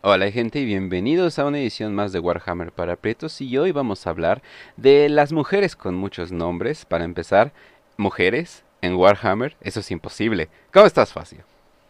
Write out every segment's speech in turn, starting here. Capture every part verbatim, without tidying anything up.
Hola gente y bienvenidos a una edición más de Warhammer para Prietos y hoy vamos a hablar de las mujeres con muchos nombres. Para empezar, mujeres en Warhammer, eso es imposible. ¿Cómo estás, Facio?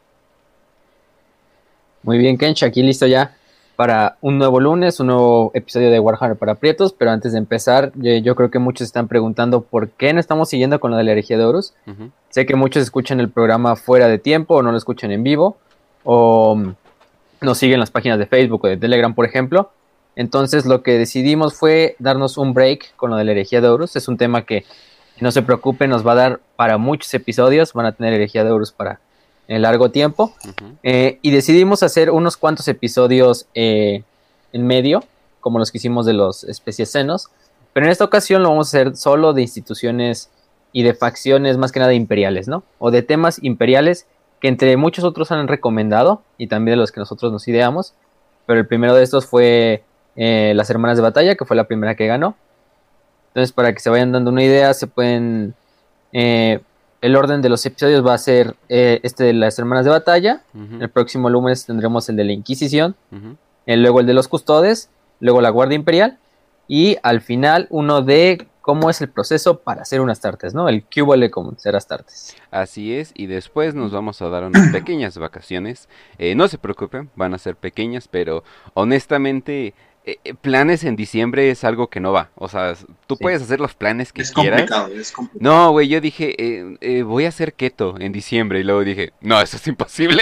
Muy bien, Kench, aquí listo ya para un nuevo lunes, un nuevo episodio de Warhammer para Prietos, pero antes de empezar, yo, yo creo que muchos están preguntando por qué no estamos siguiendo con lo de la herejía de Horus. Ujú. Sé que muchos escuchan el programa fuera de tiempo o no lo escuchan en vivo, o mm, nos siguen las páginas de Facebook o de Telegram, por ejemplo. Entonces lo que decidimos fue darnos un break con lo de la herejía de Horus. Es un tema que, no se preocupen, nos va a dar para muchos episodios, van a tener herejía de Horus para el largo tiempo. Ujú. Eh, y decidimos hacer unos cuantos episodios eh, en medio, como los que hicimos de los especies senos, pero en esta ocasión lo vamos a hacer solo de instituciones y de facciones más que nada imperiales, ¿no? O de temas imperiales que entre muchos otros han recomendado y también de los que nosotros nos ideamos, pero el primero de estos fue eh, las Hermanas de Batalla, que fue la primera que ganó. Entonces, para que se vayan dando una idea, se pueden... Eh, el orden de los episodios va a ser eh, este de las Hermanas de Batalla. Ujú. El próximo lunes tendremos el de la Inquisición. Ujú. eh, luego el de los Custodes. Luego la Guardia Imperial. Y al final uno de cómo es el proceso para hacer unas Astartes, ¿no? El qué huele con ser Astartes. Así es, y después nos vamos a dar unas pequeñas vacaciones. Eh, no se preocupen, van a ser pequeñas, pero honestamente, eh, eh, planes en diciembre es algo que no va. O sea, s- tú Sí. puedes hacer los planes que Es quieras. complicado, es complicado. No, güey, yo dije, eh, eh, voy a hacer keto en diciembre, y luego dije, no, eso es imposible.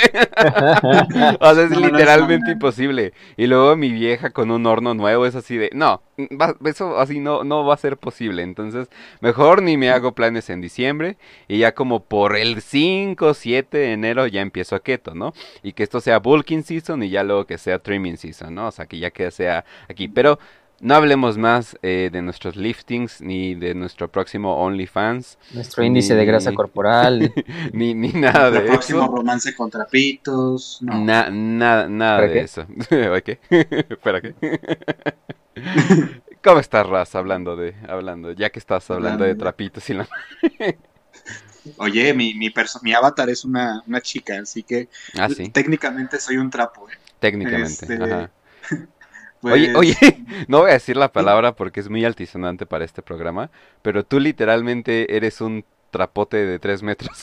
O sea, es No, no es literalmente mañana. imposible. Y luego mi vieja con un horno nuevo es así de, no, va- eso así no, no va a ser posible. Entonces, mejor ni me hago planes en diciembre y ya como por el cinco, siete de enero ya empiezo a keto, ¿no? Y que esto sea bulking season y ya luego que sea trimming season, ¿no? O sea, que ya que sea aquí. Pero no hablemos más eh, de nuestros liftings ni de nuestro próximo OnlyFans Nuestro índice de grasa ni, corporal. ni, ni nada Nuestro de próximo eso. romance con trapitos. No. Na- nada, nada ¿Para de qué? eso. ¿Oye, qué? ¿Espera qué? ¿Cómo estás, Raz? Hablando de, hablando, ya que estás hablando de Hablando de- trapitos y la... Oye, mi, mi, perso- mi avatar es una, una chica, así que Ah, l- sí, técnicamente soy un trapo, ¿eh? técnicamente, Este, ajá. Oye, oye, pues. no voy a decir la Sí. palabra porque es muy altisonante para este programa, pero tú literalmente eres un trapote de tres metros.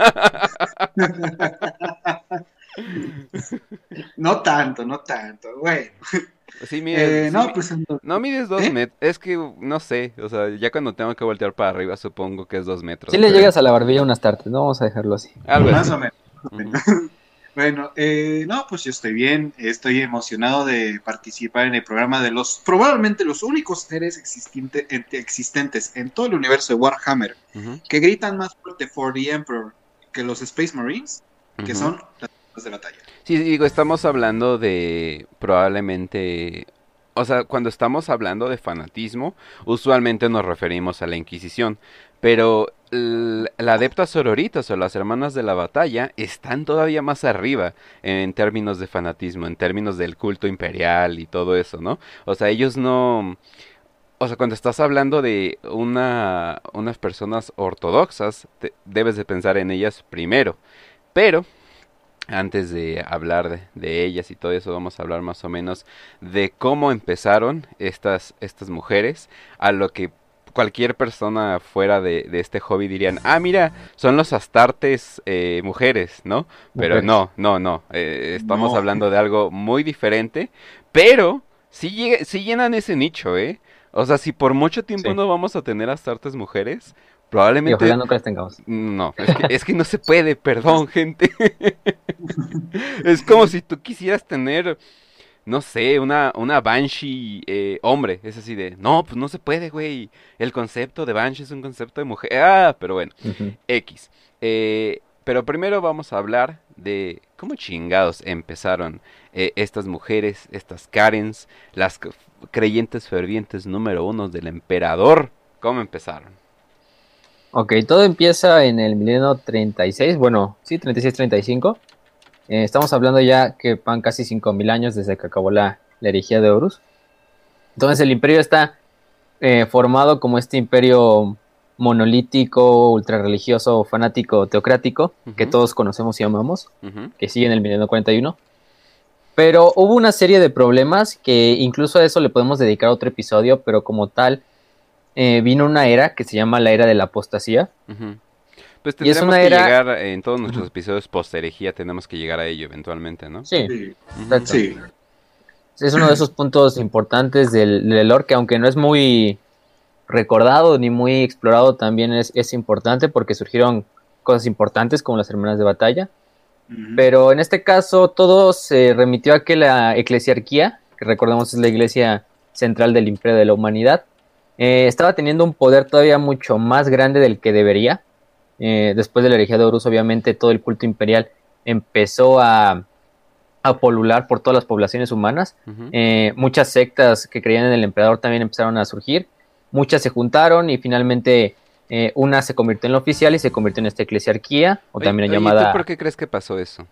No tanto, no tanto. Bueno. Sí, mides, Eh, sí, no, mi- pues ando- no mides dos ¿Eh? metros, es que no sé, o sea, ya cuando tengo que voltear para arriba supongo que es dos Si metros, le pero llegas a la barbilla unas Astartes, no vamos a dejarlo así. algo Más así. o menos. Más o Ujú. menos. Bueno, eh, no, pues yo estoy bien, estoy emocionado de participar en el programa de los, probablemente los únicos seres existente- ent- existentes en todo el universo de Warhammer Ujú. que gritan más fuerte For the Emperor que los Space Marines, que Ujú. son las tropas de batalla. Sí, digo, estamos hablando de probablemente, o sea, cuando estamos hablando de fanatismo, usualmente nos referimos a la Inquisición, pero l- la Adepta Sororitas o las Hermanas de la Batalla están todavía más arriba en términos de fanatismo, en términos del culto imperial y todo eso, ¿no? O sea, ellos no, o sea, cuando estás hablando de una, unas personas ortodoxas, te- debes de pensar en ellas primero, pero antes de hablar de, de ellas y todo eso, vamos a hablar más o menos de cómo empezaron estas, estas mujeres, a lo que cualquier persona fuera de, de este hobby dirían, ah, mira, son los astartes eh, mujeres, ¿no? Pero Mujeres. no, no, no, eh, estamos No, hablando de algo muy diferente, pero sí, llega- sí llenan ese nicho, ¿eh? O sea, si por mucho tiempo Sí. no vamos a tener astartes mujeres, Y ojalá probablemente nunca las tengamos. no, es que, es que no se puede, perdón, gente. Es como si tú quisieras tener, no sé, una, una Banshee eh, hombre. Es así de, no, pues no se puede, güey. El concepto de Banshee es un concepto de mujer. Ah, pero bueno, Ujú. X. Eh, pero primero vamos a hablar de cómo chingados empezaron eh, estas mujeres, estas Karens, las c- creyentes fervientes número uno del emperador. ¿Cómo empezaron? Ok, todo empieza en el milenio treinta y seis, bueno, sí, treinta y seis treinta y cinco. Eh, estamos hablando ya que van casi cinco mil años desde que acabó la, la herejía de Horus. Entonces el imperio está eh, formado como este imperio monolítico, ultrarreligioso, fanático, teocrático, que Ujú, todos conocemos y amamos, ujú, que sigue en el milenio cuarenta y uno. Pero hubo una serie de problemas que incluso a eso le podemos dedicar otro episodio, pero como tal, eh, vino una era que se llama la era de la apostasía. Uh-huh. Pues Y es tendremos una que era... llegar, eh, en todos nuestros Ujú. episodios post-herejía, tenemos que llegar a ello eventualmente, ¿no? Sí, Sí, Ujú. exacto. sí. Es uno de esos puntos importantes del, del lore que aunque no es muy recordado ni muy explorado, también es, es importante porque surgieron cosas importantes como las hermanas de batalla. Ujú. Pero en este caso todo se remitió a que la eclesiarquía, que recordemos es la iglesia central del imperio de la humanidad, eh, estaba teniendo un poder todavía mucho más grande del que debería. Eh, después de la herejía de Horus, obviamente todo el culto imperial empezó a, a polular por todas las poblaciones humanas. Ujú. Eh, muchas sectas que creían en el emperador también empezaron a surgir. Muchas se juntaron y finalmente eh, una se convirtió en la oficial y se convirtió en esta eclesiarquía, o Oye, también oye, ¿y tú llamada... por qué crees que pasó eso?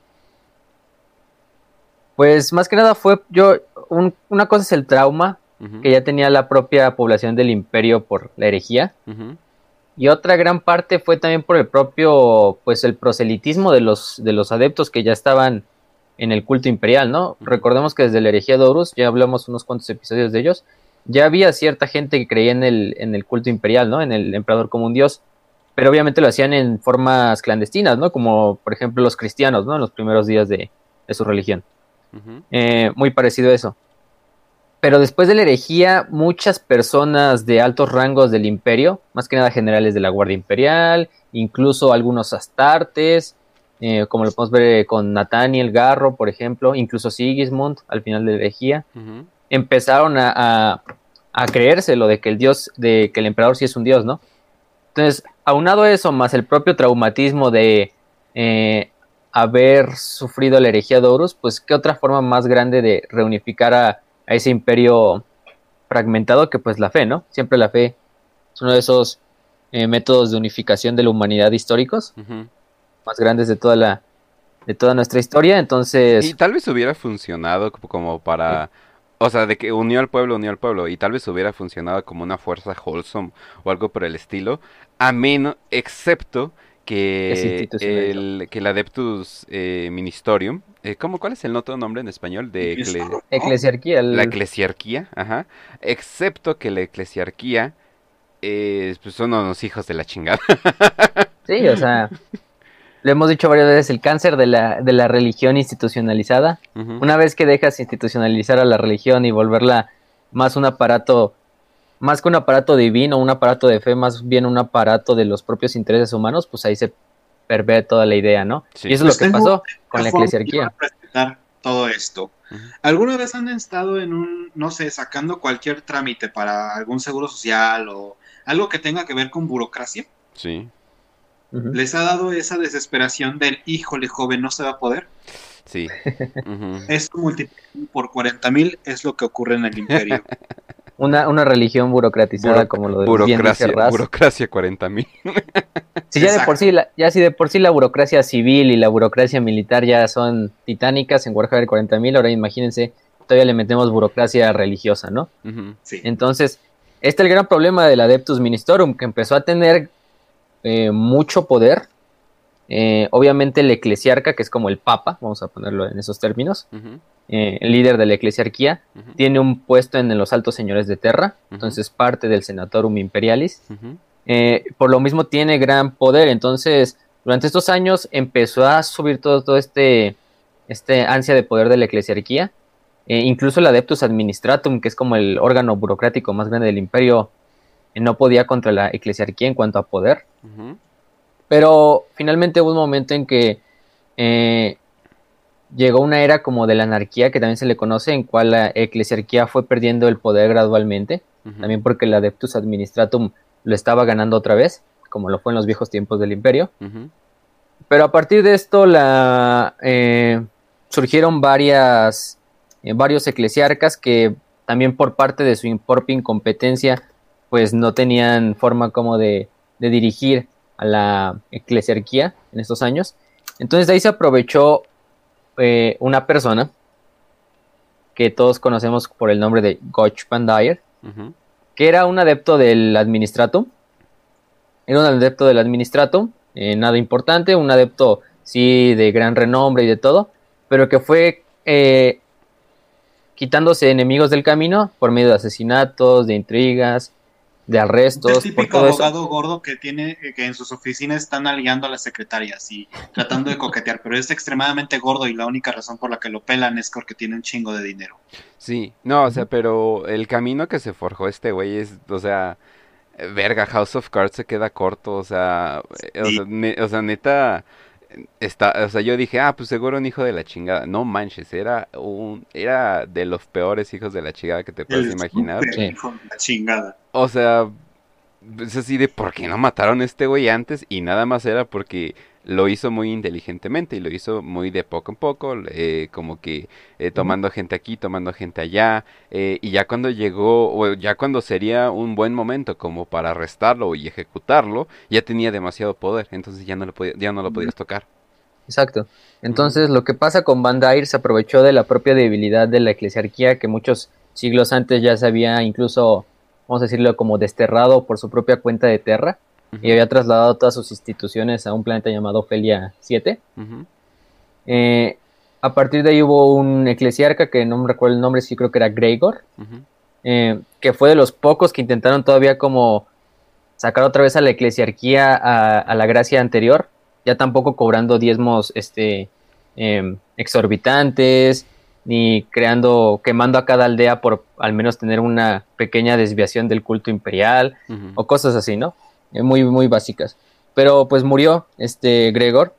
Pues más que nada fue yo, un- una cosa es el trauma Ujú, que ya tenía la propia población del imperio por la herejía, ujú, y otra gran parte fue también por el propio, pues el proselitismo de los, de los adeptos que ya estaban en el culto imperial, ¿no? Ujú. Recordemos que desde la herejía de Horus, ya hablamos unos cuantos episodios de ellos, ya había cierta gente que creía en el, en el culto imperial, ¿no? En el emperador como un dios, pero obviamente lo hacían en formas clandestinas, ¿no? Como por ejemplo los cristianos, ¿no? En los primeros días de, de su religión. Ujú. Eh, muy parecido a eso. Pero después de la herejía, muchas personas de altos rangos del imperio, más que nada generales de la Guardia Imperial, incluso algunos astartes, eh, como lo podemos ver con Nathaniel Garro, por ejemplo, incluso Sigismund al final de la herejía, Ujú. empezaron a, a, a creérselo de que el dios, de que el emperador sí es un dios, ¿no? Entonces, aunado a eso, más el propio traumatismo de eh, haber sufrido la herejía de Horus, pues qué otra forma más grande de reunificar a, a ese imperio fragmentado que pues la fe, ¿no? Siempre la fe es uno de esos eh, métodos de unificación de la humanidad históricos Ujú. más grandes de toda la de toda nuestra historia. Y Entonces, tal vez hubiera funcionado como como para... O sea, de que unió al pueblo, unió al pueblo. Y tal vez hubiera funcionado como una fuerza wholesome o algo por el estilo. A menos, excepto que se que institucionalizó. el, que el Adeptus eh, Ministorium... eh, ¿cómo, cuál es el otro nombre en español? De Y esto, ecle- ¿no? Eclesiarquía, la el- eclesiarquía, ajá. Excepto que la eclesiarquía eh, pues son unos hijos de la chingada. sí, o sea, lo hemos dicho varias veces, el cáncer de la, de la religión institucionalizada. Ujú, Una vez que dejas institucionalizar a la religión y volverla más un aparato, más que un aparato divino, un aparato de fe, más bien un aparato de los propios intereses humanos, pues ahí se pervee toda la idea, ¿no? Y sí. eso es lo Pues que tengo pasó con una la forma de eclesiarquía. representar todo esto. Ujú, ¿Alguna vez han estado en un, no sé, sacando cualquier trámite para algún seguro social o algo que tenga que ver con burocracia? sí. Ujú. ¿Les ha dado esa desesperación del, híjole, joven, no se va a poder? Sí. Ujú. Esto multiplicado por cuarenta mil es lo que ocurre en el imperio. Una, una religión burocratizada, Buroc- como lo bien dice burocracia, Raz. burocracia cuarenta mil. Si ya de por Exacto. sí, la, ya si de por sí la burocracia civil y la burocracia militar ya son titánicas en Warhammer cuarenta mil, ahora imagínense, todavía le metemos burocracia religiosa, ¿no? Ujú, Sí. Entonces, este es el gran problema del Adeptus Ministorum, que empezó a tener eh, mucho poder. Eh, obviamente el eclesiarca, que es como el papa, vamos a ponerlo en esos términos, ujú, eh, el líder de la eclesiarquía, ujú, tiene un puesto en los altos señores de Terra, Ujú. entonces parte del Senatorum Imperialis. ujú, Eh, por lo mismo tiene gran poder, entonces durante estos años empezó a subir todo, todo este, este ansia de poder de la eclesiarquía. Eh, incluso el Adeptus Administratum, que es como el órgano burocrático más grande del imperio, eh, no podía contra la eclesiarquía en cuanto a poder. ujú, Pero finalmente hubo un momento en que eh, llegó una era como de la anarquía, que también se le conoce, en cual la eclesiarquía fue perdiendo el poder gradualmente, ujú, también porque el Adeptus Administratum lo estaba ganando otra vez, como lo fue en los viejos tiempos del imperio. ujú, Pero a partir de esto la, eh, surgieron varias, eh, varios eclesiarcas que también por parte de su propia incompetencia pues no tenían forma como de, de dirigir a la eclesiarquía en estos años. Entonces de ahí se aprovechó eh, una persona que todos conocemos por el nombre de Goch Pandair, ujú, que era un adepto del Administratum. Era un adepto del Administratum, eh, nada importante, un adepto sí de gran renombre y de todo, pero que fue eh, quitándose enemigos del camino por medio de asesinatos, de intrigas, de arrestos. El típico abogado gordo que tiene que en sus oficinas están aliando a las secretarias y tratando de coquetear, pero es extremadamente gordo y la única razón por la que lo pelan es porque tiene un chingo de dinero. Sí, no, o sea, pero el camino que se forjó este güey es, o sea, verga, House of Cards se queda corto, o sea, o Sí. sea, ne- o sea, neta, está, o sea, yo dije, ah, pues seguro un hijo de la chingada. No manches, era un, era de los peores hijos de la chingada que te puedes El imaginar. súper Sí. hijo de la chingada. O sea, es así de por qué no mataron a este güey antes y nada más era porque lo hizo muy inteligentemente y lo hizo muy de poco en poco, eh, como que eh, tomando gente aquí, tomando gente allá, eh, y ya cuando llegó, o ya cuando sería un buen momento como para arrestarlo y ejecutarlo, ya tenía demasiado poder, entonces ya no lo podía, ya no lo podías tocar. Exacto. Entonces, lo que pasa con Bandair se aprovechó de la propia debilidad de la eclesiarquía que muchos siglos antes ya se había incluso, vamos a decirlo, como desterrado por su propia cuenta de Terra Ujú, y había trasladado todas sus instituciones a un planeta llamado Ofelia siete. ujú, Eh, a partir de ahí hubo un eclesiarca que no me recuerdo el nombre, sí creo que era Gregor, ujú, eh, que fue de los pocos que intentaron todavía como sacar otra vez a la eclesiarquía a, a la gracia anterior, ya tampoco cobrando diezmos este, eh, exorbitantes, ni creando, quemando a cada aldea por al menos tener una pequeña desviación del culto imperial, ujú. o cosas así, ¿no? Eh, muy, muy básicas. Pero pues murió este Gregor,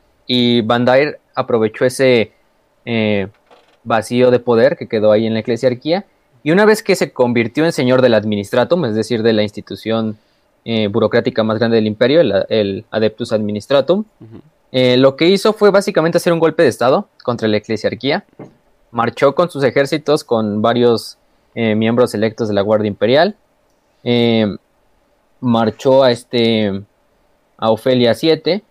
y Bandair aprovechó ese eh, vacío de poder que quedó ahí en la eclesiarquía, y una vez que se convirtió en señor del administratum, es decir, de la institución eh, burocrática más grande del imperio, el, el Adeptus Administratum, Ujú. eh, lo que hizo fue básicamente hacer un golpe de estado contra la eclesiarquía, marchó con sus ejércitos, con varios eh, miembros electos de la Guardia Imperial, eh, marchó a, este, a Ofelia siete,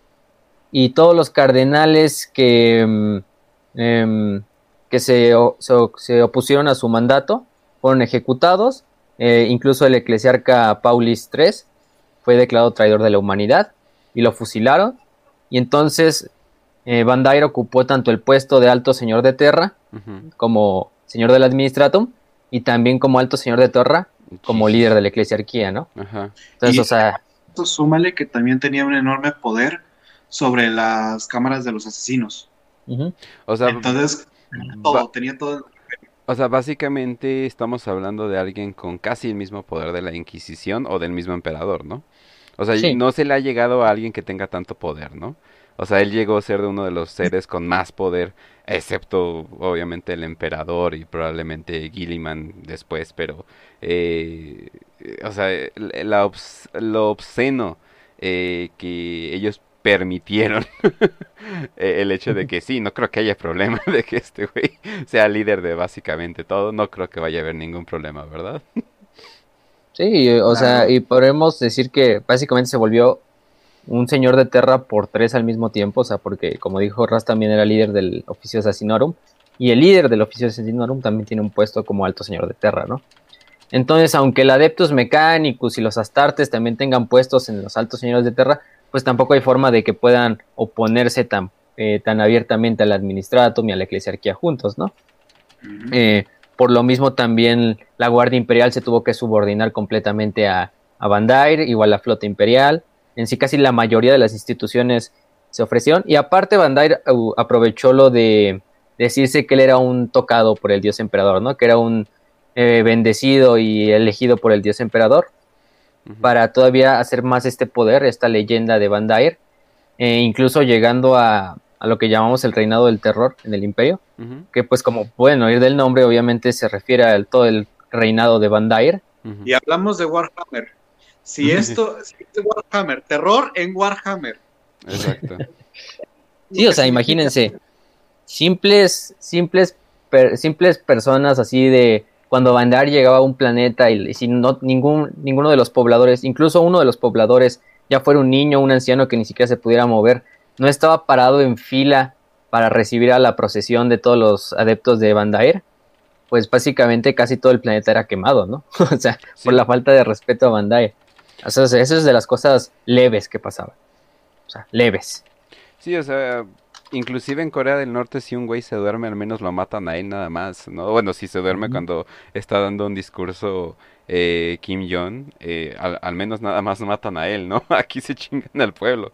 y todos los cardenales que, mm, em, que se, o- se o- se opusieron a su mandato fueron ejecutados, eh, incluso el eclesiarca Paulis tercero fue declarado traidor de la humanidad y lo fusilaron, y entonces eh, Bandair ocupó tanto el puesto de alto señor de Terra Ujú. como señor del Administratum y también como alto señor de Terra como Jesus. líder de la eclesiarquía, ¿no? Ajá. Entonces, Y o sea, esto súmale que también tenía un enorme poder sobre las cámaras de los asesinos. ujú, O sea, Entonces, tenía ba- todo, tenía todo. o sea, básicamente estamos hablando de alguien con casi el mismo poder de la Inquisición o del mismo emperador, ¿no? O sea, sí, no se le ha llegado a alguien que tenga tanto poder, ¿no? O sea, él llegó a ser de uno de los seres con más poder, excepto obviamente el emperador y probablemente Gilliman después, pero, eh, eh, o sea, el- la obs- lo obsceno eh, que ellos permitieron eh, el hecho de que sí, no creo que haya problema de que este güey sea líder de básicamente todo, no creo que vaya a haber ningún problema, ¿verdad? sí, o sea, Claro. y podemos decir que básicamente se volvió un señor de Terra por tres al mismo tiempo, o sea, porque como dijo Raz también era líder del Officio Assassinorum, y el líder del Officio Assassinorum también tiene un puesto como alto señor de Terra, ¿no? Entonces, aunque el Adeptus Mechanicus y los Astartes también tengan puestos en los altos señores de Terra, pues tampoco hay forma de que puedan oponerse tan, eh, tan abiertamente al Administratum y a la Eclesiarquía juntos, ¿no? Ujú. Eh, por lo mismo también la Guardia Imperial se tuvo que subordinar completamente a, a Bandair, igual la Flota Imperial. En sí casi la mayoría de las instituciones se ofrecieron. Y aparte Bandair uh, aprovechó lo de decirse que él era un tocado por el dios emperador, ¿no? Que era un eh, bendecido y elegido por el dios emperador, Ujú. para todavía hacer más este poder, esta leyenda de Bandair, eh, incluso llegando a, a lo que llamamos el reinado del terror en el imperio, Ujú, que pues como pueden oír del nombre, obviamente se refiere a todo el reinado de Bandair. ujú. Y hablamos de Warhammer. Si esto si es de Warhammer, terror en Warhammer. Exacto. Sí, o sea, imagínense, simples, simples, per- simples personas así de cuando Bandair llegaba a un planeta y, y si no, ningún, ninguno de los pobladores, incluso uno de los pobladores, ya fuera un niño, un anciano que ni siquiera se pudiera mover, no estaba parado en fila para recibir a la procesión de todos los adeptos de Bandair, pues básicamente casi todo el planeta era quemado, ¿no? O sea, Sí. por la falta de respeto a Bandair. O sea, eso es de las cosas leves que pasaban. O sea, leves. Sí, o sea, inclusive en Corea del Norte si un güey se duerme al menos lo matan a él nada más, ¿no? Bueno, si se duerme Ujú. cuando está dando un discurso eh, Kim Jong, eh, al, al menos nada más matan a él, ¿no? Aquí se chingan al pueblo.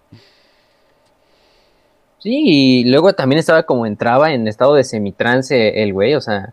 Sí, y luego también estaba como entraba en estado de semitrance el güey, o sea,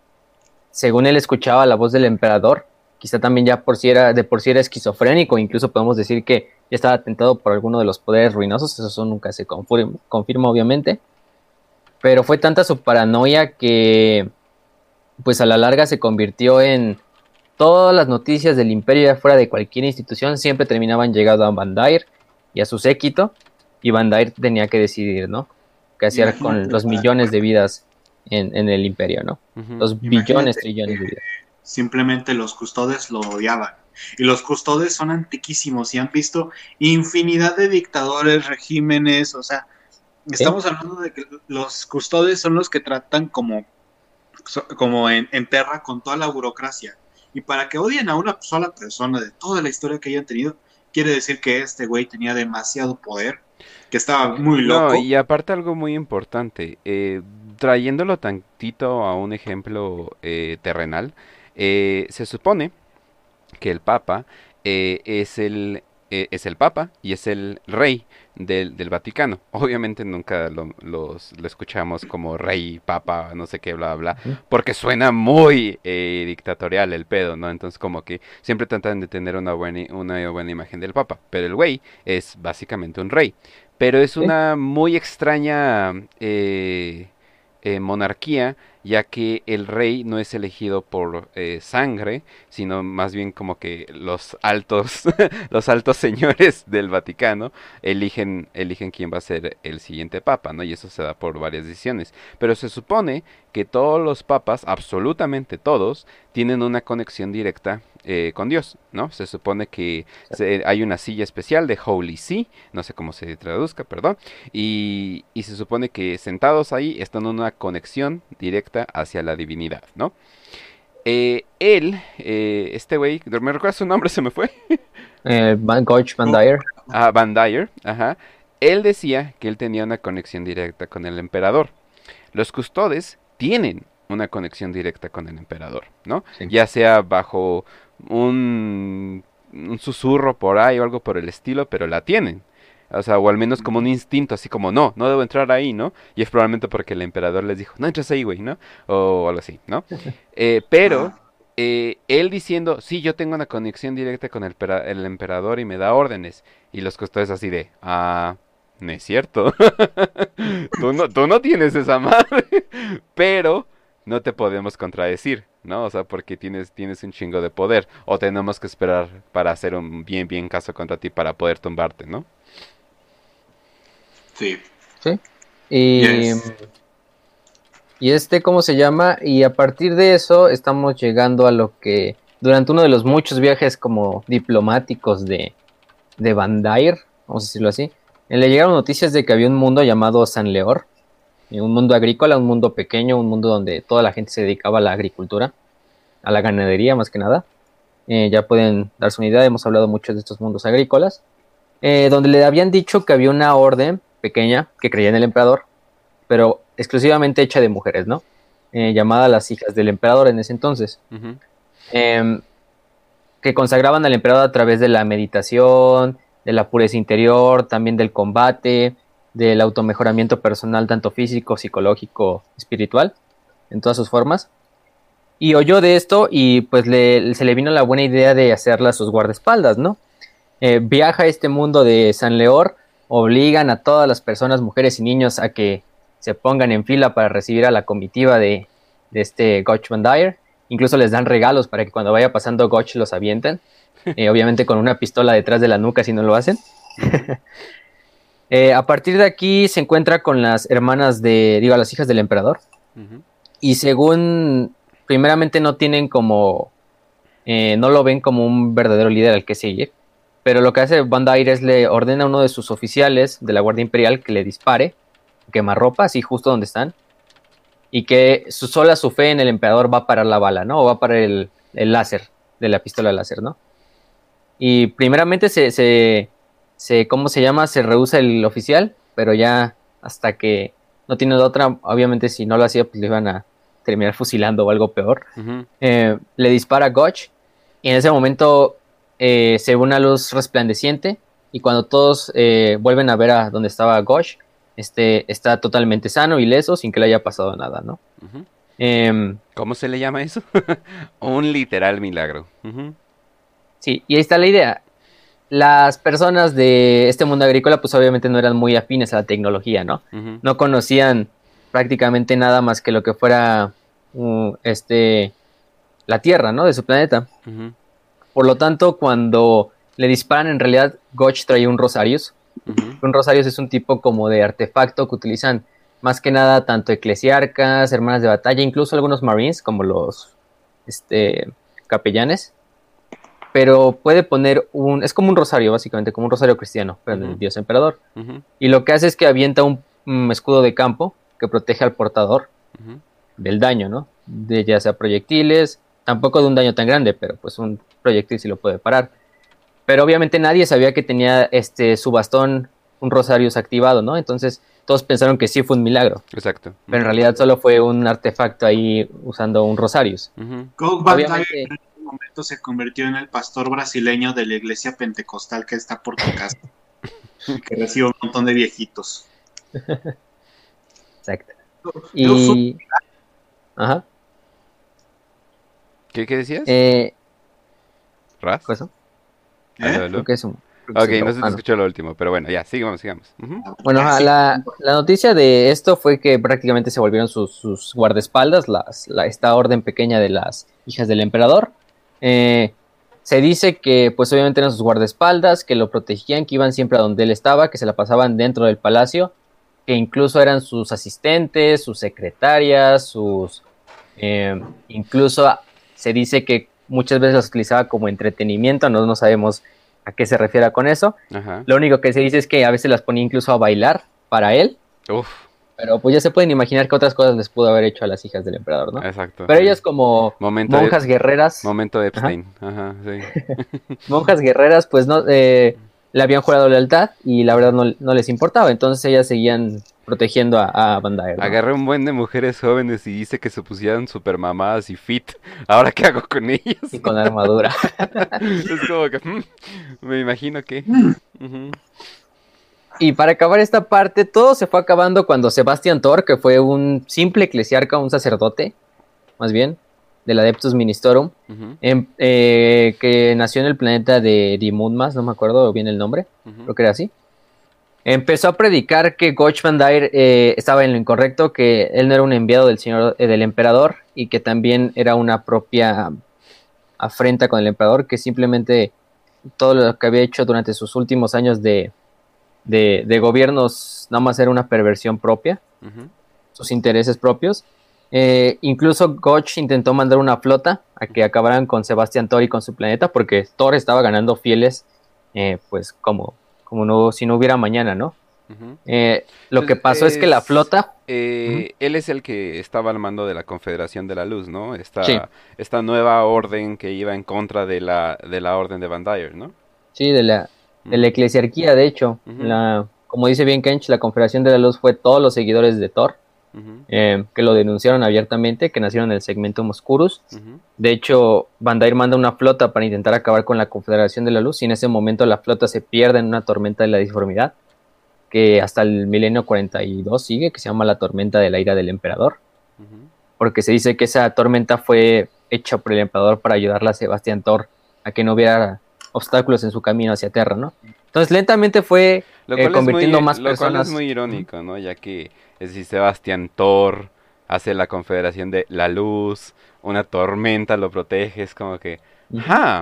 según él escuchaba la voz del emperador, quizá también ya por si era, de por sí era esquizofrénico, incluso podemos decir que ya estaba atentado por alguno de los poderes ruinosos, eso nunca se confirma, confirma obviamente, pero fue tanta su paranoia que pues a la larga se convirtió en todas las noticias del imperio ya fuera de cualquier institución siempre terminaban llegando a Bandair y a su séquito, y Bandair tenía que decidir, ¿no? Qué hacer con Imagínate, los para, millones de vidas en, en el imperio, ¿no? Ujú. Los billones, imagínate que trillones de vidas. simplemente los custodes lo odiaban. Y los custodes son antiquísimos y han visto infinidad de dictadores, regímenes, o sea, ¿Sí? estamos hablando de que los custodes son los que tratan como, como en, en Terra con toda la burocracia. Y para que odien a una sola persona de toda la historia que hayan tenido, quiere decir que este güey tenía demasiado poder, que estaba muy No, loco. y aparte algo muy importante, eh, trayéndolo tantito a un ejemplo eh, terrenal, eh, se supone que el Papa eh, es el eh, es el Papa y es el rey del, del Vaticano. Obviamente nunca lo, los, lo escuchamos como rey, papa, no sé qué, bla, bla, Ujú. bla, porque suena muy eh, dictatorial el pedo, ¿no? Entonces como que siempre tratan de tener una buena, una buena imagen del Papa. Pero el güey es básicamente un rey. Pero es ¿Sí? una muy extraña eh, eh, monarquía, ya que el rey no es elegido por eh, sangre, sino más bien como que los altos, los altos señores del Vaticano eligen, eligen quién va a ser el siguiente papa, ¿no? Y eso se da por varias decisiones. Pero se supone que todos los papas, absolutamente todos, tienen una conexión directa eh, con Dios, ¿no? Se supone que se- hay una silla especial de Holy See, no sé cómo se traduzca, perdón, y, y se supone que sentados ahí están en una conexión directa hacia la divinidad, ¿no? Eh, él, eh, este güey, ¿me recuerdas su nombre? Se me fue. Eh, Van Gogh, Van Dyer. Ah, Van Dyer, ajá. Él decía que él tenía una conexión directa con el emperador. Los custodes tienen una conexión directa con el emperador, ¿no? Sí. Ya sea bajo un, un susurro por ahí o algo por el estilo, pero la tienen. O sea, o al menos como un instinto, así como, no, no debo entrar ahí, ¿no? Y es probablemente porque el emperador les dijo, no entres ahí, güey, ¿no? O algo así, ¿no? Eh, pero Ah, eh, él diciendo, sí, yo tengo una conexión directa con el, pera- el emperador y me da órdenes. Y los custodes así de, ah, no es cierto. tú, no, tú no tienes esa madre. Pero no te podemos contradecir, ¿no? O sea, porque tienes, tienes un chingo de poder. O tenemos que esperar para hacer un bien, bien caso contra ti para poder tumbarte, ¿no? sí, ¿Sí? Y, yes. y este, ¿cómo se llama? Y a partir de eso estamos llegando a lo que durante uno de los muchos viajes como diplomáticos de, de Van Dyer, vamos a decirlo así, eh, le llegaron noticias de que había un mundo llamado San Leor, eh, un mundo agrícola, un mundo pequeño, un mundo donde toda la gente se dedicaba a la agricultura, a la ganadería más que nada. Eh, ya pueden darse una idea, hemos hablado mucho de estos mundos agrícolas, eh, donde le habían dicho que había una orden pequeña que creía en el emperador, pero exclusivamente hecha de mujeres, ¿no? Eh, llamada las hijas del emperador en ese entonces, Ujú. eh, que consagraban al emperador a través de la meditación, de la pureza interior, también del combate, del automejoramiento personal, tanto físico, psicológico, espiritual, en todas sus formas. Y oyó de esto y pues le, se le vino la buena idea de hacerla sus guardaespaldas, ¿no? Eh, viaja a este mundo de San Leor, obligan a todas las personas, mujeres y niños, a que se pongan en fila para recibir a la comitiva de, de este Gotch Van Dyer. Incluso les dan regalos para que cuando vaya pasando Gotch los avienten. Eh, obviamente con una pistola detrás de la nuca si no lo hacen. Eh, a partir de aquí se encuentra con las hermanas de, digo, las hijas del emperador. Ujú. Y según, primeramente no tienen como, eh, no lo ven como un verdadero líder al que seguir. Pero lo que hace Van Dyer es le ordena a uno de sus oficiales de la Guardia Imperial que le dispare, quemarropa, así justo donde están, y que su, sola su fe en el emperador va a parar la bala, ¿no? O va a parar el, el láser de la pistola láser, ¿no? Y primeramente se, se, se, ¿cómo se llama? Se rehúsa el oficial, pero ya hasta que no tiene de otra, obviamente si no lo hacía pues le iban a terminar fusilando o algo peor. Ujú. Eh, le dispara a Gotch y en ese momento eh, se ve una luz resplandeciente y cuando todos eh, vuelven a ver a donde estaba Gotch, este, está totalmente sano, ileso, sin que le haya pasado nada, ¿no? Ujú. Eh, ¿Cómo se le llama eso? Un literal milagro. Ujú. sí, y ahí está la idea. Las personas de este mundo agrícola pues obviamente no eran muy afines a la tecnología, ¿no? Ujú. No conocían prácticamente nada más que lo que fuera uh, este, la Tierra, ¿no? De su planeta. Ujú. Por lo tanto, cuando le disparan, en realidad Gotch traía un Rosarius. Ujú. Un Rosarius es un tipo como de artefacto que utilizan más que nada tanto eclesiarcas, hermanas de batalla, incluso algunos marines como los este, capellanes. Pero puede poner un... Es como un rosario, básicamente, como un rosario cristiano, pero Ujú. del dios emperador. Ujú. Y lo que hace es que avienta un, un escudo de campo que protege al portador Ujú. del daño, ¿no? De ya sea proyectiles, tampoco de un daño tan grande, pero pues un proyectil sí lo puede parar. Pero obviamente nadie sabía que tenía este su bastón, un Rosarius activado, ¿no? Entonces todos pensaron que sí fue un milagro, Exacto. pero en Ujú. realidad solo fue un artefacto ahí usando un Rosarius. Ujú. Coke Van Dyer Obviamente, en ese momento se convirtió en el pastor brasileño de la iglesia pentecostal que está por tu casa, que recibe un montón de viejitos. exacto. Yo fui- Y... Ajá. ¿Qué, qué decías? Eh, ¿Ras? ¿qué eso? ¿eh? ¿Aló, aló? Creo que es un... creo que Ok, es el no logo. se te Ah, no. escuchó lo último, pero bueno, ya, sigamos, sigamos. Ujú. Bueno, ajá, Así- la, la noticia de esto fue que prácticamente se volvieron sus, sus guardaespaldas, las, la, esta orden pequeña de las hijas del emperador. Eh, se dice que pues obviamente eran sus guardaespaldas, que lo protegían, que iban siempre a donde él estaba, que se la pasaban dentro del palacio, que incluso eran sus asistentes, sus secretarias, sus... eh, incluso se dice que muchas veces los utilizaba como entretenimiento, no, no sabemos a qué se refiere con eso. Ajá. Lo único que se dice es que a veces las ponía incluso a bailar para él, Uf, pero pues ya se pueden imaginar que otras cosas les pudo haber hecho a las hijas del emperador, ¿no? exacto. Pero Sí. ellas como Momento monjas de, guerreras, momento de ajá, Epstein. Ajá, sí. monjas guerreras, pues no eh, le habían jurado lealtad y la verdad no, no les importaba, entonces ellas seguían protegiendo a, a Van Dyer, ¿no? Agarré un buen de mujeres jóvenes y hice que se pusieran super mamadas y fit. ¿Ahora qué hago con ellas? Y con armadura. Es como que, mm, me imagino que. Mm, Ujú. Y para acabar esta parte, todo se fue acabando cuando Sebastian Thor, que fue un simple eclesiarca, un sacerdote, más bien, del Adeptus Ministorum, Ujú. em- eh, que nació en el planeta de Dimudmas, no me acuerdo bien el nombre, Ujú. creo que era así. Empezó a predicar que Gotch Van Dyer eh, estaba en lo incorrecto, que él no era un enviado del señor eh, del emperador y que también era una propia afrenta con el emperador, que simplemente todo lo que había hecho durante sus últimos años de, de, de gobiernos nada más era una perversión propia, Ujú. sus intereses propios. Eh, incluso Gotch intentó mandar una flota a que acabaran con Sebastian Thor y con su planeta, porque Thor estaba ganando fieles, eh, pues como, como no, si no hubiera mañana, ¿no? Ujú. Eh, lo que Entonces, pasó es que la es- flota... eh, él es el que estaba al mando de la Confederación de la Luz, ¿no? Esta, Sí, esta nueva orden que iba en contra de la, de la orden de Van Dyer, ¿no? sí, de la, de la Ujú. eclesiarquía, de hecho. Ujú. La, como dice bien Kench, la Confederación de la Luz fue todos los seguidores de Thor, Ujú. eh, que lo denunciaron abiertamente, que nacieron en el Segmentum Oscurus. Ujú. De hecho, Van Dyer manda una flota para intentar acabar con la Confederación de la Luz y en ese momento la flota se pierde en una tormenta de la disformidad que hasta el milenio cuarenta y dos sigue, que se llama la tormenta de la ira del emperador, Ujú. porque se dice que esa tormenta fue hecha por el emperador para ayudarle a Sebastián Thor a que no hubiera obstáculos en su camino hacia Terra, ¿no? Entonces lentamente fue Lo eh, cual es convirtiendo muy, más lo cual es personas. muy irónico, ¿no? Ya que es decir, Sebastián Thor hace la Confederación de la Luz, una tormenta lo protege, es como que, Ujú. ¡ja!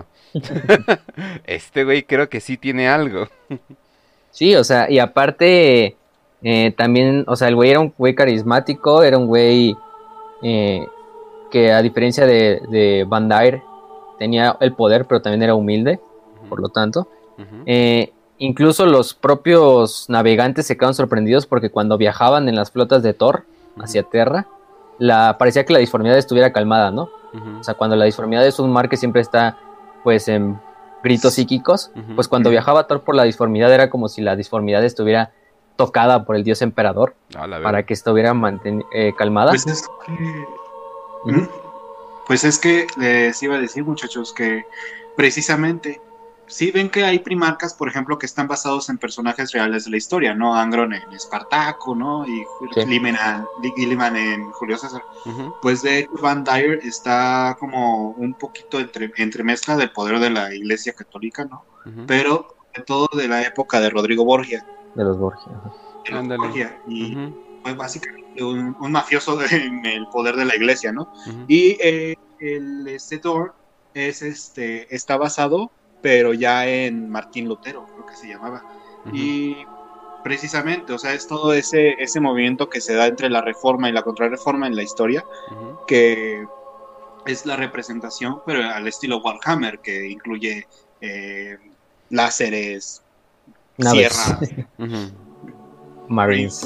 Este güey creo que sí tiene algo. Sí, o sea, y aparte eh, también, o sea, el güey era un güey carismático, era un güey eh, que a diferencia de, de Van Dyer tenía el poder, pero también era humilde, por lo tanto. Ujú. Eh, incluso los propios navegantes se quedaron sorprendidos porque cuando viajaban en las flotas de Thor hacia Terra, la, parecía que la disformidad estuviera calmada, ¿no? Ujú. O sea, cuando la disformidad es un mar que siempre está, pues, en gritos psíquicos, Ujú. pues cuando Ujú. viajaba Thor por la disformidad era como si la disformidad estuviera tocada por el dios emperador A la para verga. que estuviera manten- eh, calmada. Pues es que... ¿Mm? Pues es que les iba a decir, muchachos, que precisamente, sí ven que hay primarcas, por ejemplo, que están basados en personajes reales de la historia, ¿no? Angron en Espartaco, ¿no? Y Sí. Gilliman, Gilliman en Julio César. Ujú, Pues de hecho Van Dyer está como un poquito entre, entremezcla del poder de la Iglesia Católica, ¿no? ujú. Pero de todo de la época de Rodrigo Borgia. De los Borgia. Ajá. de los Ándale. Borgia, y Ujú, fue básicamente un, un mafioso en el poder de la Iglesia, ¿no? ujú. Y eh, el este Thor es este está basado, pero ya en Martín Lutero, creo que se llamaba. Ujú. Y precisamente, o sea, es todo ese ese movimiento que se da entre la reforma y la contrarreforma en la historia, Ujú. que es la representación, pero al estilo Warhammer, que incluye eh, láseres, Naves. sierras, Ujú. Marines.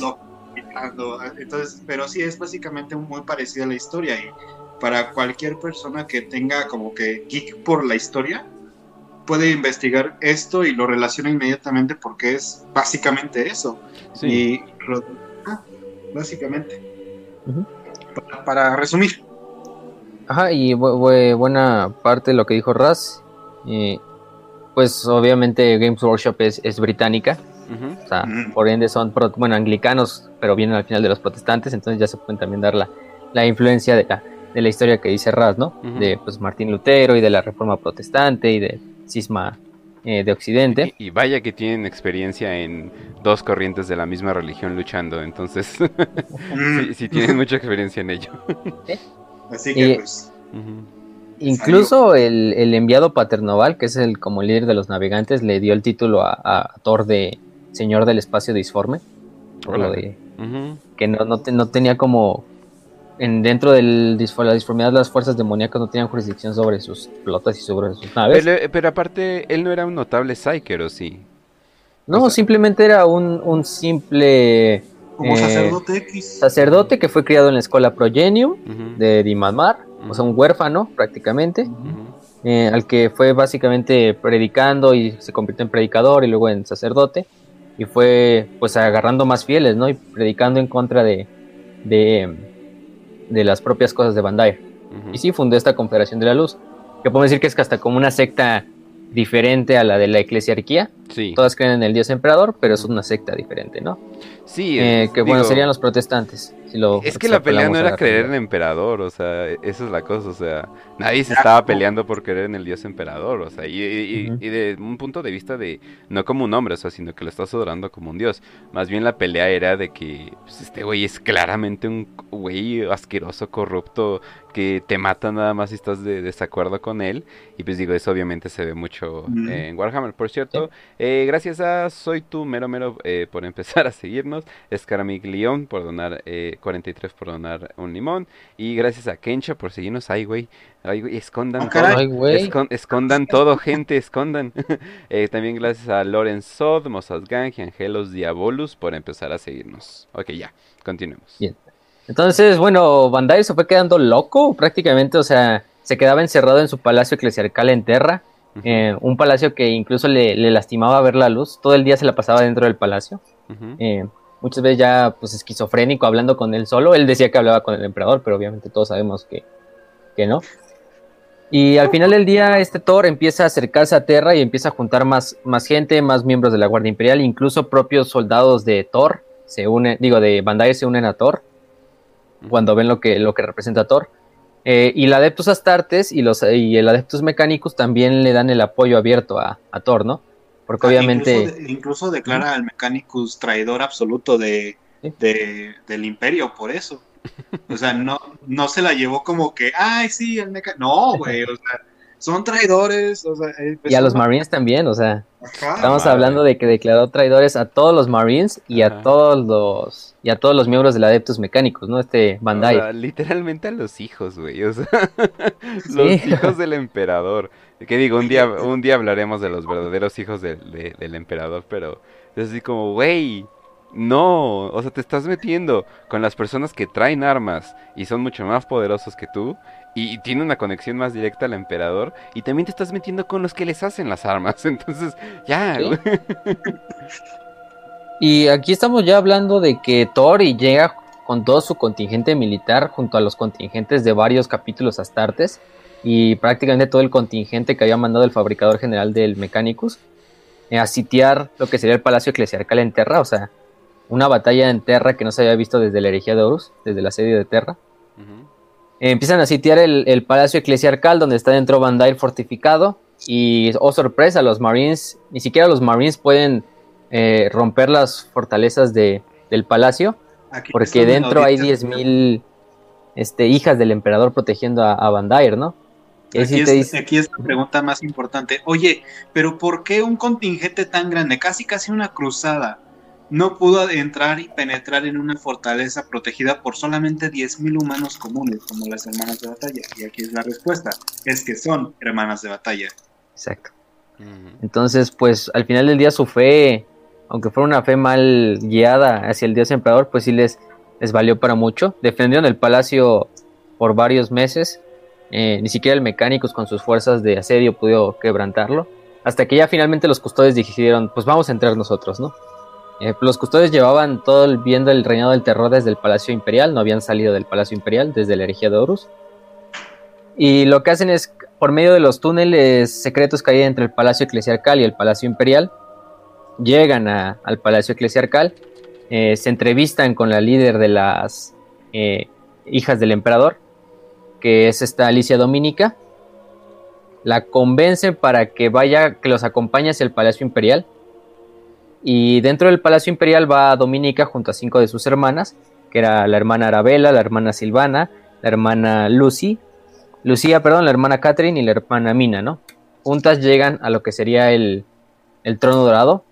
entonces, pero sí es básicamente muy parecida a la historia, y para cualquier persona que tenga como que geek por la historia puede investigar esto y lo relaciona inmediatamente porque es básicamente eso. Sí. Y lo- ah, básicamente Ujú. para, para resumir. Ajá, y bu- bu- buena parte de lo que dijo Raz. eh, pues obviamente Games Workshop es, es británica. Ujú. O sea, Mm. por ende son, pro- bueno, anglicanos, pero vienen al final de los protestantes, entonces ya se pueden también dar la, la influencia de la, de la historia que dice Raz, ¿no? Ujú. De pues Martín Lutero y de la Reforma Protestante y de cisma eh, de Occidente. Y, y vaya que tienen experiencia en dos corrientes de la misma religión luchando, entonces Mm. sí, sí tienen mucha experiencia en ello. Así que Y- pues Ujú. Incluso el, el enviado Paternoval, que es el como líder de los navegantes, le dio el título a, a Thor de Señor del Espacio Disforme, por lo Órale. de Ujú. que no, no, te- no tenía como en dentro de la disformidad las fuerzas demoníacas no tenían jurisdicción sobre sus flotas y sobre sus naves. Pero, pero aparte, él no era un notable Psyker, ¿o sí? No, o sea- simplemente era un, un simple como eh, sacerdote X. sacerdote que fue criado en la escuela Progenium Ujú. de Dimamar, o sea, un huérfano prácticamente, Ujú. eh, al que fue básicamente predicando y se convirtió en predicador y luego en sacerdote, y fue pues agarrando más fieles, ¿no? Y predicando en contra de, de, de las propias cosas de Bandai. Ujú. Y sí, fundó esta Confederación de la Luz, que podemos decir que es hasta como una secta diferente a la de la eclesiarquía. Sí. Todas creen en el dios emperador, pero es una secta diferente, ¿no? Sí, Eh, es- que bueno, digo, serían los protestantes. Si lo es que la pelea no extrapolamos a era la creer en realidad. emperador, o sea, esa es la cosa, o sea, nadie se estaba peleando por creer en el dios emperador, o sea, y, y- Ujú. y de un punto de vista de, no como un hombre, o sea, sino que lo estás adorando como un dios, más bien la pelea era de que, pues, este güey es claramente un güey asqueroso, corrupto, que te mata nada más si estás de desacuerdo con él, y pues digo, eso obviamente se ve mucho Mm. eh, en Warhammer, por cierto, eh, gracias a Soy Tu Mero Mero eh, por empezar a seguirnos, Escaramiglión por donar eh, cuarenta y tres por donar un limón. Y gracias a Kencha por seguirnos. Ay, güey. Ay, güey. Escondan Ah, todo. caray. Ay, güey. Escon- escondan todo, gente. Escondan. Eh, también gracias a Loren Sod, Mozas Gang y Angelos Diabolus por empezar a seguirnos. Ok, ya. Continuemos. Bien. Entonces, bueno, Bandai se fue quedando loco prácticamente, o sea, se quedaba encerrado en su palacio eclesiarcal en Terra, Ujú, eh, un palacio que incluso le, le lastimaba ver la luz, todo el día se la pasaba dentro del palacio, ujú. eh, muchas veces ya pues esquizofrénico hablando con él solo, él decía que hablaba con el emperador, pero obviamente todos sabemos que, que no. Y al final del día este Thor empieza a acercarse a Terra y empieza a juntar más, más gente, más miembros de la Guardia Imperial, incluso propios soldados de Thor se unen, digo de Bandai se unen a Thor cuando ven lo que, lo que representa Thor. Eh, y el Adeptus Astartes y, los, y el Adeptus Mechanicus también le dan el apoyo abierto a, a Thor, ¿no? Porque Ah, obviamente... incluso, de- incluso declara al Mechanicus traidor absoluto de, Sí. de- del Imperio por eso. O sea, no, no se la llevó como que, ay, sí, el Mecha... No, güey, o sea, son traidores, o sea, eh, Y a son los una- Marines también, o sea, Ajá. estamos madre. hablando de que declaró traidores a todos los Marines y Ajá. a todos los y a todos los miembros del Adeptus Mechanicus, ¿no? Este Bandai. O sea, literalmente a los hijos, güey. O sea, los Sí. hijos del emperador. Que digo, un día, un día hablaremos de los verdaderos hijos de- de- del emperador, pero es así como, güey, no. O sea, te estás metiendo con las personas que traen armas y son mucho más poderosos que tú. Y, y tienen una conexión más directa al emperador. Y también te estás metiendo con los que les hacen las armas. Entonces, ya, Sí. güey. Y aquí estamos ya hablando de que Thor y llega con todo su contingente militar junto a los contingentes de varios capítulos astartes y prácticamente todo el contingente que había mandado el fabricador general del Mechanicus eh, a sitiar lo que sería el Palacio Eclesiarcal en Terra, o sea, una batalla en Terra que no se había visto desde la herejía de Horus, desde el asedio de Terra. Uh-huh. eh, empiezan a sitiar el, el Palacio Eclesiarcal, donde está dentro Vandair fortificado, y oh sorpresa, los Marines, ni siquiera los Marines pueden eh, romper las fortalezas de, del palacio, aquí porque dentro hay diez mil este, hijas del emperador protegiendo a, a Vandair, ¿no? Aquí, es, dice... aquí es la pregunta más importante. Oye, pero ¿por qué un contingente tan grande, casi casi una cruzada, no pudo entrar y penetrar en una fortaleza protegida por solamente diez mil humanos comunes, como las hermanas de batalla? Y aquí es la respuesta, es que son hermanas de batalla. Exacto. Uh-huh. Entonces, pues, al final del día su fe, aunque fuera una fe mal guiada hacia el dios emperador, pues sí les, les valió para mucho. Defendieron el palacio por varios meses. Eh, ni siquiera el Mechanicus con sus fuerzas de asedio pudo quebrantarlo, hasta que ya finalmente los custodios decidieron, pues vamos a entrar nosotros, ¿no? Eh, los custodios llevaban todo el, viendo el reinado del terror desde el Palacio Imperial, no habían salido del Palacio Imperial desde la herejía de Horus, y lo que hacen es, por medio de los túneles secretos que hay entre el Palacio Eclesiarcal y el Palacio Imperial, llegan a, al Palacio Eclesiarcal, eh, se entrevistan con la líder de las eh, hijas del emperador, que es esta Alicia Dominica, la convencen para que vaya, que los acompañe hacia el Palacio Imperial, y dentro del Palacio Imperial va Dominica junto a cinco de sus hermanas, que era la hermana Arabella, la hermana Silvana, la hermana Lucy, Lucía, perdón, la hermana Catherine y la hermana Mina, ¿no? Juntas llegan a lo que sería el, el trono dorado.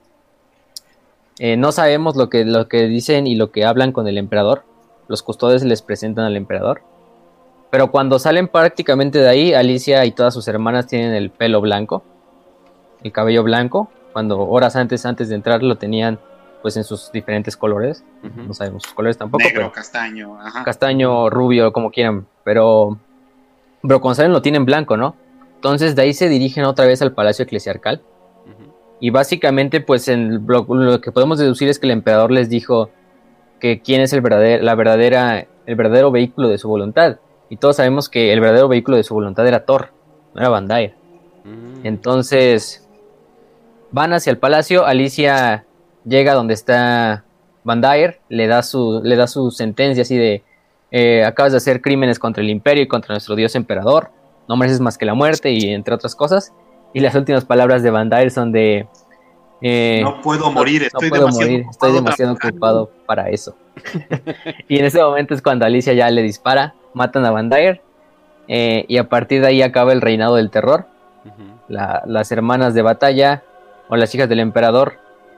Eh, no sabemos lo que, lo que dicen y lo que hablan con el emperador, los custodios les presentan al emperador. Pero cuando salen prácticamente de ahí, Alicia y todas sus hermanas tienen el pelo blanco, el cabello blanco, cuando horas antes, antes de entrar lo tenían pues en sus diferentes colores, uh-huh. No sabemos sus colores tampoco. Negro, pero castaño, ajá. Castaño, rubio, como quieran, pero, pero cuando salen lo tienen blanco, ¿no? Entonces de ahí se dirigen otra vez al Palacio Eclesiarcal, uh-huh. Y básicamente pues en lo, lo que podemos deducir es que el emperador les dijo que quién es el verdadero, la verdadera, el verdadero vehículo de su voluntad. Y todos sabemos que el verdadero vehículo de su voluntad era Thor, no era Vandair. Mm. Entonces, van hacia el palacio. Alicia llega donde está Vandair, le da su, le da su sentencia así de eh, acabas de hacer crímenes contra el imperio y contra nuestro dios emperador, no mereces más que la muerte y entre otras cosas. Y las últimas palabras de Vandair son de eh, no puedo morir, estoy no puedo demasiado, morir, estoy demasiado ocupado para eso. Y en ese momento es cuando Alicia ya le dispara, matan a Vandair, eh, y a partir de ahí acaba el reinado del terror. Uh-huh. La, las hermanas de batalla o las hijas del emperador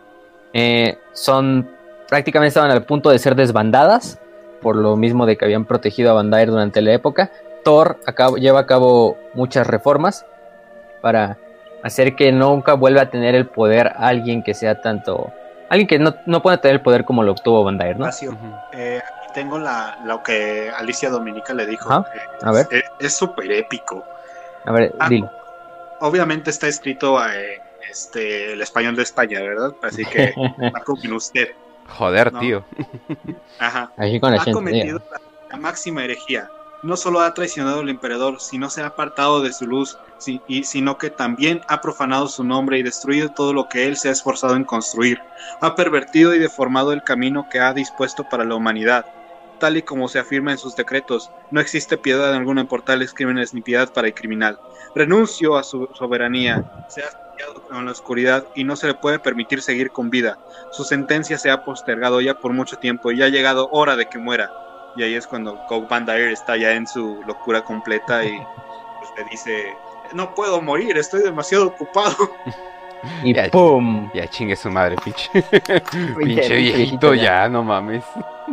eh, son prácticamente estaban al punto de ser desbandadas por lo mismo de que habían protegido a Vandair durante la época. Thor acabo, lleva a cabo muchas reformas para hacer que nunca vuelva a tener el poder alguien que sea tanto alguien que no, no pueda tener el poder como lo obtuvo Vandair, ¿no? Uh-huh. eh, Tengo la, lo que Alicia Dominica le dijo. Ajá, a ver. Es súper épico. A ver, ah, dilo. Obviamente está escrito en este, el español de España, ¿verdad? Así que va con usted. Joder, ¿no? Tío. Ajá. Allí con la ha gente, cometido la, la máxima herejía. No solo ha traicionado al emperador, sino se ha apartado de su luz, si, y, sino que también ha profanado su nombre y destruido todo lo que él se ha esforzado en construir. Ha pervertido y deformado el camino que ha dispuesto para la humanidad. Tal y como se afirma en sus decretos, no existe piedad alguna por tales crímenes ni piedad para el criminal. Renunció a su soberanía, se ha asociado con la oscuridad y no se le puede permitir seguir con vida. Su sentencia se ha postergado ya por mucho tiempo y ya ha llegado hora de que muera. Y ahí es cuando Coke Vandair está ya en su locura completa y pues, le dice, no puedo morir, estoy demasiado ocupado. Y ya, ¡pum! Ya chingue su madre, pinche. Pinche viejito ya, no mames.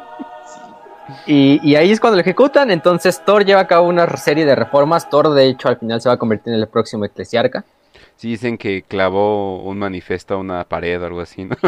Y, y ahí es cuando lo ejecutan. Entonces Thor lleva a cabo una serie de reformas. Thor de hecho al final se va a convertir en el próximo eclesiarca. Sí, dicen que clavó un manifiesto a una pared o algo así, ¿no?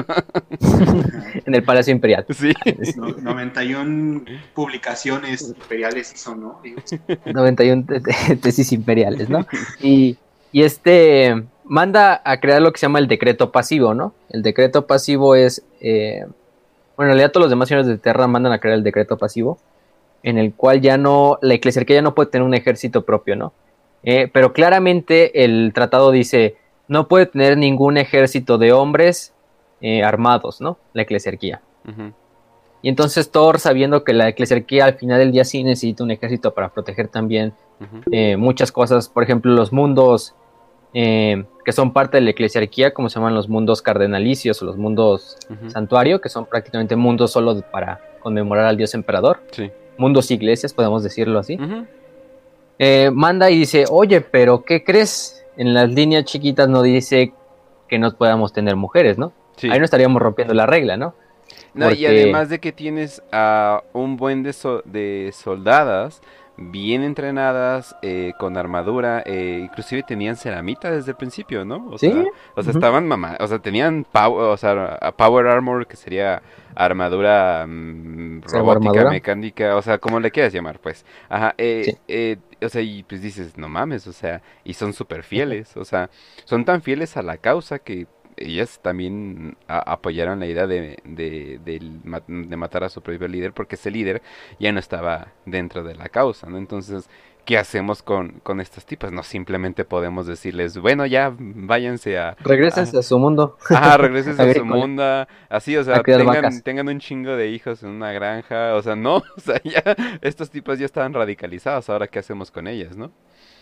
En el Palacio Imperial. Sí. No, noventa y una publicaciones imperiales hizo, ¿no? noventa y una te- te- tesis imperiales, ¿no? Y, y este... manda a crear lo que se llama el decreto pasivo, ¿no? El decreto pasivo es, eh, bueno, en realidad todos los demás señores de Terra mandan a crear el decreto pasivo, en el cual ya no, la eclesiarquía ya no puede tener un ejército propio, ¿no? Eh, pero claramente el tratado dice, no puede tener ningún ejército de hombres eh, armados, ¿no? La eclesiarquía. Ujú. Y entonces Thor, sabiendo que la eclesiarquía al final del día sí necesita un ejército para proteger también Ujú. eh, muchas cosas, por ejemplo, los mundos eh, que son parte de la eclesiarquía, como se llaman los mundos cardenalicios o los mundos Ujú. santuario, que son prácticamente mundos solo de- para conmemorar al dios emperador, Sí. mundos iglesias, podemos decirlo así. Ujú. Eh, manda y dice, oye, pero ¿qué crees? En las líneas chiquitas no dice que no podamos tener mujeres, ¿no? Sí. Ahí no estaríamos rompiendo la regla, ¿no? No, y Porque- además de que tienes a un buen de, so- de soldadas bien entrenadas, eh, con armadura, eh, inclusive tenían ceramita desde el principio, ¿no? O ¿Sí? sea, o sea Ujú. estaban mamá, o sea, tenían power, o sea, a- power armor, que sería armadura mm, robótica, Servoarmadura. mecánica, o sea, como le quieras llamar, pues. Ajá, eh, Sí. eh, o sea, y pues dices, no mames, o sea, y son súper fieles, o sea, son tan fieles a la causa que ellas también a- apoyaron la idea de, de, del ma- de matar a su propio líder, porque ese líder ya no estaba dentro de la causa, ¿no? Entonces, ¿qué hacemos con, con estas tipas? No simplemente podemos decirles, bueno, ya váyanse a... Regrésense a su mundo. Ajá, regresen a su Agrícola. mundo, así, o sea, A criar tengan, vacas. tengan un chingo de hijos en una granja, o sea, no, o sea, ya, estos tipos ya estaban radicalizados, ahora qué hacemos con ellas, ¿no?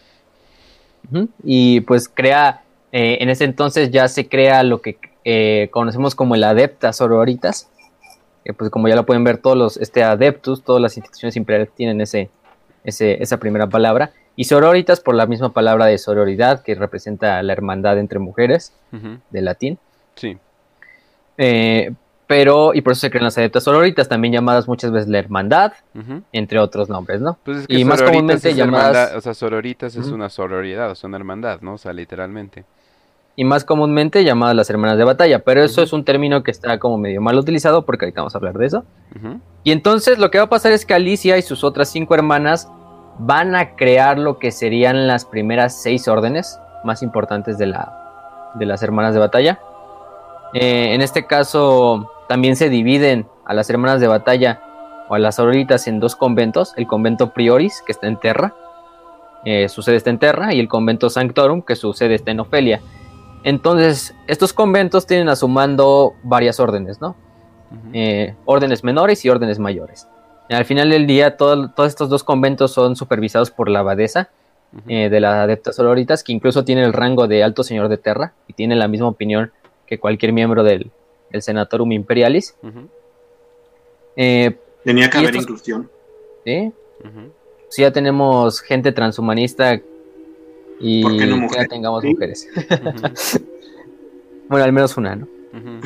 Ujú. Y pues crea, eh, en ese entonces ya se crea lo que eh, conocemos como el Adeptas Sororitas, que pues como ya lo pueden ver todos los, este Adeptus, todas las instituciones imperiales tienen ese, ese, esa primera palabra, y Sororitas por la misma palabra de sororidad, que representa la hermandad entre mujeres, Ujú. de latín. Sí, Eh, pero, y por eso se crean las Adeptas Sororitas, también llamadas muchas veces la hermandad, ujú. entre otros nombres, ¿no? Pues es que Y más sororitas comúnmente es llamadas... hermandad, o sea, sororitas es Ujú. una sororidad, o sea, una hermandad, ¿no? O sea, literalmente. y más comúnmente llamadas las hermanas de batalla, pero eso Ujú. es un término que está como medio mal utilizado porque ahorita vamos a hablar de eso. Ujú. Y entonces lo que va a pasar es que Alicia y sus otras cinco hermanas van a crear lo que serían las primeras seis órdenes más importantes de, la, de las hermanas de batalla. Eh, en este caso también se dividen a las hermanas de batalla o a las sororitas en dos conventos, el convento Prioris, que está en Terra, eh, su sede está en Terra, y el convento Sanctorum, que su sede está en Ofelia. Entonces, estos conventos tienen a su mando varias órdenes, ¿no? Ujú. Eh, órdenes menores y órdenes mayores. Al final del día, todo- todos estos dos conventos son supervisados por la abadesa Ujú. eh, de las Adeptas Sororitas, que incluso tiene el rango de Alto Señor de Terra y tiene la misma opinión que cualquier miembro del, del Senatorum Imperialis. Ujú. Eh, Tenía que Y haber estos- inclusión. ¿sí? Ujú. Sí, ya tenemos gente transhumanista y ¿Por qué no que mujeres? ya tengamos Sí. mujeres. Ujú. Bueno, al menos una, ¿no? Ujú.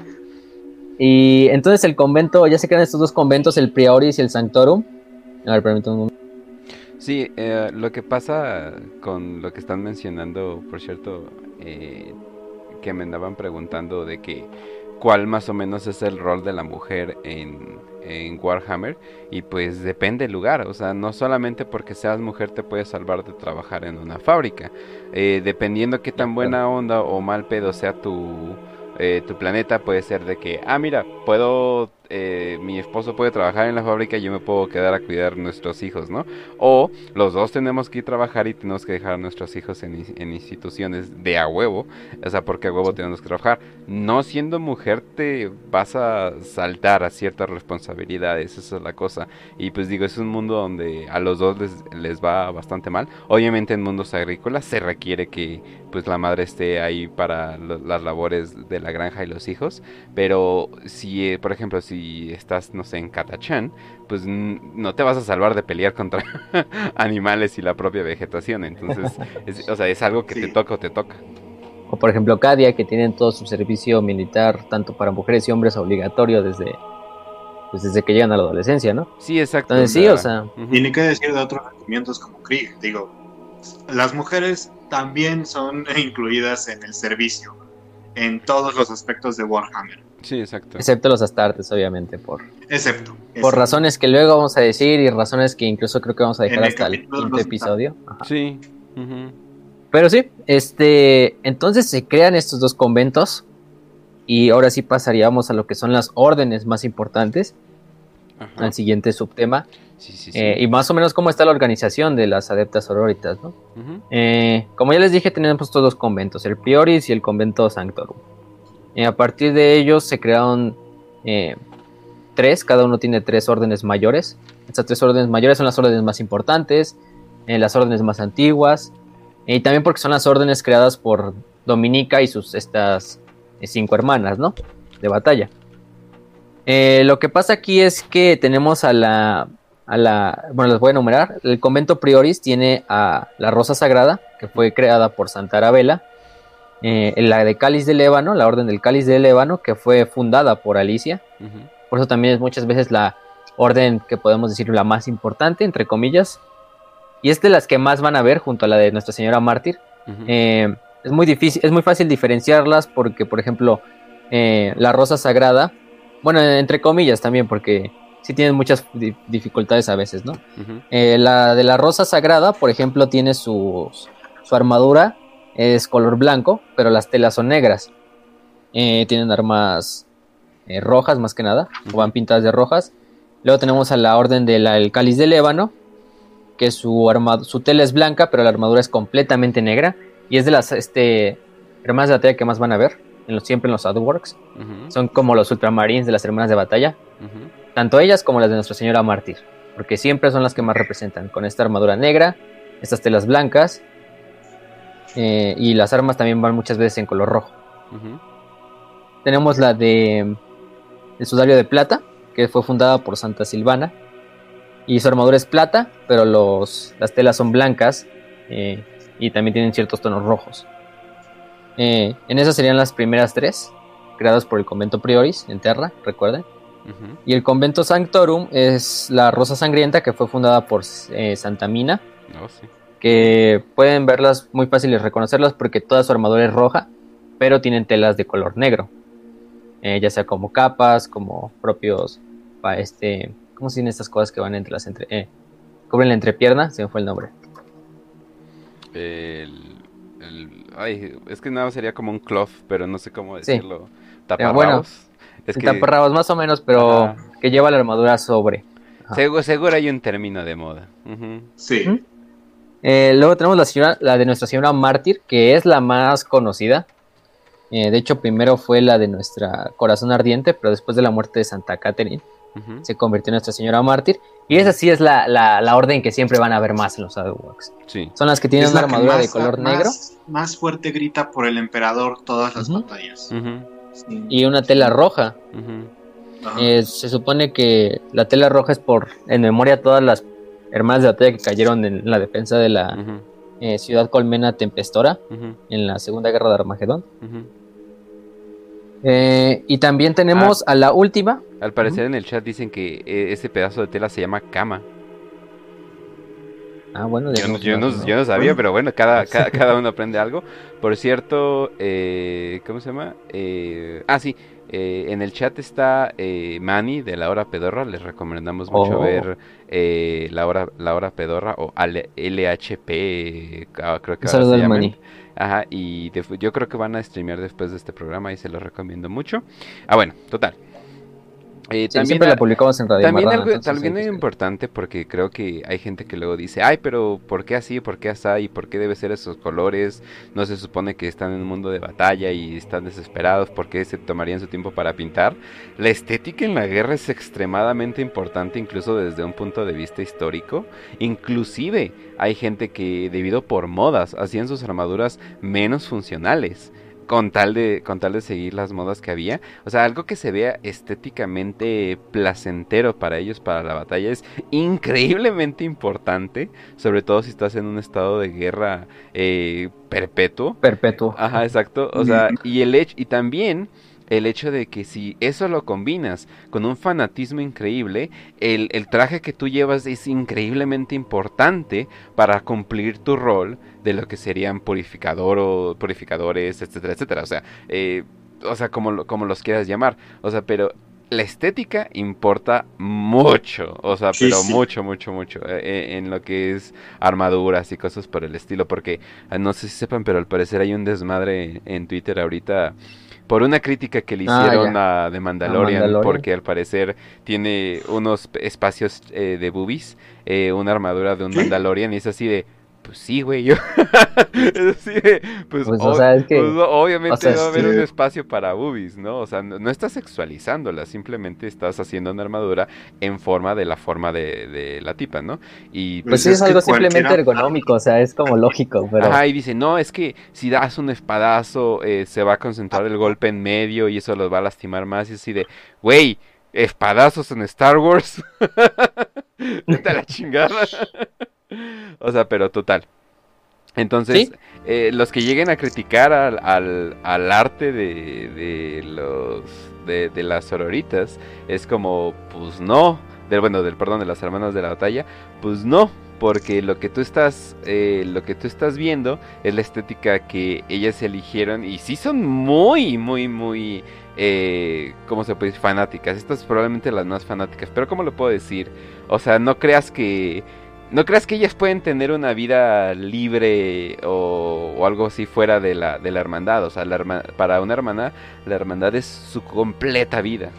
Y entonces el convento, ya se crean estos dos conventos, el Prioris y el Sanctorum. A ver, permítame un momento. Sí, eh, lo que pasa con lo que están mencionando, por cierto, eh, que me andaban preguntando de que cuál más o menos es el rol de la mujer en, en Warhammer, y pues depende del lugar, o sea, no solamente porque seas mujer te puedes salvar de trabajar en una fábrica, eh, dependiendo qué tan buena onda o mal pedo sea tu, eh, tu planeta, puede ser de que, ah, mira, puedo... eh, mi esposo puede trabajar en la fábrica y yo me puedo quedar a cuidar nuestros hijos, ¿no? O los dos tenemos que ir a trabajar y tenemos que dejar a nuestros hijos en, in- en instituciones de a huevo, o sea, porque a huevo tenemos que trabajar. No siendo mujer te vas a saltar a ciertas responsabilidades, esa es la cosa. Y pues digo, es un mundo donde a los dos les, les va bastante mal. Obviamente en mundos agrícolas se requiere que pues la madre esté ahí para lo- las labores de la granja y los hijos, pero si, eh, por ejemplo, si estás, no sé, en Catachán, pues n- no te vas a salvar de pelear contra animales y la propia vegetación, entonces, es, o sea, es algo que Sí. te toca o te toca. O por ejemplo Cadia, que tienen todo su servicio militar, tanto para mujeres y hombres, obligatorio desde, pues, desde que llegan a la adolescencia, ¿no? Sí, exacto. Entonces sí, o sea, Ujú. Y ni qué decir de otros regimientos como Krieg. Digo, las mujeres también son incluidas en el servicio, en todos los aspectos de Warhammer. Sí, exacto. excepto los Astartes, obviamente, por, Excepto. por excepto. razones que luego vamos a decir y razones que incluso creo que vamos a dejar En el hasta el capítulo quinto los- episodio. Ajá. Sí. Ujú. Pero sí, este, entonces se crean estos dos conventos y ahora sí pasaríamos a lo que son las órdenes más importantes, Ajá. al siguiente subtema, Sí, sí, sí. eh, y más o menos cómo está la organización de las adeptas sororitas, ¿no? Ujú. Eh, como ya les dije, tenemos estos dos conventos, el Prioris y el convento Sanctorum. Eh, a partir de ellos se crearon eh, tres, cada uno tiene tres órdenes mayores. Estas tres órdenes mayores son las órdenes más importantes, eh, las órdenes más antiguas, eh, y también porque son las órdenes creadas por Dominica y sus estas eh, cinco hermanas, ¿no? De batalla. Eh, lo que pasa aquí es que tenemos a la, a la, bueno, les voy a enumerar. El convento Prioris tiene a la Rosa Sagrada, que fue creada por Santa Arabella, eh, la de Cáliz de Lébano, la Orden del Cáliz de Lébano, que fue fundada por Alicia. Ujú. Por eso también es muchas veces la orden que podemos decir la más importante, entre comillas. Y es de las que más van a ver junto a la de Nuestra Señora Mártir. Ujú. Eh, es muy difícil, es muy fácil diferenciarlas porque, por ejemplo, eh, la Rosa Sagrada, bueno, entre comillas también, porque sí tienen muchas di- dificultades a veces, ¿no? Ujú. Eh, la de la Rosa Sagrada, por ejemplo, tiene sus- su armadura, es color blanco, pero las telas son negras. Eh, tienen armas eh, rojas más que nada, o van pintadas de rojas. Luego tenemos a la Orden del Cáliz de Lébano, que su, arma- su tela es blanca, pero la armadura es completamente negra. Y es de las este, hermanas de batalla que más van a ver, en los, siempre en los Outworks. Ujú. Son como los ultramarines de las hermanas de batalla, Ujú. tanto ellas como las de Nuestra Señora Mártir, porque siempre son las que más representan, con esta armadura negra, estas telas blancas, eh, y las armas también van muchas veces en color rojo. Ujú. Tenemos la de el sudario de plata, que fue fundada por Santa Silvana, y su armadura es plata, pero los, las telas son blancas, eh, y también tienen ciertos tonos rojos. Eh, en esas serían las primeras tres, creadas por el convento Prioris, en Terra, recuerden. Ujú. Y el convento Sanctorum es la Rosa Sangrienta, que fue fundada por eh, Santa Mina, No, sí. que pueden verlas muy fáciles reconocerlas porque toda su armadura es roja, pero tienen telas de color negro, eh, ya sea como capas, como propios, pa, este, ¿cómo se dicen estas cosas que van entre las entre, eh, cubren la entrepierna? Se me fue el nombre. El, el- ay, es que nada, sería como un cloth, pero no sé cómo Sí. decirlo. bueno, Taparrabos. Es que Taparrabos más o menos, pero Ajá. que lleva la armadura sobre. Ajá. seguro, seguro hay un término de moda. Ujú. Sí. ¿Mm? Eh, luego tenemos la, señora, la de Nuestra Señora Mártir, que es la más conocida. Eh, de hecho, primero fue la de Nuestra Corazón Ardiente, pero después de la muerte de Santa Catherine Ujú. se convirtió en Nuestra Señora Mártir. Y esa sí es la, la, la orden que siempre van a ver más en los Outworks. Sí. Son las que tienen Es una la que armadura más- de color más- negro Más fuerte grita por el emperador todas las Ujú. batallas. Ujú. Sí. y una tela roja. Ujú. Ajá. Eh, se supone que la tela roja es por en memoria a todas las hermanas de batalla que cayeron en la defensa de la Ujú. eh, ciudad colmena Tempestora Ujú. en la Segunda Guerra de Armagedón. Ujú. Eh, y también tenemos a la última. Al parecer en el chat dicen que eh, ese pedazo de tela se llama cama. Ah, bueno, Yo no, digamos, yo no, no, yo no sabía, Bueno. pero bueno, cada, cada, cada uno aprende algo. Por cierto, eh, ¿cómo se llama? Eh, ah, sí, eh, en el chat está eh, Manny de La Hora Pedorra. Les recomendamos mucho Oh. ver eh, La Hora, La Hora Pedorra o L- LHP, ah, creo que Un ahora saludo se al llaman. Manny. Ajá, y de- yo creo que van a streamear después de este programa y se los recomiendo mucho. Ah, bueno, total. Eh, Sí, también siempre a- la publicamos en Radio también Marrano, algo, entonces también hay es que- importante porque creo que hay gente que luego dice, ay, pero ¿por qué así? ¿Por qué así? ¿Por qué debe ser esos colores? No se supone que están en un mundo de batalla y están desesperados, ¿por qué se tomarían su tiempo para pintar? La estética en la guerra es extremadamente importante, incluso desde un punto de vista histórico. Inclusive hay gente que debido por modas hacían sus armaduras menos funcionales. Con tal, de, con tal de seguir las modas que había. O sea, algo que se vea estéticamente placentero para ellos, para la batalla, es increíblemente importante. Sobre todo si estás en un estado de guerra eh, perpetuo. Perpetuo. Ajá, exacto. O sea, y el hecho, y también el hecho de que si eso lo combinas con un fanatismo increíble, el, el traje que tú llevas es increíblemente importante para cumplir tu rol de lo que serían purificador o purificadores, etcétera, etcétera. O sea, eh, o sea, como, lo- como los quieras llamar. O sea, pero la estética importa mucho, o sea, Sí, pero sí. mucho, mucho, mucho, eh, en lo que es armaduras y cosas por el estilo, porque ah, no sé si sepan, pero al parecer hay un desmadre en Twitter ahorita por una crítica que le Ah, hicieron ya. a The A Mandalorian, Mandalorian. porque al pareer tiene unos p- espacios eh, de boobies, eh, una armadura de un ¿Qué? Mandalorian, y es así de, pues sí, güey, yo, es así de, pues, Pues, o o- sea, es pues, que, no, o obviamente sea, va a haber un Este, espacio para boobies, ¿no? O sea, no, no estás sexualizándola, simplemente estás haciendo una armadura en forma de la forma de, de la tipa, ¿no? Y pues pues sí pues, es es que algo simplemente cualquiera. ergonómico, o sea, es como lógico, pero ajá, y dice, no, es que si das un espadazo, eh, se va a concentrar el golpe en medio y eso los va a lastimar más. Y así de, güey, espadazos en Star Wars. Vete a la chingada. O sea, pero total. Entonces, sí, eh, los que lleguen a criticar al, al, al arte de, de los de, de las sororitas, es como, pues no, del bueno, del perdón, de las hermanas de la batalla, pues no, porque lo que tú estás, eh, lo que tú estás viendo es la estética que ellas eligieron y sí son muy, muy, muy, eh, ¿cómo se puede decir? Fanáticas. Estas probablemente las más fanáticas, pero ¿cómo lo puedo decir? O sea, no creas que ¿no creas que ellas pueden tener una vida libre o, o algo así fuera de la, de la hermandad? O sea, la herma- para una hermana, la hermandad es su completa vida.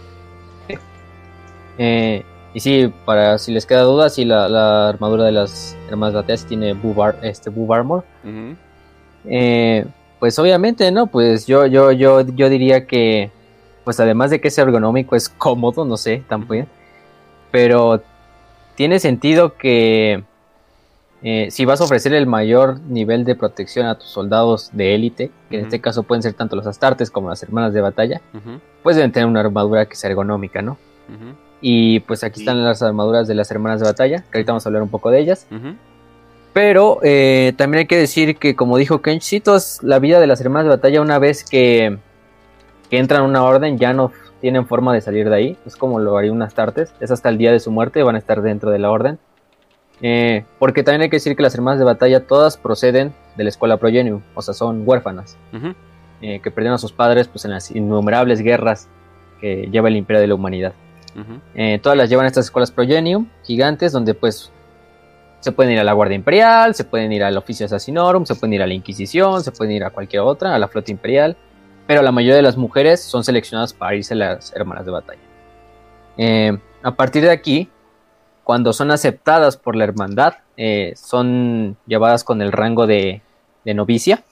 eh, y sí, para si les queda duda, sí, la, la armadura de las hermanas batallas tiene boob, ar- este, boob armor. Ujú, Eh, pues obviamente, ¿no? Pues yo, yo, yo, yo diría que, pues además de que es ergonómico, es cómodo, no sé, tampoco, ujú, pero tiene sentido que eh, si vas a ofrecer el mayor nivel de protección a tus soldados de élite, que en ujú, este caso pueden ser tanto los astartes como las hermanas de batalla, ujú, pues deben tener una armadura que sea ergonómica, ¿no? ujú, Y pues aquí Sí. están las armaduras de las hermanas de batalla, que ahorita vamos a hablar un poco de ellas. ujú, Pero eh, también hay que decir que, como dijo Kenchitos, la vida de las hermanas de batalla, una vez que, que entran a una orden, ya no tienen forma de salir de ahí. Es como lo haría un Astartes. Es hasta el día de su muerte, van a estar dentro de la orden. Eh, porque también hay que decir que las hermanas de batalla todas proceden de la escuela Progenium, o sea, son huérfanas, ujú, eh, que perdieron a sus padres pues, en las innumerables guerras que lleva el imperio de la humanidad. ujú, Eh, todas las llevan a estas escuelas Progenium, gigantes, donde pues se pueden ir a la Guardia Imperial, se pueden ir al Oficio Assassinorum, se pueden ir a la Inquisición, se pueden ir a cualquier otra, a la Flota Imperial, pero la mayoría de las mujeres son seleccionadas para irse a las hermanas de batalla. Eh, a partir de aquí, cuando son aceptadas por la hermandad, eh, son llevadas con el rango de, de novicia.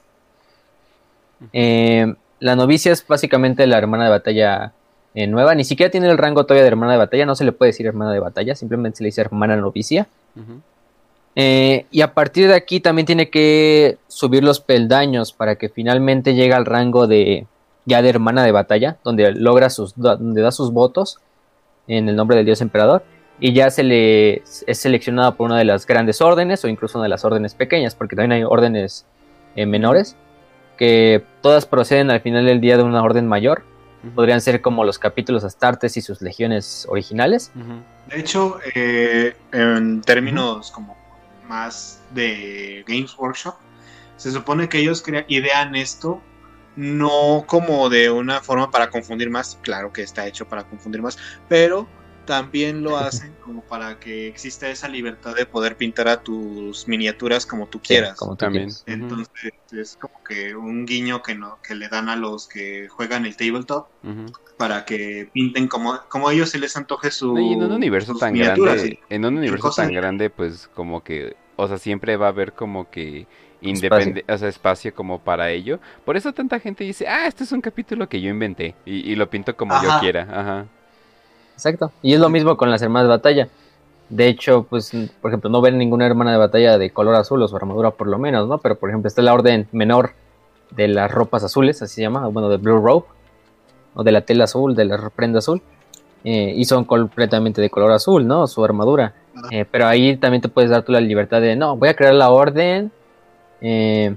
Eh, la novicia es básicamente la hermana de batalla eh, nueva, ni siquiera tiene el rango todavía de hermana de batalla, no se le puede decir hermana de batalla, simplemente se le dice hermana novicia. ujú, Eh, y a partir de aquí también tiene que subir los peldaños para que finalmente llegue al rango de ya de hermana de batalla, donde logra sus, donde da sus votos en el nombre del dios emperador y ya se le es seleccionada por una de las grandes órdenes o incluso una de las órdenes pequeñas, porque también hay órdenes eh, menores que todas proceden al final del día de una orden mayor. ujú, Podrían ser como los capítulos Astartes y sus legiones originales. ujú, De hecho, eh, en términos como más de Games Workshop, se supone que ellos crea- idean esto no como de una forma para confundir más, claro que está hecho para confundir más, pero también lo hacen como para que exista esa libertad de poder pintar a tus miniaturas como tú quieras. Como tú también. quieras. Ujú, Entonces es como que un guiño que no que le dan a los que juegan el tabletop ujú. para que pinten como, como a ellos se les antoje su, No, y en un universo sus tan miniaturas. grande, ¿Sí? en un universo cosas- tan grande, pues como que, o sea, siempre va a haber como que Espacio. independe, o sea, espacio como para ello. Por eso tanta gente dice, ah, este es un capítulo que yo inventé y, y lo pinto como yo Ajá. quiera, ajá. Exacto. Y es lo mismo con las hermanas de batalla. De hecho, pues, por ejemplo, no ven ninguna hermana de batalla de color azul o su armadura por lo menos, ¿no? Pero, por ejemplo, está la orden menor de las ropas azules, así se llama, bueno, de Blue Robe, o de la tela azul, de la prenda azul, eh, y son completamente de color azul, ¿no? Su armadura. Eh, pero ahí también te puedes dar tú la libertad de, no, voy a crear la orden eh,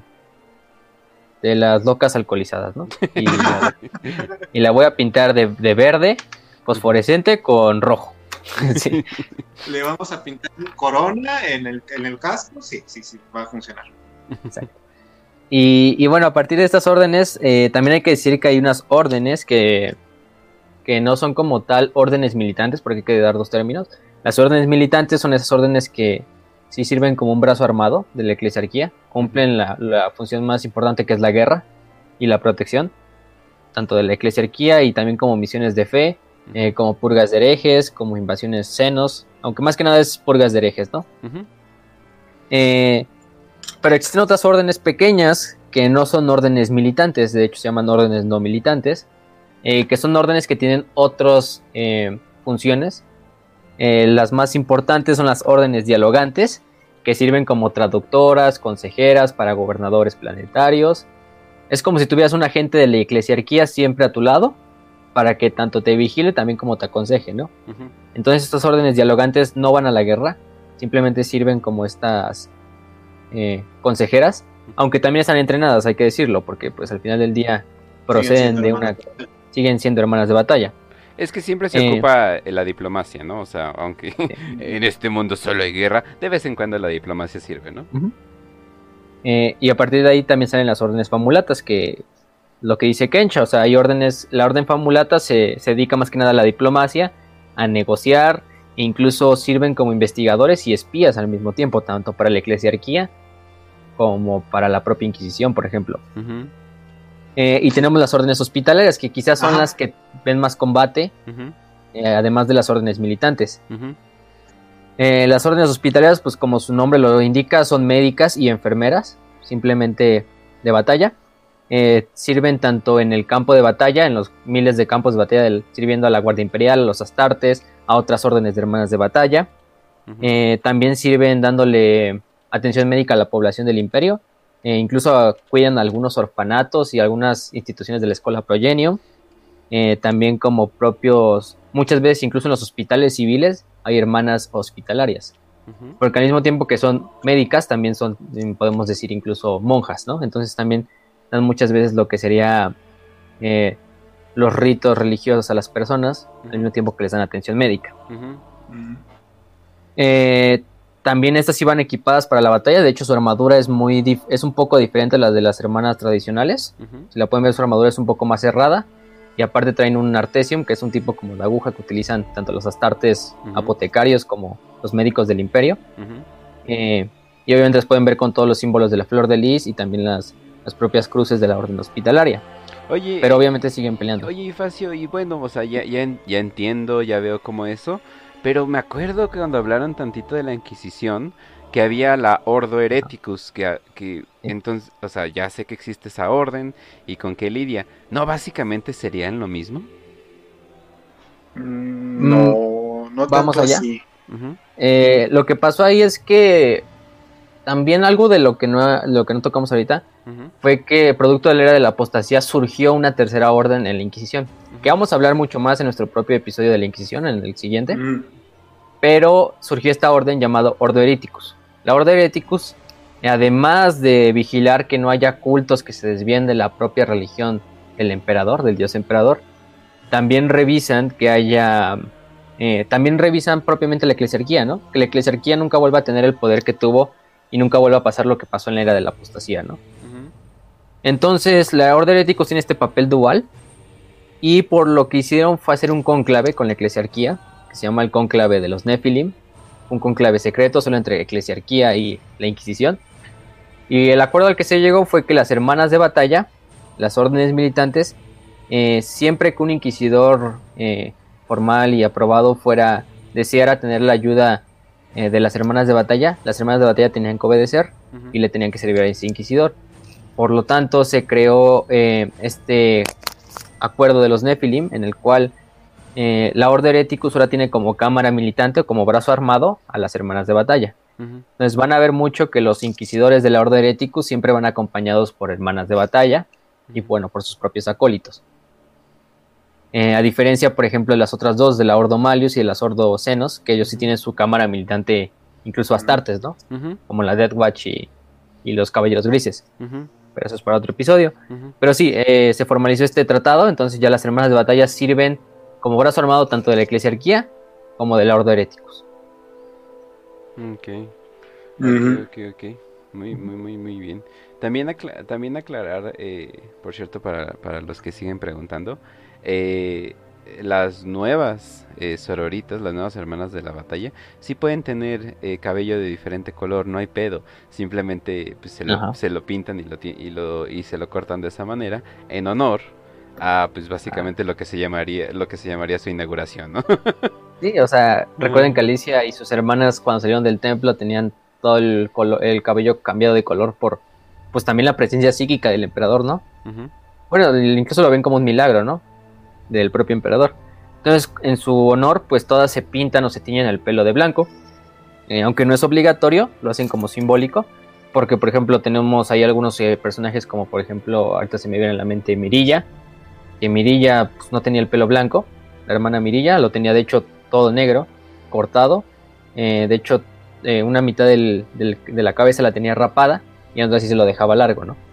de las locas alcoholizadas, ¿no? Y la, y la voy a pintar de, de verde, fosforescente con rojo. Sí. Le vamos a pintar corona en el, en el casco, sí, sí, sí, va a funcionar. Exacto. Y, y bueno, a partir de estas órdenes, eh, también hay que decir que hay unas órdenes que, que no son como tal órdenes militantes, porque hay que dar dos términos. Las órdenes militantes son esas órdenes que sí sirven como un brazo armado de la eclesiarquía, cumplen la, la función más importante, que es la guerra y la protección, tanto de la eclesiarquía y también como misiones de fe, eh, como purgas de herejes, como invasiones senos, aunque más que nada es purgas de herejes, ¿no? Ujú. Eh, pero existen otras órdenes pequeñas que no son órdenes militantes, de hecho se llaman órdenes no militantes, eh, que son órdenes que tienen otras eh, funciones. Eh, las más importantes son las órdenes dialogantes, que sirven como traductoras, consejeras para gobernadores planetarios. Es como si tuvieras un agente de la eclesiarquía siempre a tu lado, para que tanto te vigile también como te aconseje, ¿no? Ujú. Entonces estas órdenes dialogantes no van a la guerra, simplemente sirven como estas eh, consejeras, aunque también están entrenadas, hay que decirlo, porque pues al final del día proceden siendo de una... hermanas. siguen siendo hermanas de batalla. Es que siempre se Eh, ocupa eh, la diplomacia, ¿no? O sea, aunque Sí. en este mundo solo hay guerra, de vez en cuando la diplomacia sirve, ¿no? Ujú. Eh, y a partir de ahí también salen las órdenes famulatas, que lo que dice Kencha, o sea, hay órdenes, la orden famulata se, se dedica más que nada a la diplomacia, a negociar, e incluso sirven como investigadores y espías al mismo tiempo, tanto para la eclesiarquía como para la propia Inquisición, por ejemplo. Ujú, Eh, y tenemos las órdenes hospitalarias, que quizás son Ajá. las que ven más combate, ujú, eh, además de las órdenes militantes. ujú, Eh, las órdenes hospitalarias, pues como su nombre lo indica, son médicas y enfermeras, simplemente de batalla. Eh, sirven tanto en el campo de batalla, en los miles de campos de batalla, del- sirviendo a la Guardia Imperial, a los Astartes, a otras órdenes de hermanas de batalla. ujú. Eh, también sirven dándole atención médica a la población del imperio. Eh, incluso cuidan algunos orfanatos y algunas instituciones de la escuela Progenium. Eh, también como propios, muchas veces incluso en los hospitales civiles hay hermanas hospitalarias. Ujú. Porque al mismo tiempo que son médicas, también son, mm, podemos decir, incluso monjas, ¿no? Entonces también dan muchas veces lo que sería eh, los ritos religiosos a las personas, al mismo tiempo que les dan atención médica. Ujú. Mm. Eh, también estas iban equipadas para la batalla, de hecho su armadura es, muy dif- es un poco diferente a la de las hermanas tradicionales. Ujú. Si la pueden ver, su armadura es un poco más cerrada. Y aparte traen un artesium, que es un tipo como de aguja que utilizan tanto los astartes Ujú. apotecarios como los médicos del imperio. Ujú. Eh, y obviamente las pueden ver con todos los símbolos de la flor de lis y también las, las propias cruces de la orden hospitalaria. Oye, Pero eh, obviamente siguen peleando. Oye, y Facio, y bueno, o sea, ya, ya, en- ya entiendo, ya veo como eso, pero me acuerdo que cuando hablaron tantito de la Inquisición, que había la Ordo Hereticus, que, a- que Sí. entonces, o sea, ya sé que existe esa orden y con qué lidia. ¿No básicamente serían lo mismo? Mm, No, no Vamos tanto allá. así. Ujú, Eh, lo que pasó ahí es que también algo de lo que no, lo que no tocamos ahorita ujú, fue que producto de la era de la apostasía surgió una tercera orden en la Inquisición, ujú. que vamos a hablar mucho más en nuestro propio episodio de la Inquisición, en el siguiente. Mm. Pero surgió esta orden llamada Ordo Hereticus. La Ordo Hereticus, además de vigilar que no haya cultos que se desvíen de la propia religión del emperador, del dios emperador, también revisan que haya, eh, también revisan propiamente la eclesiarquía, ¿no? Que la eclesiarquía nunca vuelva a tener el poder que tuvo y nunca vuelva a pasar lo que pasó en la era de la apostasía, ¿no? Ujú, Entonces la Ordo Hereticus tiene este papel dual y por lo que hicieron fue hacer un cónclave con la eclesiarquía, que se llama el cónclave de los Nephilim, un cónclave secreto solo entre eclesiarquía y la Inquisición. Y el acuerdo al que se llegó fue que las hermanas de batalla, las órdenes militantes, eh, siempre que un inquisidor eh, formal y aprobado fuera, deseara tener la ayuda eh, de las hermanas de batalla, las hermanas de batalla tenían que obedecer ujú. y le tenían que servir a ese inquisidor. Por lo tanto, se creó eh, este acuerdo de los Nephilim, en el cual eh, la Ordo Hereticus ahora tiene como cámara militante o como brazo armado a las hermanas de batalla. Ujú, Entonces van a ver mucho que los inquisidores de la Ordo Hereticus siempre van acompañados por hermanas de batalla y ujú. bueno, por sus propios acólitos. Eh, a diferencia, por ejemplo, de las otras dos, de la Ordo Malleus y de las Ordo Senos, que ellos sí Ujú. tienen su cámara militante, incluso Astartes, ¿no? Ujú, Como la Death Watch y, y los Caballeros Grises. ujú, Pero eso es para otro episodio. ujú. Pero sí, eh, se formalizó este tratado, entonces ya las hermanas de batalla sirven como brazo armado tanto de la eclesiarquía como de la Ordo Hereticus. Ok, ok, Ujú. ok, ok. Muy, muy, muy, muy bien. También, acla- también aclarar, eh, por cierto, para, para los que siguen preguntando, eh, las nuevas eh, sororitas, las nuevas hermanas de la batalla, sí pueden tener eh, cabello de diferente color, no hay pedo. Simplemente pues, se, lo, Ajá. se lo pintan y lo, ti- y lo y se lo cortan de esa manera en honor a pues básicamente lo que se llamaría lo que se llamaría su inauguración, ¿no? Sí, o sea, recuerden Ujú. que Alicia y sus hermanas cuando salieron del templo tenían todo el, colo- el cabello cambiado de color por, pues también la presencia psíquica del emperador, ¿no? Ujú. Bueno, el- incluso lo ven como un milagro, ¿no? Del propio emperador. Entonces, en su honor, pues todas se pintan o se tiñen el pelo de blanco. Eh, aunque no es obligatorio, lo hacen como simbólico. Porque, por ejemplo, tenemos ahí algunos eh, personajes como, por ejemplo, ahorita se me viene a la mente Mirilla. Que Mirilla pues, no tenía el pelo blanco. La hermana Mirilla lo tenía, de hecho, todo negro, cortado. Eh, de hecho, eh, una mitad del, del, de la cabeza la tenía rapada. Y aún así se lo dejaba largo, ¿no?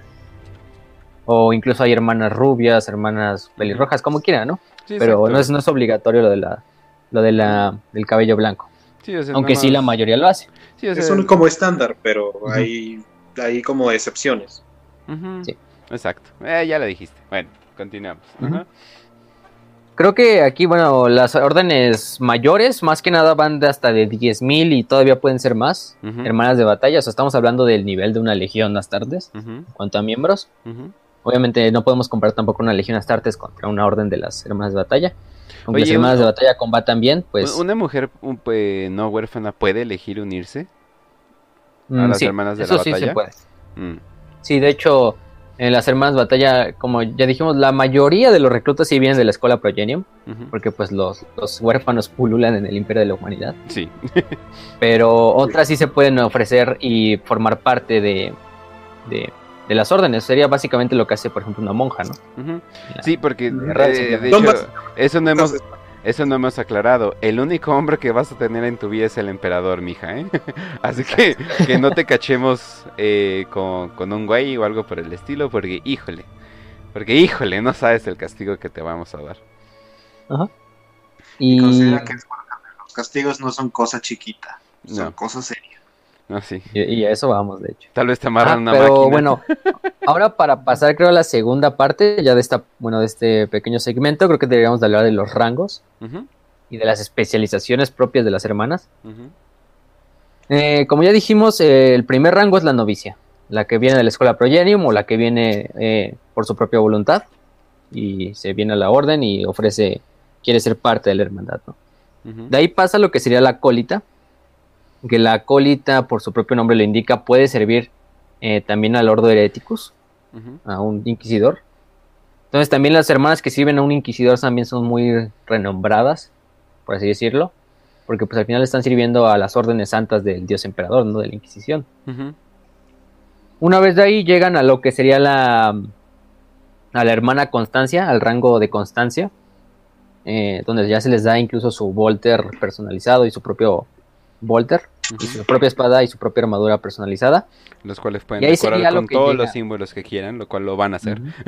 O incluso hay hermanas rubias, hermanas pelirrojas, como quieran, ¿no? Sí, Pero no exacto. es, no es obligatorio lo de la, lo de la, del cabello blanco. Sí, o sea, nada Aunque sí la más. mayoría lo hace. Sí, o Es sea, un como estándar, pero Ujú. hay, hay como excepciones. ujú, Sí. exacto. Eh, ya lo dijiste. Bueno, continuamos. Ujú. Ajá. Creo que aquí, bueno, las órdenes mayores, más que nada van de hasta de diez mil y todavía pueden ser más. Ujú, Hermanas de batalla, o sea, estamos hablando del nivel de una legión Astartes ujú, en cuanto a miembros. ujú. Obviamente no podemos comparar tampoco una legión Astartes contra una orden de las hermanas de batalla. Aunque las Oye, un- hermanas de o- batalla combatan bien, un- pues ¿una mujer un, pues, no huérfana puede elegir unirse a mm, las sí, hermanas de la eso sí se batalla? puede. Mm, Sí, de hecho, en las hermanas batalla, como ya dijimos, la mayoría de los reclutas sí vienen de la escuela Progenium, ujú. porque pues los, los huérfanos pululan en el imperio de la humanidad. Sí. Pero otras sí se pueden ofrecer y formar parte de, de, de las órdenes. Sería básicamente lo que hace, por ejemplo, una monja, ¿no? Ujú. La- Sí, porque Ujú. guerrera, eh, de simplemente. Son hecho, básicamente eso no hemos, monjas eso no hemos aclarado. El único hombre que vas a tener en tu vida es el emperador, mija, ¿eh? Así que que no te cachemos eh, con, con un güey o algo por el estilo, porque híjole, porque híjole, no sabes el castigo que te vamos a dar. Ajá. y Y, considera que los castigos no son cosa chiquita, son No, cosas serias. no, sí. y, y a eso vamos, de hecho. Tal vez te Ah, amarran una pero máquina. bueno, ahora para pasar creo a la segunda parte ya de esta, bueno, de este pequeño segmento, creo que deberíamos de hablar de los rangos Ujú, y de las especializaciones propias de las hermanas. ujú, Eh, como ya dijimos, eh, el primer rango es la novicia, la que viene de la escuela Progenium o la que viene eh, por su propia voluntad y se viene a la orden y ofrece, quiere ser parte de la hermandad, ¿no? ujú, De ahí pasa lo que sería la acólita, que la acólita, por su propio nombre lo indica, puede servir eh, también al Ordo Hereticus, ujú, a un inquisidor. Entonces también las hermanas que sirven a un inquisidor también son muy renombradas, por así decirlo, porque pues al final están sirviendo a las órdenes santas del dios emperador, ¿no? De la Inquisición. ujú, Una vez de ahí llegan a lo que sería la a la hermana Constancia, al rango de Constancia, eh, donde ya se les da incluso su volter personalizado y su propio volter, y ujú. su propia espada y su propia armadura personalizada. Los cuales pueden Y ahí decorar sería lo con que todos llega. los símbolos que quieran, lo cual lo van a hacer. Ujú.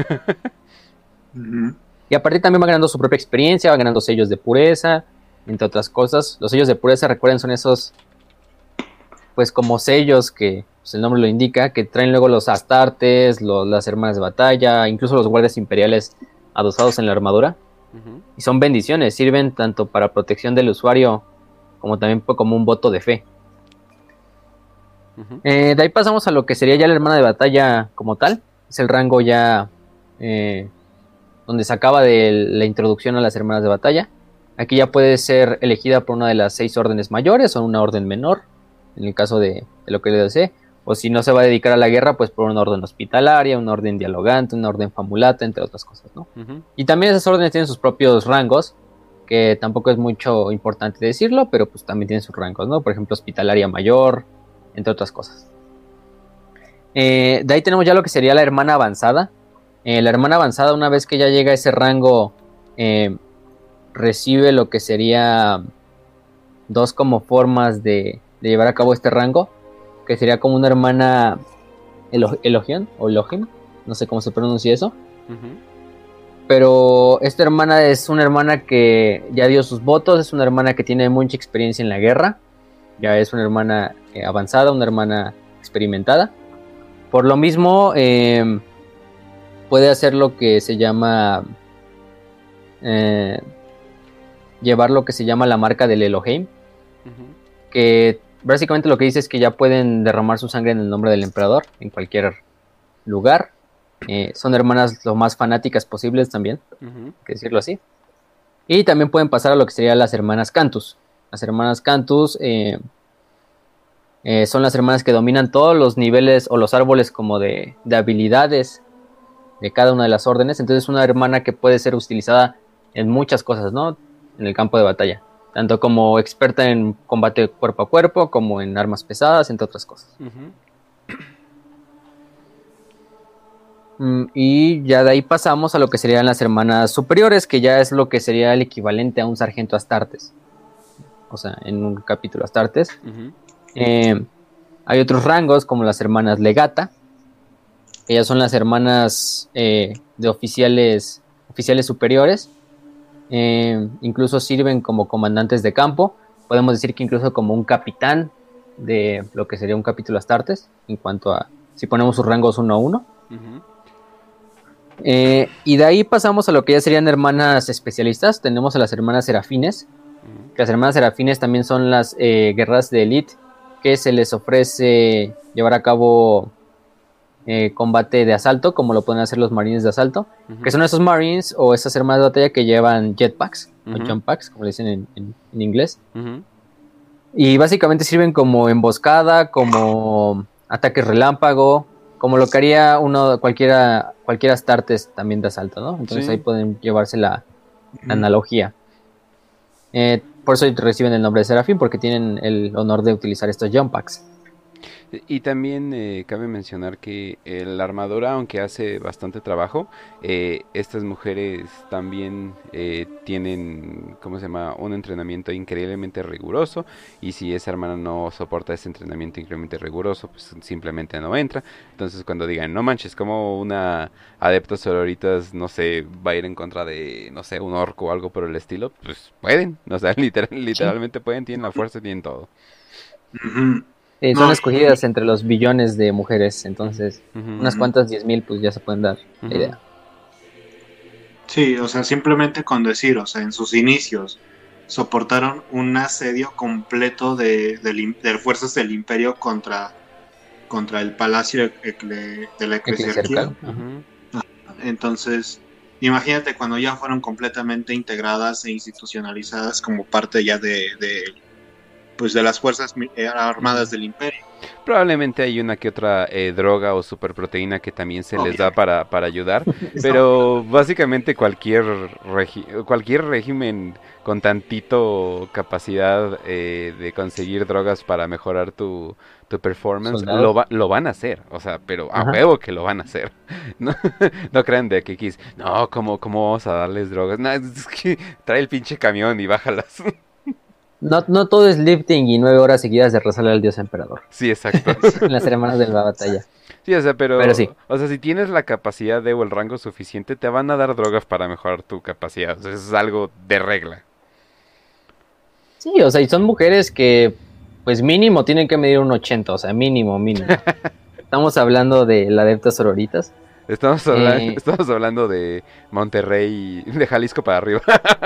Ujú. Y a partir también va ganando su propia experiencia, va ganando sellos de pureza, entre otras cosas. Los sellos de pureza, recuerden, son esos, pues como sellos que pues, el nombre lo indica, que traen luego los astartes, los, las hermanas de batalla, incluso los guardias imperiales adosados en la armadura. Ujú, Y son bendiciones, sirven tanto para protección del usuario como también como un voto de fe. ujú, Eh, de ahí pasamos a lo que sería ya la hermana de batalla como tal. Es el rango ya eh, donde se acaba de la introducción a las hermanas de batalla. Aquí ya puede ser elegida por una de las seis órdenes mayores o una orden menor, en el caso de, de lo que le desee. O si no se va a dedicar a la guerra, pues por una orden hospitalaria, una orden dialogante, una orden famulata, entre otras cosas, ¿no? ujú. Y también esas órdenes tienen sus propios rangos, que tampoco es mucho importante decirlo, pero pues también tienen sus rangos, ¿no? Por ejemplo, hospitalaria mayor, entre otras cosas. Eh, de ahí tenemos ya lo que sería la hermana avanzada. Eh, la hermana avanzada, una vez que ya llega a ese rango, eh, recibe lo que sería dos como formas de, de llevar a cabo este rango, que sería como una hermana elo, Elogian o Elohim, no sé cómo se pronuncia eso. Ujú, Pero esta hermana es una hermana que ya dio sus votos, es una hermana que tiene mucha experiencia en la guerra, ya es una hermana eh, avanzada, una hermana experimentada. Por lo mismo, eh, puede hacer lo que se llama... Eh, llevar lo que se llama la marca del Elohim, Ujú. que básicamente lo que dice es que ya pueden derramar su sangre en el nombre del emperador, en cualquier lugar. Eh, son hermanas lo más fanáticas posibles también, Ujú. hay que decirlo así. Y también pueden pasar a lo que serían las hermanas Cantus. Las hermanas Cantus eh, eh, son las hermanas que dominan todos los niveles o los árboles como de, de habilidades de cada una de las órdenes. Entonces es una hermana que puede ser utilizada en muchas cosas, ¿no? En el campo de batalla. Tanto como experta en combate cuerpo a cuerpo, como en armas pesadas, entre otras cosas. Ujú. Mm, y ya de ahí pasamos a lo que serían las hermanas superiores, que ya es lo que sería el equivalente a un sargento Astartes. O sea, en un capítulo Astartes. Ujú. Eh, hay otros rangos como las hermanas Legata, que ya son las hermanas eh, de oficiales, oficiales superiores. Eh, incluso sirven como comandantes de campo. Podemos decir que incluso como un capitán de lo que sería un capítulo Astartes, en cuanto a si ponemos sus rangos uno a uno. Ujú. Eh, y de ahí pasamos a lo que ya serían hermanas especialistas. Tenemos a las hermanas serafines. Ujú. Que las hermanas serafines también son las eh, guerreras de élite que se les ofrece llevar a cabo eh, combate de asalto, como lo pueden hacer los marines de asalto, Ujú. que son esos marines o esas hermanas de batalla que llevan jetpacks Ujú. o jump packs, como le dicen en, en, en inglés. Ujú. Y básicamente sirven como emboscada, como ataque relámpago, como lo que haría uno, cualquiera, cualquiera Astartes también de asalto, ¿no? Entonces Sí. ahí pueden llevarse la, la Ujú. analogía. Eh, por eso reciben el nombre de Serafín, porque tienen el honor de utilizar estos jump packs. Y también eh, cabe mencionar que eh, la armadura, aunque hace bastante trabajo, eh, estas mujeres también eh, tienen, ¿cómo se llama? Un entrenamiento increíblemente riguroso. Y si esa hermana no soporta ese entrenamiento increíblemente riguroso, pues simplemente no entra. Entonces cuando digan, no manches, como una adepto sororitas, no sé, va a ir en contra de, no sé, un orco o algo por el estilo, pues pueden. O sea, literal, Sí. literalmente pueden, tienen la fuerza, tienen todo. Ujú. Eh, son No, escogidas entre los billones de mujeres, Ujú. entonces Ujú. unas ujú. cuantas diez mil pues ya se pueden dar la Ujú. idea. Sí, o sea, simplemente con decir, o sea, en sus inicios soportaron un asedio completo de, del im- de fuerzas del imperio contra, contra el palacio ecle- de la eclesiarquía. Eclesiarcal. Ajá. Ujú. Entonces, imagínate cuando ya fueron completamente integradas e institucionalizadas como parte ya de, de, pues de las fuerzas mi- eh, armadas Ujú. del imperio. Probablemente hay una que otra eh, droga o superproteína que también se les da Obviamente. para, para ayudar, Estamos pero hablando de básicamente cualquier, regi- cualquier régimen con tantito capacidad eh, de conseguir drogas para mejorar tu, tu performance, lo, Soldados. va- lo van a hacer, o sea, pero a Ajá. huevo que lo van a hacer. No, no crean de que quis, no, ¿cómo, cómo vamos a darles drogas? No, es que trae el pinche camión y bájalas. No, no todo es lifting y nueve horas seguidas de rezarle al dios emperador Sí, exacto. en las hermanas de la batalla. Sí, o sea, Pero sí, pero, o sea, si tienes la capacidad de o el rango suficiente, te van a dar drogas para mejorar tu capacidad. O sea, eso es algo de regla. sí, o sea, y son mujeres que pues mínimo tienen que medir un ochenta, o sea, mínimo, mínimo. Estamos hablando de la adepta sororitas. Estamos hablando, Eh, estamos hablando de Monterrey, de Jalisco para arriba.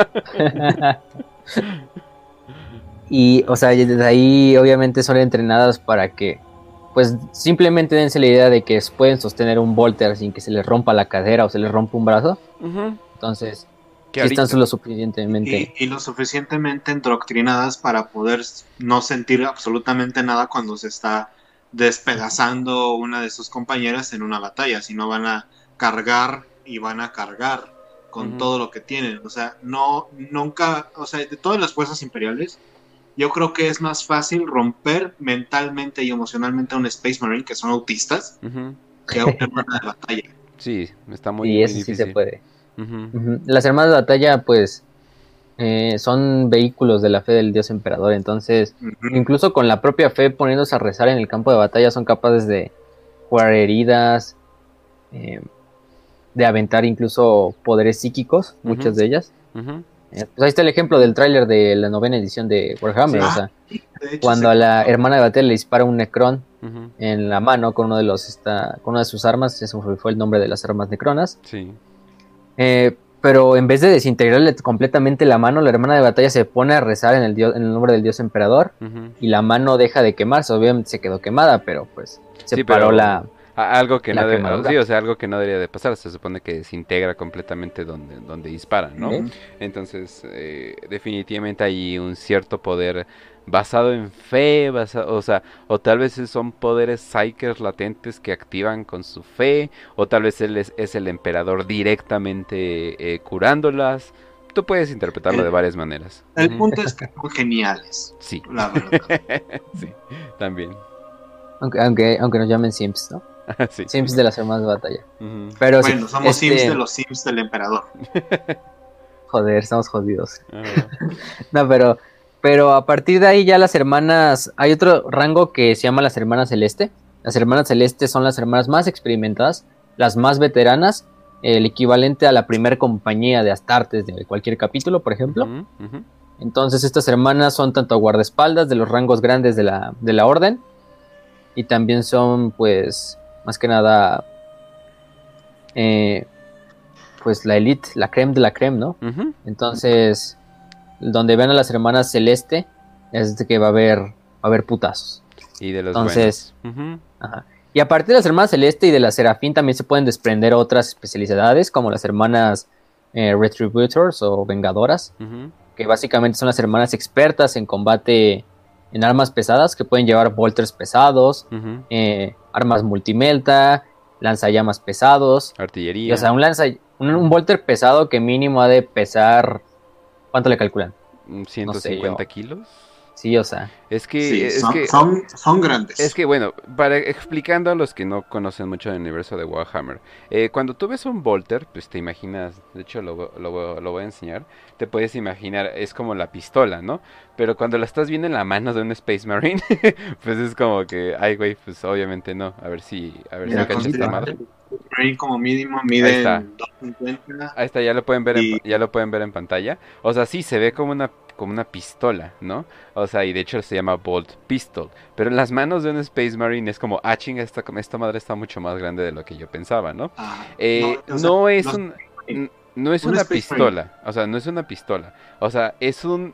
y, o sea, y desde ahí obviamente son entrenadas para que pues simplemente dense la idea de que pueden sostener un volter sin que se les rompa la cadera o se les rompa un brazo. Ujú. Entonces, Que sí están ahorita. lo y, suficientemente. y lo suficientemente endoctrinadas para poder no sentir absolutamente nada cuando se está despedazando una de sus compañeras en una batalla, sino van a cargar y van a cargar con Ujú. todo lo que tienen. O sea, no, nunca, o sea, de todas las fuerzas imperiales, yo creo que es más fácil romper mentalmente y emocionalmente a un Space Marine que son autistas Ujú. que a una hermana de batalla. Sí, está muy, Y muy eso sí se difícil. puede. Ujú. Ujú. Las hermanas de batalla, pues, eh, son vehículos de la fe del dios emperador. Entonces, Ujú. incluso con la propia fe poniéndose a rezar en el campo de batalla, son capaces de curar heridas, eh, de aventar incluso poderes psíquicos, Ujú. muchas de ellas. Ujú. Eh, pues ahí está el ejemplo del tráiler de la novena edición de Warhammer. O Sí. Ah, sea, sí, de hecho, cuando se a la cortó. hermana de batalla le dispara un Necron Ujú. en la mano con uno de los esta, con una de sus armas, eso fue, fue el nombre de las armas necronas. Sí. Eh, pero en vez de desintegrarle completamente la mano, la hermana de batalla se pone a rezar en el dios, en el nombre del dios emperador, Ujú. y la mano deja de quemarse. Obviamente se quedó quemada, pero pues se Sí, paró pero la, a- algo que la no de- quemadura. sí, o sea, algo que no debería de pasar. Se supone que desintegra completamente donde, donde dispara, ¿no? ¿Ok? Entonces, eh, definitivamente hay un cierto poder basado en fe, basa- o sea, o tal vez son poderes psykers latentes que activan con su fe, o tal vez él es, es el emperador directamente eh, curándolas. Tú puedes interpretarlo de El, varias maneras. el Ujú. punto es que son geniales, Sí, la verdad. sí, también. Aunque, aunque, aunque nos llamen Sims, ¿no? Sí. Sims de las hermanas de batalla. Ujú. Pero sí, Bueno, somos este, Sims de los Sims del emperador. joder, estamos jodidos. Ajá. No, pero, pero a partir de ahí ya las hermanas, hay otro rango que se llama las hermanas celeste. Las hermanas celeste son las hermanas más experimentadas, las más veteranas, el equivalente a la primer compañía de Astartes de cualquier capítulo, por ejemplo. Ujú, ujú. Entonces estas hermanas son tanto guardaespaldas de los rangos grandes de la, de la orden, y también son, pues, más que nada, eh, pues la elite, la creme de la creme, ¿no? Ujú. Entonces, donde vean a las hermanas celeste, es de que va a haber, va a haber putazos. Y de los Entonces, buenos. Ujú. ajá. Y a partir de las hermanas celeste y de la serafín también se pueden desprender otras especialidades, como las hermanas eh, retributors o vengadoras, Ujú. que básicamente son las hermanas expertas en combate en armas pesadas, que pueden llevar bolters pesados, Ujú. eh, armas multimelta, lanzallamas pesados. Y, Artillería. o sea, un lanza, un, un bolter pesado que mínimo ha de pesar, ¿cuánto le calculan? mm, No ciento sé cincuenta yo. kilos. Sí, o sea, Es que, Sí, es son, que, son, son grandes. es que bueno, para explicando a los que no conocen mucho del universo de Warhammer, eh, cuando tú ves un Volter, pues te imaginas, de hecho lo, vo- lo, vo- lo voy a enseñar, te puedes imaginar, es como la pistola, ¿no? Pero cuando la estás viendo en la mano de un Space Marine, pues es como que, ay güey, pues obviamente no, a ver si, a ver si Mira, cacha esta considera madre. que el Brain como mínimo Ahí está. miden dos cincuenta Ahí está, ya lo pueden ver en, y pa- ya lo pueden ver en pantalla. O sea, sí, se ve como una, como una pistola, ¿no? O sea, y de hecho se llama Bolt Pistol. Pero en las manos de un Space Marine es como, ah, chinga, esta, esta madre está mucho más grande de lo que yo pensaba, ¿no? ah, Eh, no, o sea, no es los- un, n- no es un una Space Marine. pistola. O sea, no es una pistola. O sea, es un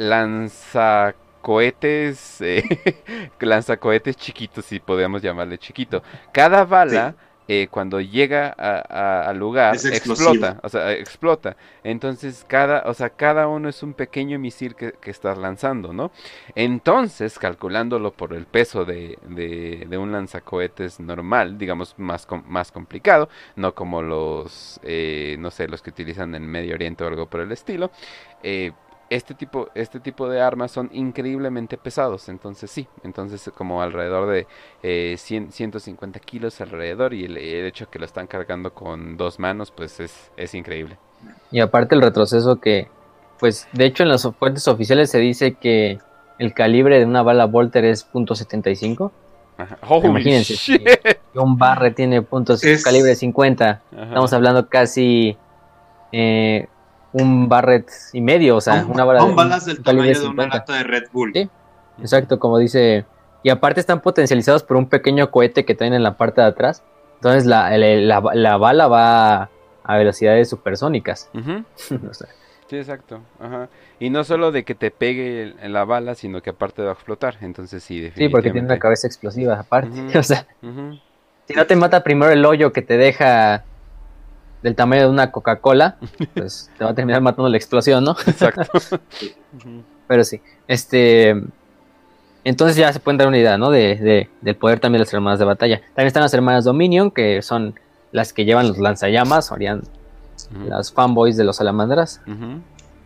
lanzacohetes, eh, lanzacohetes chiquitos, si podemos llamarle chiquito. Cada bala, eh, cuando llega a- a- al lugar, Es explosivo. explota, o sea, explota. Entonces, cada, o sea, cada uno es un pequeño misil que, que estás lanzando, ¿no? Entonces, calculándolo por el peso de, de, de un lanzacohetes normal, digamos, más, com- más complicado, no como los, eh, no sé, los que utilizan en Medio Oriente o algo por el estilo, eh, este tipo, este tipo de armas son increíblemente pesados, entonces sí, entonces como alrededor de eh, cien, ciento cincuenta kilos alrededor, y el, el hecho que lo están cargando con dos manos, pues es, es increíble. y aparte el retroceso que, pues, de hecho en las fuentes oficiales se dice que el calibre de una bala Volter es punto setenta y cinco. Ajá. Holy Imagínense, shit. que un Barret tiene puntos Es- calibre cincuenta. Ajá. Estamos hablando casi eh, un Barret y medio, o sea, son, una bala son de- balas del un calibre tamaño de una cincuenta. lata de Red Bull. Sí. Exacto, como dice. Y aparte están potencializados por un pequeño cohete que traen en la parte de atrás. Entonces la, el- la, la bala va a velocidades supersónicas. Ujú. O sea, Sí, exacto. Ajá. Y no solo de que te pegue el- en la bala, sino que aparte va a explotar. Entonces sí, sí, definitivamente. porque tiene una cabeza explosiva aparte. Ujú. O sea, Ujú. si no te mata primero el hoyo que te deja del tamaño de una Coca-Cola, pues te va a terminar matando la explosión, ¿no? Exacto. Ujú. Pero sí, este... Entonces ya se pueden dar una idea, ¿no? De, de- del poder también de las hermanas de batalla. También están las hermanas Dominion, que son las que llevan los lanzallamas, serían Ujú. las fanboys de los salamandras, Ujú.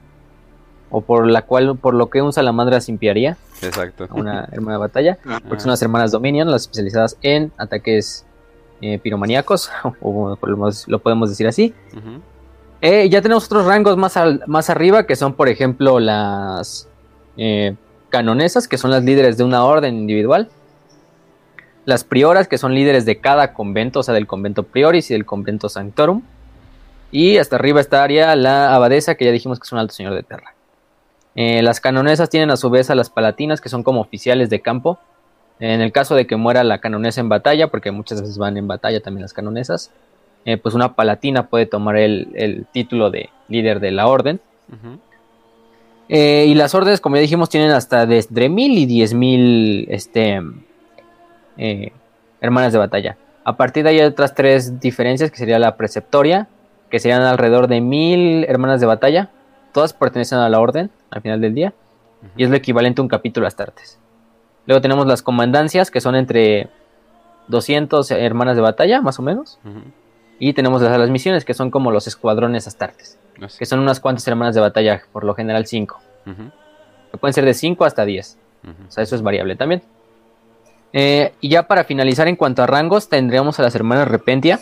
o por la cual, por lo que un salamandra impiaría Exacto. a una hermana de batalla, Ah, porque son las hermanas Dominion, las especializadas en ataques eh, piromaníacos, o podemos- lo podemos decir así. Ujú. Eh, ya tenemos otros rangos más, al- más arriba, que son, por ejemplo, las eh, canonesas, que son las líderes de una orden individual. Las prioras, que son líderes de cada convento, o sea, del convento prioris y del convento sanctorum. Y hasta arriba estaría la abadesa, que ya dijimos que es un alto señor de Terra. Eh, las canonesas tienen a su vez a las palatinas, que son como oficiales de campo. En el caso de que muera la canonesa en batalla, porque muchas veces van en batalla también las canonesas, eh, pues una palatina puede tomar el, el título de líder de la orden. Ujú. Eh, y las órdenes, como ya dijimos, tienen hasta desde mil y diez mil este, eh, hermanas de batalla. A partir de ahí hay otras tres diferencias, que sería la preceptoria, que serían alrededor de mil hermanas de batalla. Todas pertenecen a la orden al final del día, Ujú. y es lo equivalente a un capítulo Astartes. Luego tenemos las comandancias, que son entre doscientas hermanas de batalla, más o menos. Ujú. Y tenemos las, las misiones, que son como los escuadrones Astartes, No sé. que son unas cuantas hermanas de batalla, por lo general cinco. Ujú. Que pueden ser de cinco hasta diez. Ujú. O sea, eso es variable también. Eh, y ya para finalizar, en cuanto a rangos, tendríamos a las hermanas Repentia,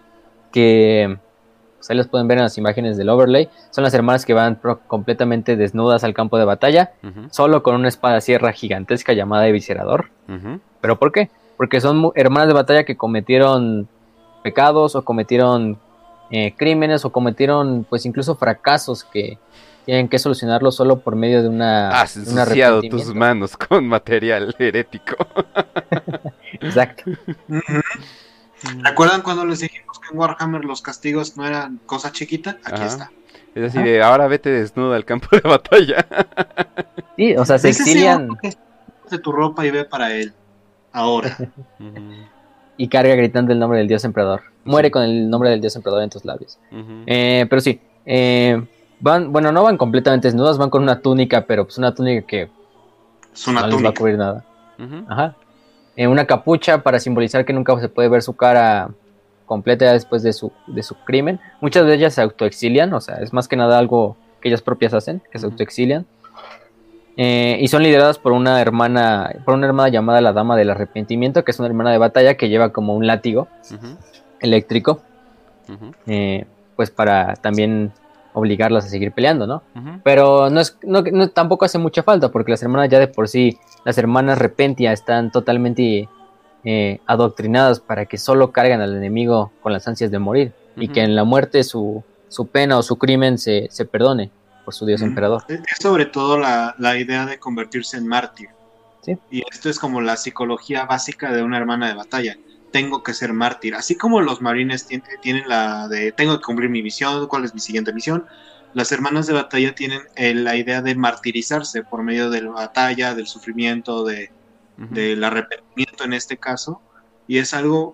que pues ahí las pueden ver en las imágenes del overlay. Son las hermanas que van pro- completamente desnudas al campo de batalla, Ujú. solo con una espada sierra gigantesca llamada Eviscerador. Ujú. ¿Pero por qué? Porque son mu- hermanas de batalla que cometieron pecados o cometieron eh, crímenes o cometieron pues incluso fracasos que tienen que solucionarlo solo por medio de una Has de un ensuciado tus arrepentimiento. manos con material herético. Exacto. Ujú. ¿Recuerdan cuando les dijimos que en Warhammer los castigos no eran cosa chiquita? Aquí Ajá. está. Es así Ajá. de, ahora vete desnudo al campo de batalla. Sí, o sea, se Es ese exilian otro que de tu ropa y ve para él. Ahora. Ujú. y carga gritando el nombre del dios emperador. Muere Sí. con el nombre del dios emperador en tus labios. Ujú. Eh, pero sí, eh, van, bueno, no van completamente desnudas, van con una túnica, pero pues una túnica que Es una no les va a túnica. cubrir nada. Ujú. Ajá. Eh, una capucha para simbolizar que nunca se puede ver su cara completa ya después de su, de su crimen. Muchas de ellas se autoexilian, o sea, es más que nada algo que ellas propias hacen, que se Ujú. autoexilian. Eh, y son lideradas por una hermana, por una hermana llamada la Dama del Arrepentimiento, que es una hermana de batalla que lleva como un látigo Ujú. eléctrico, Ujú. eh, pues para también obligarlas a seguir peleando, ¿no? Ujú. Pero no es, no, no- tampoco hace mucha falta, porque las hermanas ya de por sí, las hermanas Repentia están totalmente eh, adoctrinadas para que solo cargan al enemigo con las ansias de morir, y Ujú. que en la muerte su, su pena o su crimen se, se perdone por su dios Ujú. emperador. Es sobre todo la, la idea de convertirse en mártir. ¿Sí? Y esto es como la psicología básica de una hermana de batalla. Tengo que ser mártir. Así como los marines tien- tienen la de tengo que cumplir mi misión, cuál es mi siguiente misión, las hermanas de batalla tienen eh, la idea de martirizarse por medio de la batalla, del sufrimiento, de, Ujú. del arrepentimiento en este caso. Y es algo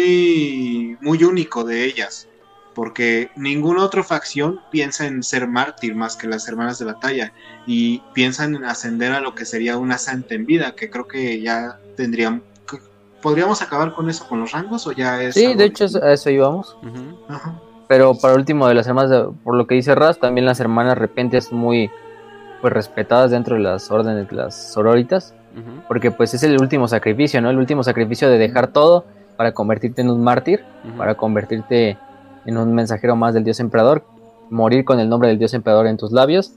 muy, muy único de ellas. Porque ninguna otra facción piensa en ser mártir más que las hermanas de batalla. Y piensan en ascender a lo que sería una santa en vida, que creo que ya tendrían... ¿Podríamos acabar con eso con los rangos o ya es Sí, algo de hecho distinto? a eso íbamos. Ujú. Ajá. Pero para último de las hermanas, de- por lo que dice Raz, también las hermanas Repentias muy pues respetadas dentro de las órdenes de las sororitas, Ujú. porque pues es el último sacrificio, ¿no? El último sacrificio de dejar todo para convertirte en un mártir, Ujú. para convertirte en un mensajero más del dios emperador, morir con el nombre del dios emperador en tus labios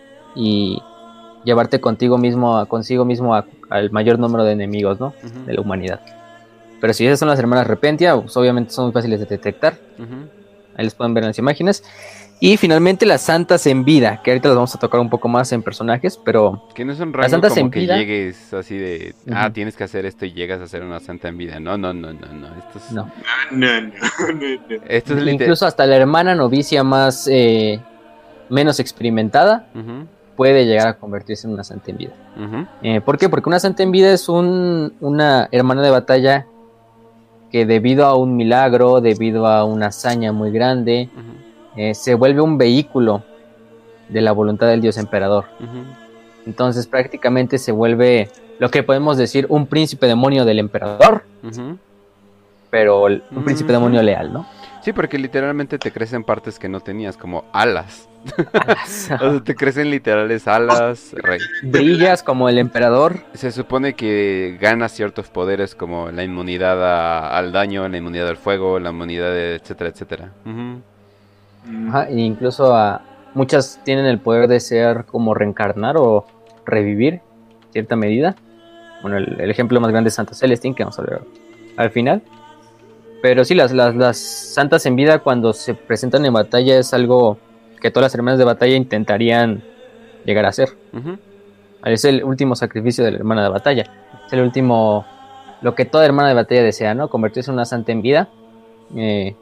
y llevarte contigo mismo, a- consigo mismo a- al mayor número de enemigos, ¿no? Ujú. De la humanidad. Pero si esas son las hermanas Repentia, pues obviamente son muy fáciles de detectar. Ujú. Ahí les pueden ver en las imágenes. Y finalmente las santas en vida, que ahorita las vamos a tocar un poco más en personajes, pero Que no es un Las rango santas como en que vida. llegues así de, ah, Ujú. tienes que hacer esto y llegas a ser una santa en vida. No, no, no, no, no. Esto es, no. No, no, no, no. esto es literal. Incluso hasta la hermana novicia más eh, menos experimentada Ujú. puede llegar a convertirse en una santa en vida. Ujú. Eh, ¿Por qué? Porque una santa en vida es un, una hermana de batalla que debido a un milagro, debido a una hazaña muy grande, Ujú. eh, se vuelve un vehículo de la voluntad del dios emperador. Ujú. Entonces prácticamente se vuelve lo que podemos decir un príncipe demonio del emperador, Ujú. pero el- un príncipe Ujú. demonio leal, ¿no? Sí, porque literalmente te crecen partes que no tenías, como alas. Alas. O sea, te crecen literales alas, rey. Brillas como el emperador. Se supone que ganas ciertos poderes como la inmunidad a- al daño, la inmunidad al fuego, la inmunidad de etcétera, etcétera. Ujú. Mm. Ajá, e incluso a, muchas tienen el poder de ser como reencarnar o revivir en cierta medida. Bueno, el, el ejemplo más grande es Santa Celestine, que vamos a ver al final. Pero sí, las, las, las santas en vida cuando se presentan en batalla es algo que todas las hermanas de batalla intentarían llegar a hacer. Ujú. Es el último sacrificio de la hermana de batalla. Es el último, lo que toda hermana de batalla desea, ¿no? Convertirse en una santa en vida. Eh,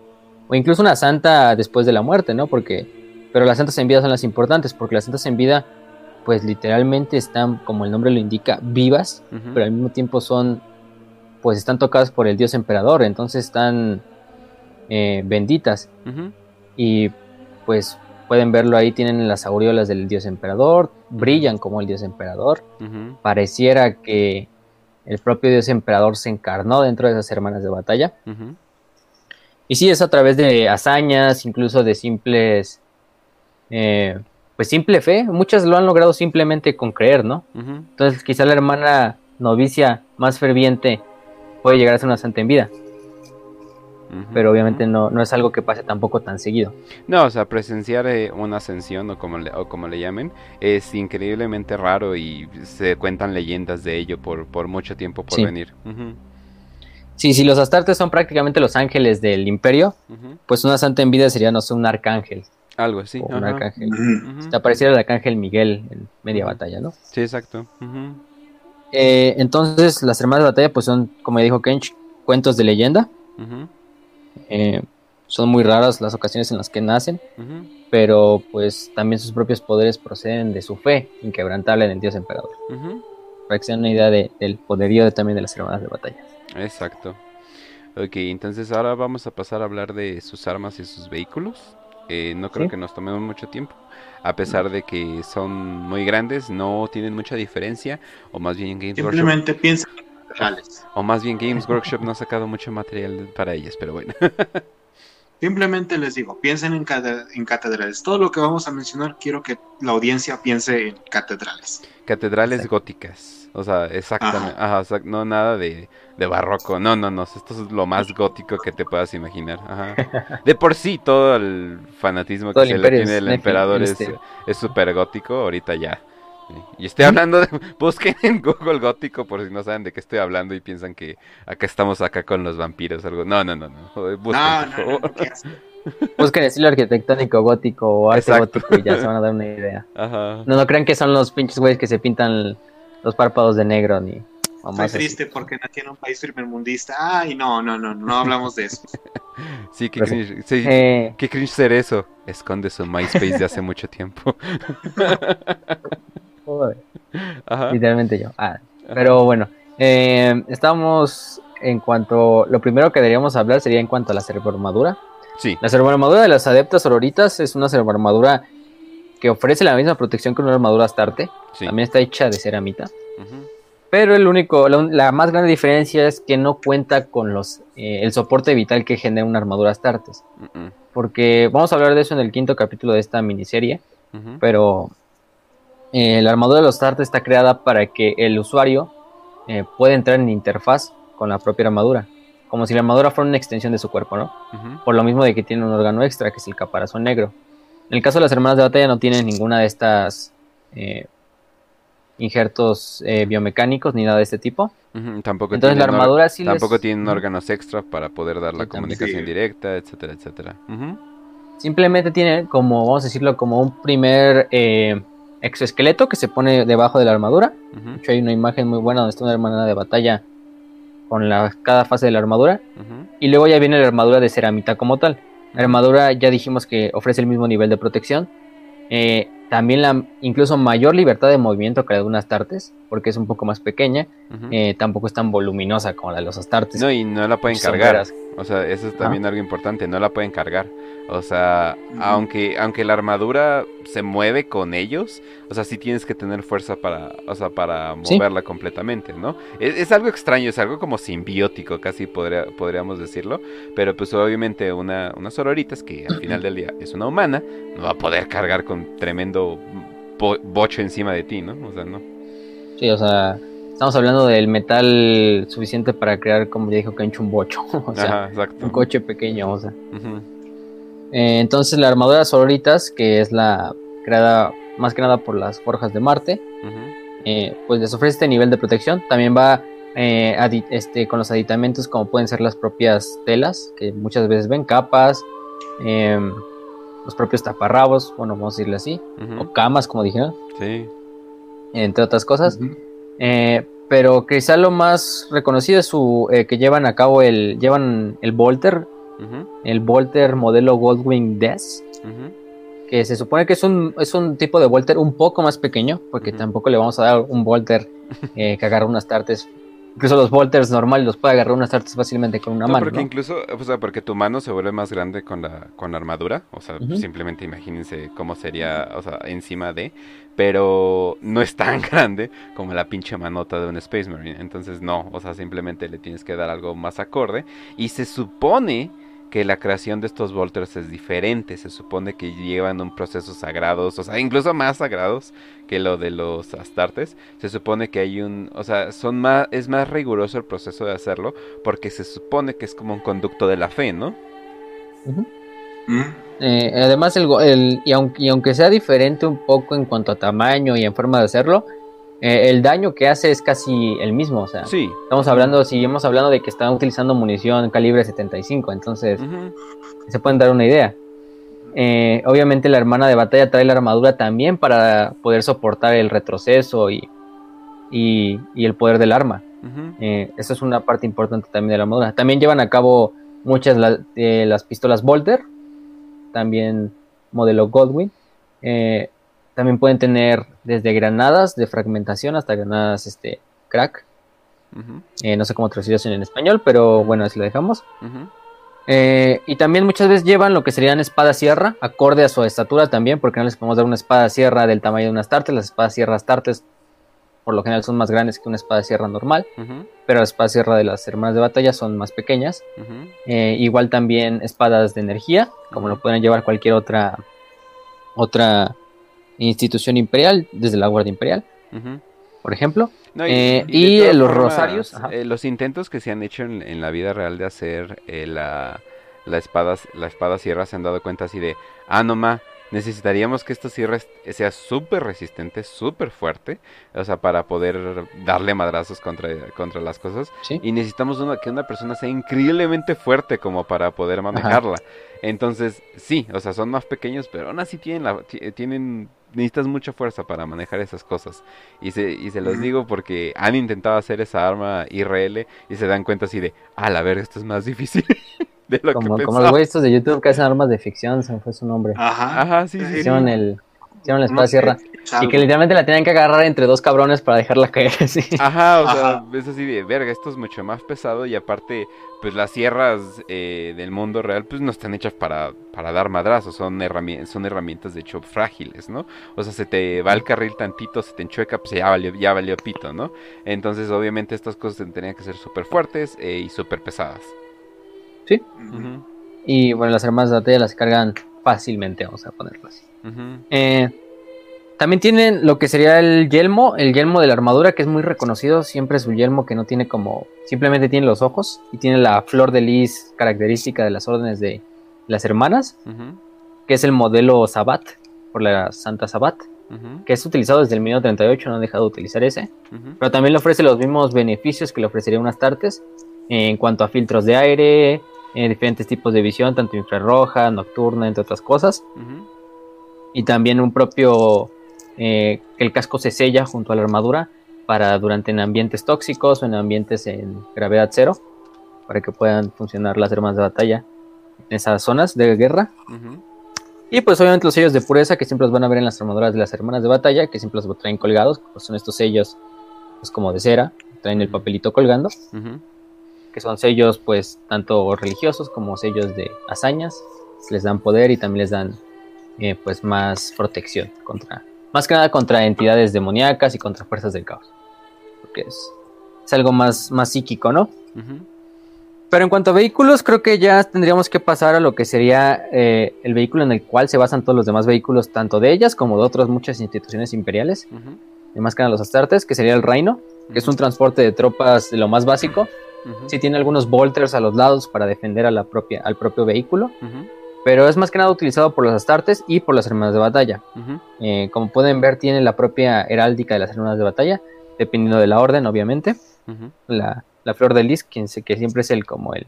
o incluso una santa después de la muerte, ¿no? Porque, pero las santas en vida son las importantes, porque las santas en vida, pues literalmente están, como el nombre lo indica, vivas, Ujú. pero al mismo tiempo son, pues están tocadas por el dios emperador, entonces están eh, benditas, Ujú. y pues pueden verlo ahí, tienen las aureolas del dios emperador, brillan como el dios emperador, Ujú. pareciera que el propio dios emperador se encarnó dentro de esas hermanas de batalla. Ujú. Y sí, es a través de hazañas, incluso de simples, eh, pues simple fe. Muchas lo han logrado simplemente con creer, ¿no? Ujú. Entonces quizá la hermana novicia más ferviente puede llegar a ser una santa en vida, Ujú. pero obviamente Ujú. no, no es algo que pase tampoco tan seguido. No, o sea, presenciar eh, una ascensión o como le, o como le llamen es increíblemente raro y se cuentan leyendas de ello por, por mucho tiempo por Sí. venir. Ujú. Sí, si los astartes son prácticamente los ángeles del imperio, Ujú. pues una santa en vida sería, no sé, un arcángel, Algo así. o un Ajá. arcángel. Ujú. Ujú. Te apareciera el arcángel Miguel en media Ujú. batalla, ¿no? Sí, exacto. Ujú. Eh, entonces, las hermanas de batalla, pues son, como ya dijo Kench, cuentos de leyenda. Ujú. Eh, son muy raras las ocasiones en las que nacen, Ujú. pero pues también sus propios poderes proceden de su fe inquebrantable en el dios emperador. Ujú. Para que se den una idea de, del poderío de, también de las hermanas de batalla. Exacto. Ok, entonces ahora vamos a pasar a hablar de sus armas y sus vehículos. Eh, no creo ¿Sí? que nos tomemos mucho tiempo, a pesar de que son muy grandes, no tienen mucha diferencia, o más bien Games Workshop, Simplemente piensa en o, catedrales. o más bien Games Workshop no ha sacado mucho material para ellas, pero bueno. Simplemente les digo, piensen en, cate- en catedrales. Todo lo que vamos a mencionar, quiero que la audiencia piense en catedrales. Catedrales Exacto. góticas, o sea, exactamente, Ajá. ajá, exact- no nada de, de barroco, no, no, no, esto es lo más gótico que te puedas imaginar, ajá. De por sí, todo el fanatismo Todo que el se le imperio tiene es al Nefi, emperador el es este. es súper gótico, ahorita ya. Y estoy Ujú. hablando de, busquen en Google gótico por si no saben de qué estoy hablando y piensan que acá estamos acá con los vampiros o algo. No, no, no, no, busquen, No, por no, no, favor. no, qué asco. Busquen estilo arquitectónico gótico o arte Exacto. gótico y ya se van a dar una idea. Ajá. No, no crean que son los pinches güeyes que se pintan los párpados de negro ni Estoy mamás así. triste porque nací en un país primermundista. Ay, no, no, no, no hablamos de eso. Sí, qué Pero sí. cringe, sí, Eh, qué cringe ser eso. Esconde su MySpace de hace mucho tiempo. joder, Ajá, literalmente yo. Ah, ajá. pero bueno, eh, estamos en cuanto. Lo primero que deberíamos hablar sería en cuanto a la servoarmadura. Sí, La servoarmadura de las adeptas sororitas es una servoarmadura que ofrece la misma protección que una armadura Astarte. sí. También está hecha de ceramita. Ujú. Pero el único, la, la más grande diferencia es que no cuenta con los eh, el soporte vital que genera una armadura Astartes. Mm, mm. Porque vamos a hablar de eso en el quinto capítulo de esta miniserie. Ujú. Pero eh, la armadura de los Astartes está creada para que el usuario eh, pueda entrar en interfaz con la propia armadura. Como si la armadura fuera una extensión de su cuerpo, ¿no? Ujú. Por lo mismo de que tiene un órgano extra, que es el caparazón negro. En el caso de las hermanas de batalla no tienen ninguna de estas eh, injertos eh, biomecánicos ni nada de este tipo. Ujú. Tampoco Entonces la tienen, or- armadura sí tampoco les... tienen Ujú. órganos extra para poder dar la Sí, también. comunicación Sí. directa, etcétera, etcétera. Ujú. Simplemente tiene como, vamos a decirlo, como un primer eh, exoesqueleto que se pone debajo de la armadura. Ujú. De hecho, hay una imagen muy buena donde está una hermana de batalla con la, cada fase de la armadura. Ujú. Y luego ya viene la armadura de ceramita como tal. La Ujú. armadura ya dijimos que ofrece el mismo nivel de protección. Eh, también la incluso mayor libertad de movimiento que la de unas Astartes, porque es un poco más pequeña. Ujú. Eh, tampoco es tan voluminosa como la de los Astartes. No, y no la pueden Muchas cargar. sombreras. O sea, eso es Ajá. también algo importante, no la pueden cargar. O sea, Ujú. aunque aunque la armadura se mueve con ellos, o sea, sí tienes que tener fuerza para, o sea, para Sí. moverla completamente, ¿no? Es, es algo extraño, es algo como simbiótico, casi podría, podríamos decirlo. Pero pues obviamente una, una sororitas que al final del día es una humana, no va a poder cargar con tremendo bo- bocho encima de ti, ¿no? O sea, no. Sí, o sea, estamos hablando del metal suficiente para crear, como ya dijo Kench, un bocho. O sea, Ajá, exacto. un coche pequeño, o sea. Ujú. Eh, entonces la armadura de sororitas, que es la creada más que nada por las forjas de Marte, Ujú. eh, pues les ofrece este nivel de protección. También va eh, adi- este, con los aditamentos como pueden ser las propias telas, que muchas veces ven capas, eh, los propios taparrabos, bueno, vamos a decirle así, Ujú. o camas, como dijeron, Sí. entre otras cosas. Ujú. Eh, pero quizá lo más reconocido es su eh, que llevan a cabo el llevan el Volter Ujú, el Volter modelo Goldwing Death, ujú, que se supone que es un, es un tipo de Volter un poco más pequeño, porque Ujú. tampoco le vamos a dar un Volter eh, que agarra unas tartes. Incluso los Volters normales los puede agarrar unas tartes fácilmente con una No, mano, porque ¿no? incluso, o sea, porque tu mano se vuelve más grande con la, con la armadura, o sea, Ujú. simplemente imagínense cómo sería, o sea, encima de, pero no es tan grande como la pinche manota de un Space Marine, entonces no, o sea, simplemente le tienes que dar algo más acorde, y se supone que la creación de estos Volters es diferente, se supone que llevan un proceso sagrados, o sea, incluso más sagrados que lo de los Astartes, se supone que hay un, o sea, son más, es más riguroso el proceso de hacerlo, porque se supone que es como un conducto de la fe, ¿no? Ujú. Mm. Eh, además, el, go- el- y, aunque, y aunque sea diferente un poco en cuanto a tamaño y en forma de hacerlo, eh, el daño que hace es casi el mismo. O sea, Sí. estamos hablando, seguimos hablando de que están utilizando munición calibre setenta y cinco, entonces Ujú, se pueden dar una idea. Eh, obviamente la hermana de batalla trae la armadura también para poder soportar el retroceso y, y, y el poder del arma. ujú, Eh, eso es una parte importante también de la armadura. También llevan a cabo muchas la- de las pistolas Bolter, también modelo Goldwyn. Eh, también pueden tener desde granadas de fragmentación hasta granadas este, crack. ujú, Eh, no sé cómo traducirlo en español, pero bueno, así lo dejamos. ujú, Eh, y también muchas veces llevan lo que serían espadas sierra, acorde a su estatura también, porque no les podemos dar una espada sierra del tamaño de unas tartes. Las espadas sierra tartes por lo general son más grandes que una espada sierra normal, ujú, pero las espadas sierra de las hermanas de batalla son más pequeñas. ujú, Eh, igual también espadas de energía, como ujú, lo pueden llevar cualquier otra, otra institución imperial, desde la Guardia Imperial, ujú. por ejemplo. No, y, Eh, y de y todas los rosarios, formas, ajá. eh, los intentos que se han hecho en, en la vida real de hacer eh, la, la espada, la espada sierra se han dado cuenta así de, ah, no ma, necesitaríamos que esta sierra est- sea súper resistente, súper fuerte, o sea, para poder darle madrazos contra, contra las cosas. Sí, Y necesitamos una, que una persona sea increíblemente fuerte como para poder ajá. manejarla. Entonces, sí, o sea, son más pequeños, pero aún así tienen, la, ti- tienen, necesitas mucha fuerza para manejar esas cosas. Y se, y se los Ujú. digo porque han intentado hacer esa arma I R L y se dan cuenta así de, ah, la verga, esto es más difícil de lo que Como, como los pensaba. güeyes estos de YouTube que hacen armas de ficción, se me fue su nombre. Ajá. Ajá, sí, sí, Eh, sí. Hicieron el, hicieron la no espada sé, sierra. es Y que algo. literalmente la tenían que agarrar entre dos cabrones para dejarla caer así. Ajá, o sea, Ajá. es así de, verga, esto es mucho más pesado y aparte, pues las sierras eh, del mundo real, pues no están hechas para, para dar madrazos, son, herrami- son herramientas de hecho frágiles, ¿no? O sea, se te va el carril tantito, se te enchueca, pues ya valió, ya valió pito, ¿no? Entonces, obviamente, estas cosas tendrían que ser súper fuertes eh, y súper pesadas. Sí. Ujú. Ujú, Y bueno, las armas de batalla las cargan fácilmente, vamos a ponerlo así. ujú, Eh, también tienen lo que sería el yelmo, el yelmo de la armadura, que es muy reconocido. Siempre es un yelmo que no tiene como, simplemente tiene los ojos y tiene la flor de lis característica de las órdenes de las hermanas, ujú, que es el modelo Sabat, por la Santa Sabat, ujú, que es utilizado desde el minuto treinta y ocho, no han dejado de utilizar ese. ujú, Pero también le ofrece los mismos beneficios que le ofrecería unas tartes eh, en cuanto a filtros de aire, eh, diferentes tipos de visión, tanto infrarroja, nocturna, entre otras cosas. ujú, Y también un propio, eh, que el casco se sella junto a la armadura para durante en ambientes tóxicos o en ambientes en gravedad cero, para que puedan funcionar las armas de batalla en esas zonas de guerra. ujú, Y pues obviamente los sellos de pureza que siempre los van a ver en las armaduras de las hermanas de batalla, que siempre los traen colgados, pues son estos sellos pues como de cera, traen el ujú, papelito colgando, ujú, que son sellos pues tanto religiosos como sellos de hazañas, que les dan poder y también les dan eh, pues más protección contra, más que nada contra entidades demoníacas y contra fuerzas del caos, porque es, es algo más, más psíquico, ¿no? ujú, Pero en cuanto a vehículos, creo que ya tendríamos que pasar a lo que sería eh, el vehículo en el cual se basan todos los demás vehículos, tanto de ellas como de otras muchas instituciones imperiales, ujú, y más que nada los Astartes, que sería el Reino, que es un transporte de tropas de lo más básico. ujú, Sí tiene algunos bolters a los lados para defender a la propia, al propio vehículo, ujú, pero es más que nada utilizado por los Astartes y por las hermanas de batalla. ujú, Eh, como pueden ver, tiene la propia heráldica de las hermanas de batalla, dependiendo de la orden, obviamente. ujú, La, la flor de lis, que, que siempre es el como el,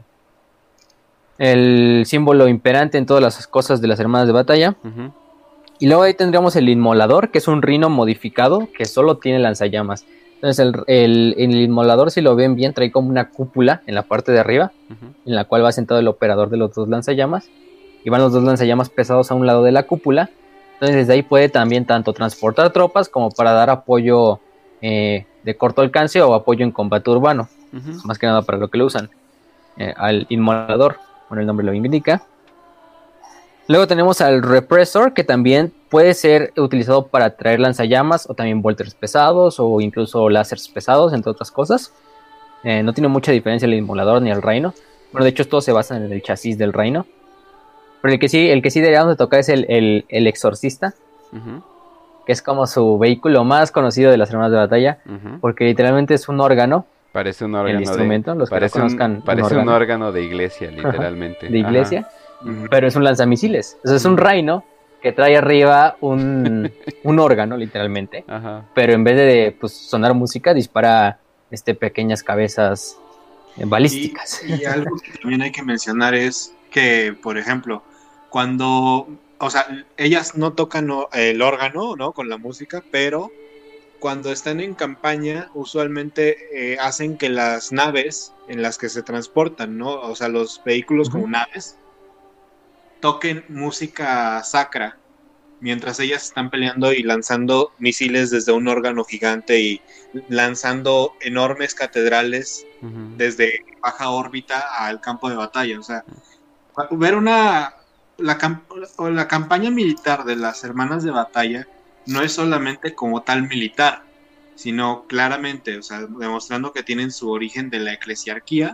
el símbolo imperante en todas las cosas de las hermanas de batalla. ujú. Y luego ahí tendríamos el inmolador, que es un rino modificado que solo tiene lanzallamas. Entonces el, el, el inmolador, si lo ven bien, trae como una cúpula en la parte de arriba, uh-huh. en la cual va sentado el operador de los dos lanzallamas, y van los dos lanzallamas pesados a un lado de la cúpula. Entonces desde ahí puede también tanto transportar tropas como para dar apoyo eh, de corto alcance o apoyo en combate urbano, uh-huh. más que nada para lo que lo usan, eh, al inmolador, bueno, el nombre lo indica. Luego tenemos al Repressor, que también puede ser utilizado para traer lanzallamas o también volters pesados o incluso láseres pesados, entre otras cosas. Eh, no tiene mucha diferencia el inmolador ni el Rhino. Bueno, de hecho, todo se basa en el chasis del Rhino. Pero el que sí, el que sí deberíamos de tocar es el, el, el Exorcista, uh-huh. que es como su vehículo más conocido de las armas de batalla, uh-huh. porque literalmente es un órgano. Parece un órgano el instrumento, de, los que parece lo conozcan, un, parece un, un órgano de iglesia, literalmente. De iglesia. Ajá. Pero es un lanzamisiles. O sea, es un Rhino que trae arriba un, un órgano, literalmente. Ajá. Pero en vez de pues, sonar música, dispara este, pequeñas cabezas eh, balísticas. Y, y algo que también hay que mencionar es que, por ejemplo, cuando... O sea, ellas no tocan el órgano, ¿no? Con la música, pero cuando están en campaña, usualmente eh, hacen que las naves en las que se transportan, ¿no? O sea, los vehículos uh-huh. como naves, toquen música sacra mientras ellas están peleando y lanzando misiles desde un órgano gigante y lanzando enormes catedrales uh-huh. desde baja órbita al campo de batalla. O sea, ver una la, camp- la campaña militar de las hermanas de batalla no es solamente como tal militar, sino claramente, o sea, demostrando que tienen su origen de la eclesiarquía.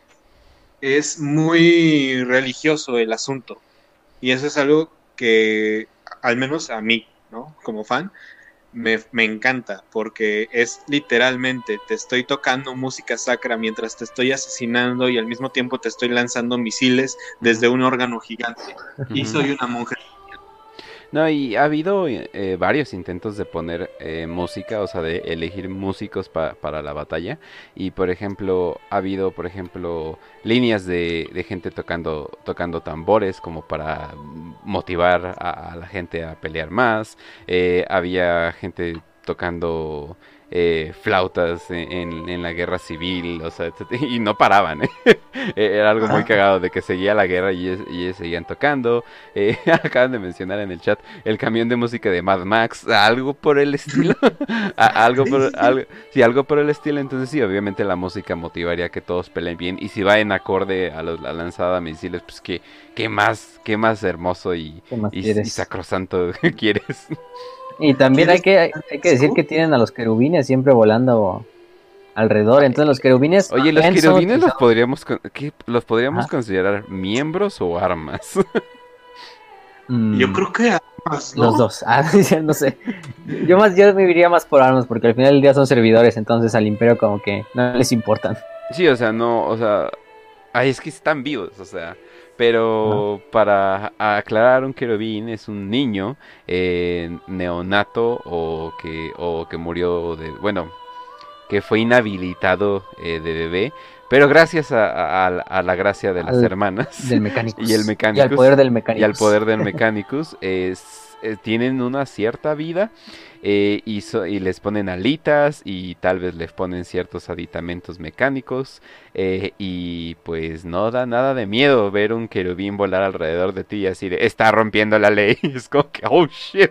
Es muy religioso el asunto. Y eso es algo que, al menos a mí, ¿no? Como fan, me, me encanta, porque es literalmente, te estoy tocando música sacra mientras te estoy asesinando y al mismo tiempo te estoy lanzando misiles desde un órgano gigante. Y soy una monja. No, y ha habido eh, varios intentos de poner eh, música, o sea, de elegir músicos pa- para la batalla. Y, por ejemplo, ha habido, por ejemplo, líneas de, de gente tocando tocando tambores como para motivar a, a la gente a pelear más. Eh, había gente tocando eh, flautas en, en la guerra civil, o sea, y no paraban, ¿eh? Era algo muy cagado de que seguía la guerra y ellos, y ellos seguían tocando. Eh, acaban de mencionar en el chat el camión de música de Mad Max, algo por el estilo. a, algo por algo, sí, algo por el estilo. Entonces sí, obviamente la música motivaría que todos peleen bien, y si va en acorde a los, la lanzada de misiles, pues que qué más qué más hermoso y, más y, y sacrosanto quieres. Y también hay que, hay que decir que tienen a los querubines siempre volando alrededor. Entonces los querubines... Oye, ¿los querubines los podríamos, ¿qué, los podríamos considerar miembros o armas? mm, yo creo que armas, ¿no? Los dos. Ah, no sé. Yo más yo me iría más por armas, porque al final del día son servidores, entonces al imperio como que no les importan. Sí, o sea, no, o sea... Ay, es que están vivos, o sea... Pero no. Para aclarar, un querubín es un niño eh, neonato o que o que murió de... Bueno, que fue inhabilitado eh, de bebé, pero gracias a, a, a la gracia de las al, hermanas del Mechanicus. y el Mechanicus, y al poder del Mechanicus y al poder del Mechanicus es, eh, tienen una cierta vida eh, y, so, y les ponen alitas y tal vez les ponen ciertos aditamentos mecánicos eh, y pues no da nada de miedo ver un querubín volar alrededor de ti y así de está rompiendo la ley. Es como que oh shit.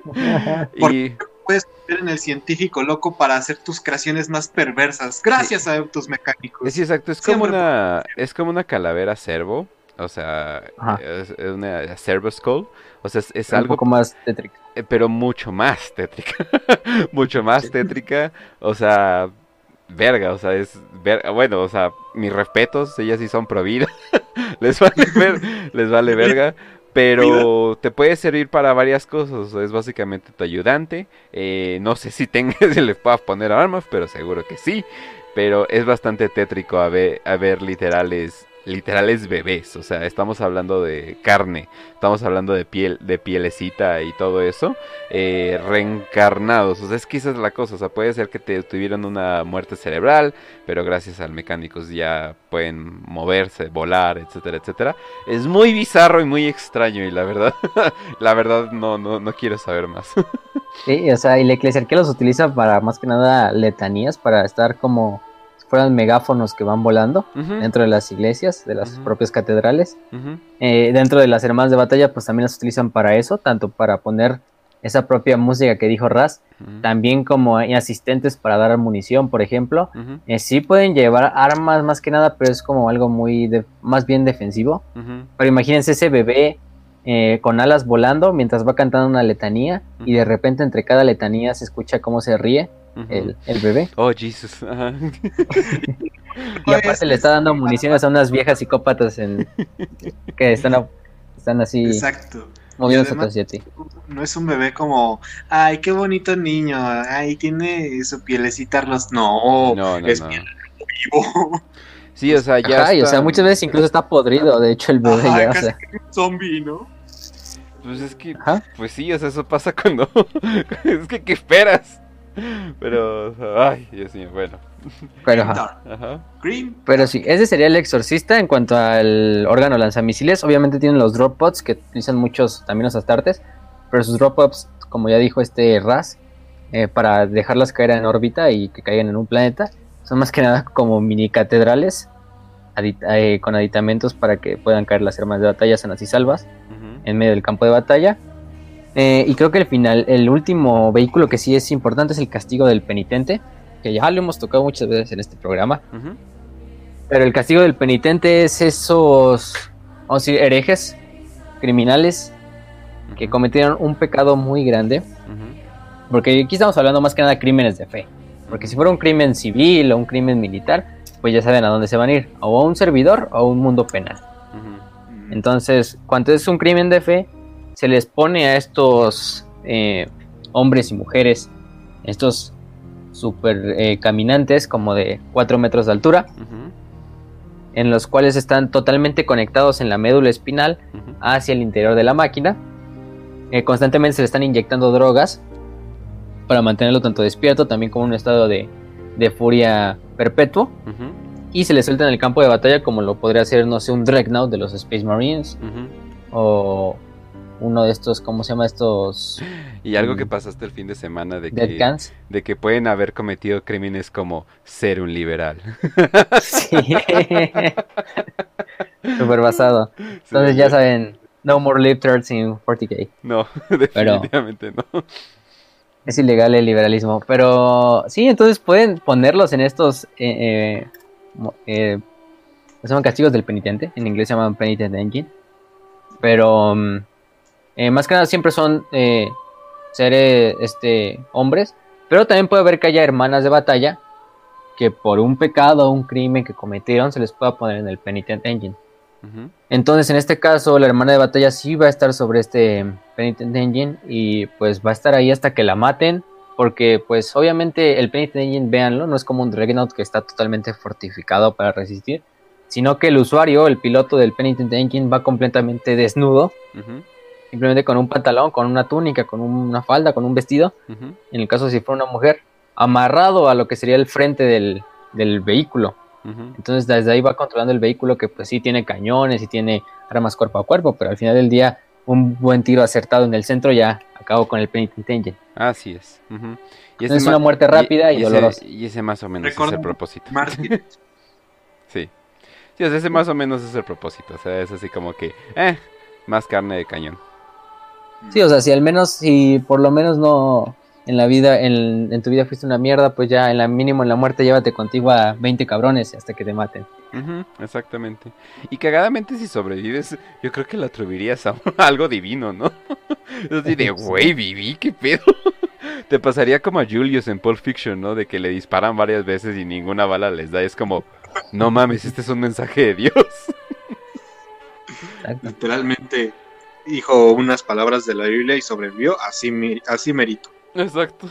y puedes ser en el científico loco para hacer tus creaciones más perversas gracias sí. a tus mecánicos. Sí, exacto, es como una es como una calavera servo, o sea, es una servo skull, o sea, es, es un algo poco más tétrica, pero mucho más tétrica. mucho más sí. tétrica, o sea, verga, o sea, es verga, bueno, o sea, mis respetos, ellas sí son pro vida. les vale ver, les vale verga. Pero te puede servir para varias cosas. Es básicamente tu ayudante. Eh, no sé si tengas si le puedas poner armas, pero seguro que sí. Pero es bastante tétrico a ver, a ver literales, literales bebés. O sea, estamos hablando de carne. Estamos hablando de piel, de pielecita y todo eso. Eh, reencarnados. O sea, es que esa es la cosa. O sea, puede ser que te tuvieron una muerte cerebral, pero gracias al Mechanicus ya pueden moverse, volar, etcétera, etcétera. Es muy bizarro y muy extraño. Y la verdad, la verdad no, no, no quiero saber más. Sí, o sea, y la eclesiarquía los utiliza para más que nada letanías, para estar como si fueran megáfonos que van volando Ujú, dentro de las iglesias, de las Ujú. propias catedrales. ujú, Eh, dentro de las hermanas de batalla, pues también las utilizan para eso, tanto para poner esa propia música que dijo Raz, ujú, también como hay asistentes para dar munición, por ejemplo. ujú, Eh, sí pueden llevar armas más que nada, pero es como algo muy, de- más bien defensivo. ujú, Pero imagínense ese bebé eh, con alas volando mientras va cantando una letanía y de ujú, repente entre cada letanía se escucha cómo se ríe ujú. el, el bebé. Oh, Jesus. Ajá. Y No, es, aparte le está es- dando municiones a unas viejas psicópatas en, que están, a- están así exacto. Y moviéndose además hacia ti. no es un bebé como, ay, qué bonito niño, ay, tiene su pielecita rosa. No, No, no, es bien no. vivo. Sí, o sea, ya Ajá, y o sea, muchas veces están. incluso está podrido, de hecho, el bebé Ajá, ya, o casi sea, que un zombie, ¿no? Pues es que, ajá, pues sí, o sea, eso pasa cuando. Es que, ¿qué esperas? Pero, o sea, ay, Dios mío, bueno. pero Grim ajá. Dark. Ajá. Grim Pero Dark. sí, ese sería el exorcista en cuanto al órgano lanzamisiles. Obviamente tienen los drop pods que utilizan muchos también los astartes, pero sus drop pods, como ya dijo este Raz, eh, para dejarlas caer en órbita y que caigan en un planeta, son más que nada como mini catedrales adit- eh, con aditamentos para que puedan caer las armas de batalla sanas y salvas Ujú, en medio del campo de batalla. Eh, y creo que el final, el último vehículo que sí es importante es el castigo del penitente, que ya lo hemos tocado muchas veces en este programa. ujú, Pero el castigo del penitente es esos, vamos a decir, herejes, criminales, que ujú, cometieron un pecado muy grande. ujú, Porque aquí estamos hablando más que nada de crímenes de fe. Porque ujú, si fuera un crimen civil o un crimen militar, pues ya saben a dónde se van a ir. O a un servidor o a un mundo penal. ujú, Mm. Entonces, cuando es un crimen de fe, se les pone a estos eh, hombres y mujeres, estos super eh, caminantes como de cuatro metros de altura, ujú, en los cuales están totalmente conectados en la médula espinal ujú, hacia el interior de la máquina. Eh, constantemente se le están inyectando drogas para mantenerlo tanto despierto, también como en un estado de, de furia perpetuo. ujú, Y se le suelta en el campo de batalla como lo podría hacer, no sé, un Dreadnought de los Space Marines. ujú. O uno de estos, ¿cómo se llama estos? Y algo que Mm, pasaste el fin de semana de Dead que, Cans. de que pueden haber cometido crímenes como ser un liberal. Sí. Súper basado. Sí, Entonces ya oye. saben, no more lip turds in cuarenta K. No, Pero definitivamente no. es ilegal el liberalismo. Pero sí, entonces pueden ponerlos en estos eh, eh, mo- eh, se llaman castigos del penitente. En inglés se llaman Penitent Engine. Pero mm, eh, más que nada siempre son eh, seres este, hombres. Pero también puede haber que haya hermanas de batalla que por un pecado o un crimen que cometieron se les pueda poner en el Penitent Engine. Ujú, Entonces, en este caso, la hermana de batalla sí va a estar sobre este Penitent Engine y pues va a estar ahí hasta que la maten, porque pues obviamente el Penitent Engine, véanlo, no es como un Dreadnought que está totalmente fortificado para resistir, sino que el usuario, el piloto del Penitent Engine va completamente desnudo, ujú, simplemente con un pantalón, con una túnica, con una falda, con un vestido, ujú, en el caso si fuera una mujer, amarrado a lo que sería el frente del, del vehículo. ujú. Entonces desde ahí va controlando el vehículo que pues sí tiene cañones y tiene armas cuerpo a cuerpo, pero al final del día un buen tiro acertado en el centro ya acabó con el Penitent Engine. Así es. Ujú. Y ese, Es ma- una muerte rápida y, y ese, dolorosa. y ese más o menos es el Recordemos propósito. Martin. Sí. Sí, o sea, ese más o menos es el propósito. O sea, es así como que, eh, más carne de cañón. Sí, o sea, si al menos, si por lo menos no en la vida, en, en tu vida fuiste una mierda, pues ya en la mínimo en la muerte llévate contigo a veinte cabrones hasta que te maten. Ujú, exactamente. Y cagadamente si sobrevives, yo creo que lo atribuirías a algo divino, ¿no? Es así de, güey, viví, qué pedo. Te pasaría como a Julius en Pulp Fiction, ¿no? De que le disparan varias veces y ninguna bala les da. Es como, no mames, este es un mensaje de Dios. Exacto. Literalmente dijo unas palabras de la Biblia y sobrevivió, así, mi- así merito. Exacto.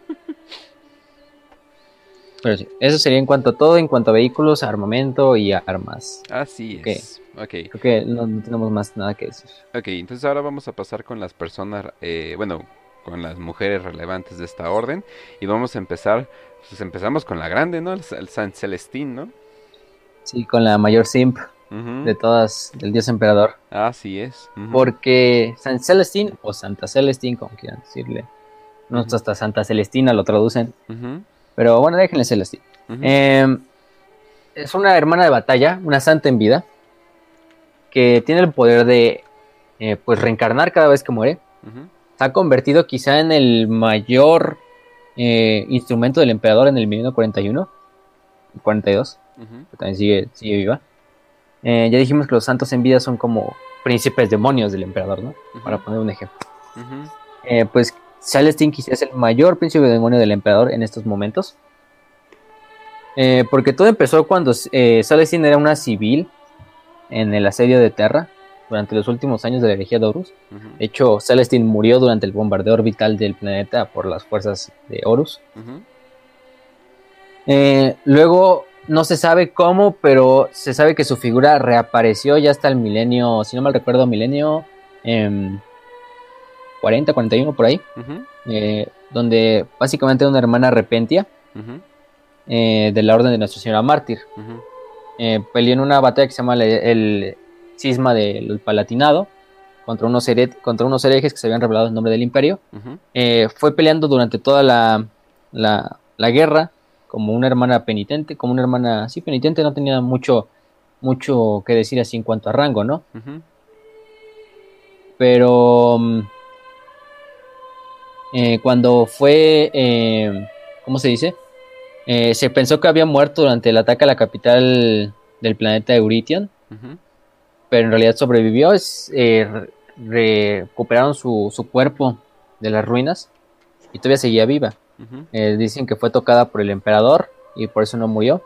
Pero sí, eso sería en cuanto a todo, en cuanto a vehículos, armamento y armas. Así Ok. es. Ok. Creo que no, no tenemos más nada que decir. Ok, entonces ahora vamos a pasar con las personas, eh, bueno, con las mujeres relevantes de esta orden. Y vamos a empezar, pues empezamos con la grande, ¿no? El, el San Celestín, ¿no? Sí, con la mayor simp Ujú, de todas, del dios emperador. así es. Ujú, Porque San Celestín o Santa Celestín, como quieran decirle, no Ujú. hasta Santa Celestina lo traducen, Ujú, pero bueno, déjenle Celestina. ujú, Eh, es una hermana de batalla, una santa en vida, que tiene el poder de eh, pues reencarnar cada vez que muere. ujú, Se ha convertido quizá en el mayor eh, instrumento del emperador en el milenio cuarenta y uno, cuarenta y dos, ujú, que también sigue, sigue viva. Eh, ya dijimos que los santos en vida son como príncipes demonios del emperador, ¿no? Para ujú, poner un ejemplo. ujú, Eh, pues Celestine quizá es el mayor príncipe demonio del emperador en estos momentos. Eh, porque todo empezó cuando eh, Celestine era una civil en el asedio de Terra durante los últimos años de la herejía de Horus. ujú, De hecho, Celestine murió durante el bombardeo orbital del planeta por las fuerzas de Horus. ujú. Eh, luego, no se sabe cómo, pero se sabe que su figura reapareció ya hasta el milenio, si no mal recuerdo, milenio eh, cuarenta, cuarenta y uno por ahí, Ujú, eh, donde básicamente era una hermana repentia ujú, eh, de la Orden de Nuestra Señora Mártir. ujú, Eh, peleó en una batalla que se llama el, el Cisma del Palatinado contra unos, here- contra unos herejes que se habían revelado en nombre del Imperio. ujú, Eh, fue peleando durante toda la, la, la guerra como una hermana penitente, como una hermana, sí, penitente, no tenía mucho, mucho que decir así en cuanto a rango, ¿no? ujú, Pero mm, eh, cuando fue, eh, ¿cómo se dice? Eh, se pensó que había muerto durante el ataque a la capital del planeta Eurition, ujú. pero en realidad sobrevivió. Es, eh, re- recuperaron su, su cuerpo de las ruinas y todavía seguía viva. Ujú. Eh, dicen que fue tocada por el emperador y por eso no murió.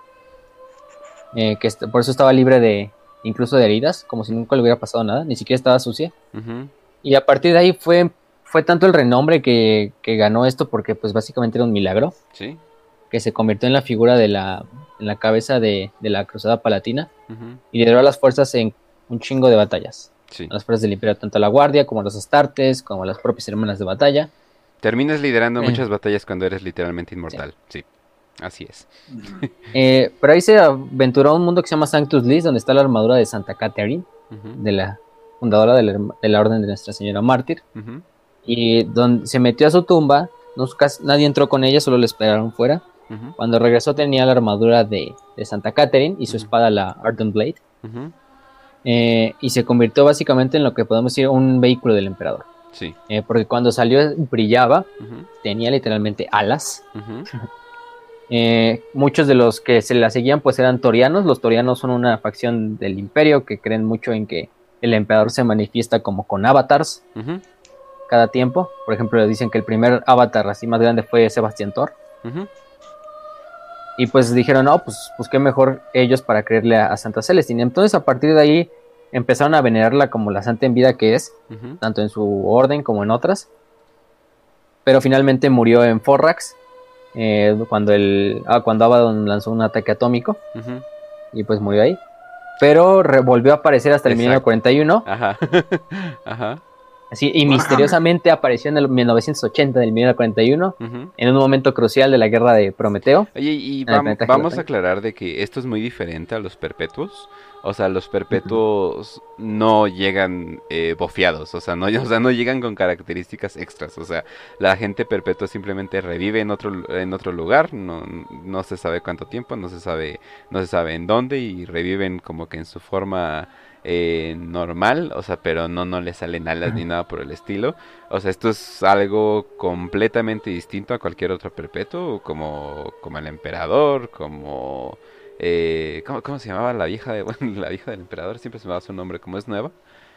Eh, que est- por eso estaba libre de, incluso de heridas, como si nunca le hubiera pasado nada, ni siquiera estaba sucia. Ujú, Y a partir de ahí fue, fue tanto el renombre que, que ganó esto, porque pues básicamente era un milagro, sí. que se convirtió en la figura de la, en la cabeza de, de la cruzada palatina Ujú, y lideró a las fuerzas en un chingo de batallas. sí. A las fuerzas del imperio, tanto a la guardia como a los astartes, como a las propias hermanas de batalla. Terminas liderando Eh, muchas batallas cuando eres literalmente sí. inmortal. Sí, así es. Ujú. Eh, pero ahí se aventuró a un mundo que se llama Sanctus Lis, donde está la armadura de Santa Catherine, Ujú, de la fundadora de la, herma- de la Orden de Nuestra Señora Mártir, ujú, y donde se metió a su tumba. No, casi nadie entró con ella, solo le esperaron fuera. ujú, Cuando regresó tenía la armadura de, de Santa Catherine y su Ujú. espada, la Ardent Blade, ujú, eh, y se convirtió básicamente en lo que podemos decir un vehículo del emperador. sí. Eh, porque cuando salió brillaba, Ujú, tenía literalmente alas. ujú, Eh, muchos de los que se la seguían pues eran torianos. Los torianos son una facción del imperio que creen mucho en que el emperador se manifiesta como con avatars ujú, cada tiempo. Por ejemplo, dicen que el primer avatar así más grande fue Sebastián Thor. ujú, Y pues dijeron, no, pues, pues qué mejor ellos para creerle a, a Santa Celestina. Entonces a partir de ahí empezaron a venerarla como la santa en vida que es, ujú, tanto en su orden como en otras. Pero finalmente murió en Forrax, eh, cuando, el, ah, cuando Abaddon lanzó un ataque atómico, ujú. y pues murió ahí. Pero re- volvió a aparecer hasta el milenio Exacto. cuarenta y uno, Ajá. Ajá. así, y Warhammer. misteriosamente apareció en el mil novecientos ochenta del milenio cuarenta y uno, Ujú. en un momento crucial de la guerra de Prometeo. Oye, y en el vam- planeta vamos a Gelatán. aclarar de que esto es muy diferente a los perpetuos. O sea, los perpetuos no llegan eh, bofeados, o sea, no, o sea, no llegan con características extras. O sea, la gente perpetua simplemente revive en otro, lu- en otro lugar, no, no se sabe cuánto tiempo, no se sabe, no se sabe en dónde, y reviven como que en su forma eh, normal, o sea, pero no, no le salen alas ni nada por el estilo. O sea, esto es algo completamente distinto a cualquier otro perpetuo, como, como el emperador, como... Eh, ¿cómo, cómo se llamaba la vieja de, bueno, la vieja del emperador? Siempre se me va su nombre, como es nueva.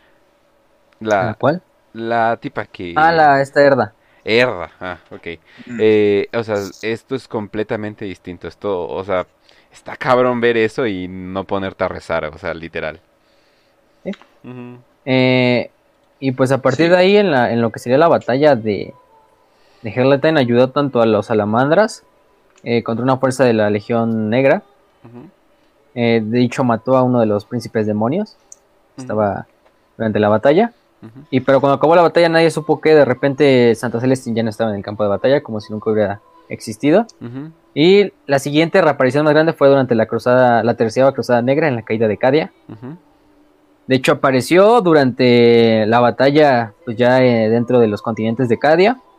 ¿La La, cual? la tipa Ah, que... la, esta Herda. Erda, ah, ok. Mm. Eh, o sea, esto es completamente distinto. Esto, o sea, está cabrón ver eso y no ponerte a rezar, o sea, literal. ¿Sí? Ujú, Eh, y pues a partir Sí. de ahí, en, la, en lo que sería la batalla de, de Herletan, ayudó tanto a los salamandras eh, contra una fuerza de la Legión Negra. ujú, Eh, de hecho, mató a uno de los príncipes demonios. ujú, Estaba durante la batalla. ujú, Y pero cuando acabó la batalla, nadie supo que de repente Santa Celestina ya no estaba en el campo de batalla, como si nunca hubiera existido. ujú, Y la siguiente reaparición más grande fue durante la cruzada, la tercera cruzada negra, en la caída de Cadia. ujú, De hecho, apareció durante la batalla, pues ya eh, dentro de los continentes de Cadia.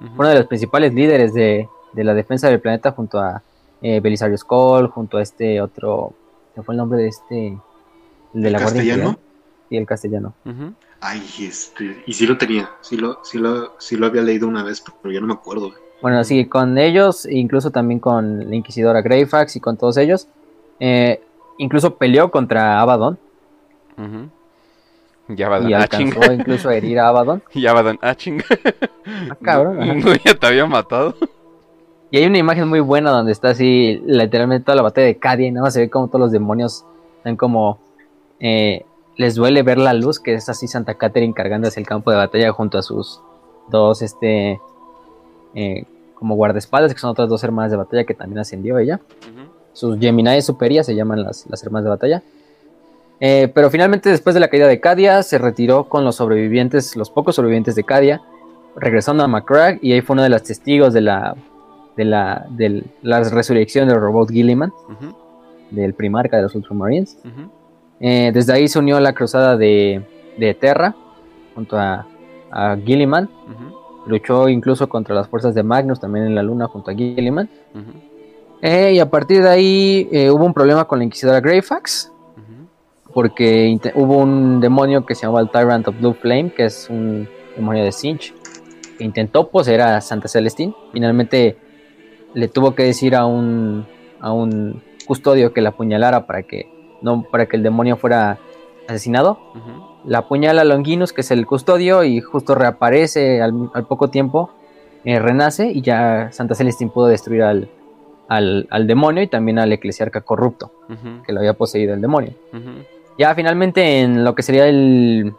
Uh-huh. Uno de los principales líderes de, de la defensa del planeta junto a eh, Belisario Skull, junto a este otro, ¿qué fue el nombre de este? El de ¿El la castellano? Guardia Sí, el castellano. Uh-huh. Ay, este, y sí lo tenía, sí lo, sí lo, sí lo había leído una vez, pero ya no me acuerdo. Bueno, sí, con ellos, incluso también con la Inquisidora Greyfax y con todos ellos, eh, incluso peleó contra Abaddon. Uh-huh. Y Abaddon, y ah, alcanzó ching. incluso a herir a Abaddon. Y Abaddon, ah, ching. Ah, cabrón. No, no, ya te había matado. Y hay una imagen muy buena donde está así, literalmente toda la batalla de Cadia, y nada más se ve como todos los demonios están como... Eh, les duele ver la luz, que es así Santa Catherine cargando hacia el campo de batalla junto a sus dos, este... Eh, como guardaespaldas, que son otras dos hermanas de batalla que también ascendió ella. Uh-huh. Sus Gemini Superia se llaman las, las hermanas de batalla. Eh, pero finalmente, después de la caída de Cadia, se retiró con los sobrevivientes, los pocos sobrevivientes de Cadia, regresando a Macragge, y ahí fue uno de los testigos de la de la, de la resurrección del robot Gilliman, uh-huh. del primarca de los Ultramarines. Uh-huh. Eh, desde ahí se unió a la cruzada de, de Terra, junto a, a Gilliman. Uh-huh. Luchó incluso contra las fuerzas de Magnus, también en la luna, junto a Gilliman. Uh-huh. Eh, y a partir de ahí eh, hubo un problema con la Inquisidora Greyfax, uh-huh. porque int- hubo un demonio que se llamaba el Tyrant of Blue Flame, que es un demonio de Sinch, que intentó poseer a Santa Celestine. Finalmente le tuvo que decir a un, a un custodio que la apuñalara para que, no, para que el demonio fuera asesinado. Uh-huh. La apuñala a Longinus, que es el custodio, y justo reaparece al, al poco tiempo, eh, renace, y ya Santa Celestine pudo destruir al, al, al demonio y también al eclesiarca corrupto, uh-huh. que lo había poseído el demonio. Uh-huh. Ya finalmente en lo que sería el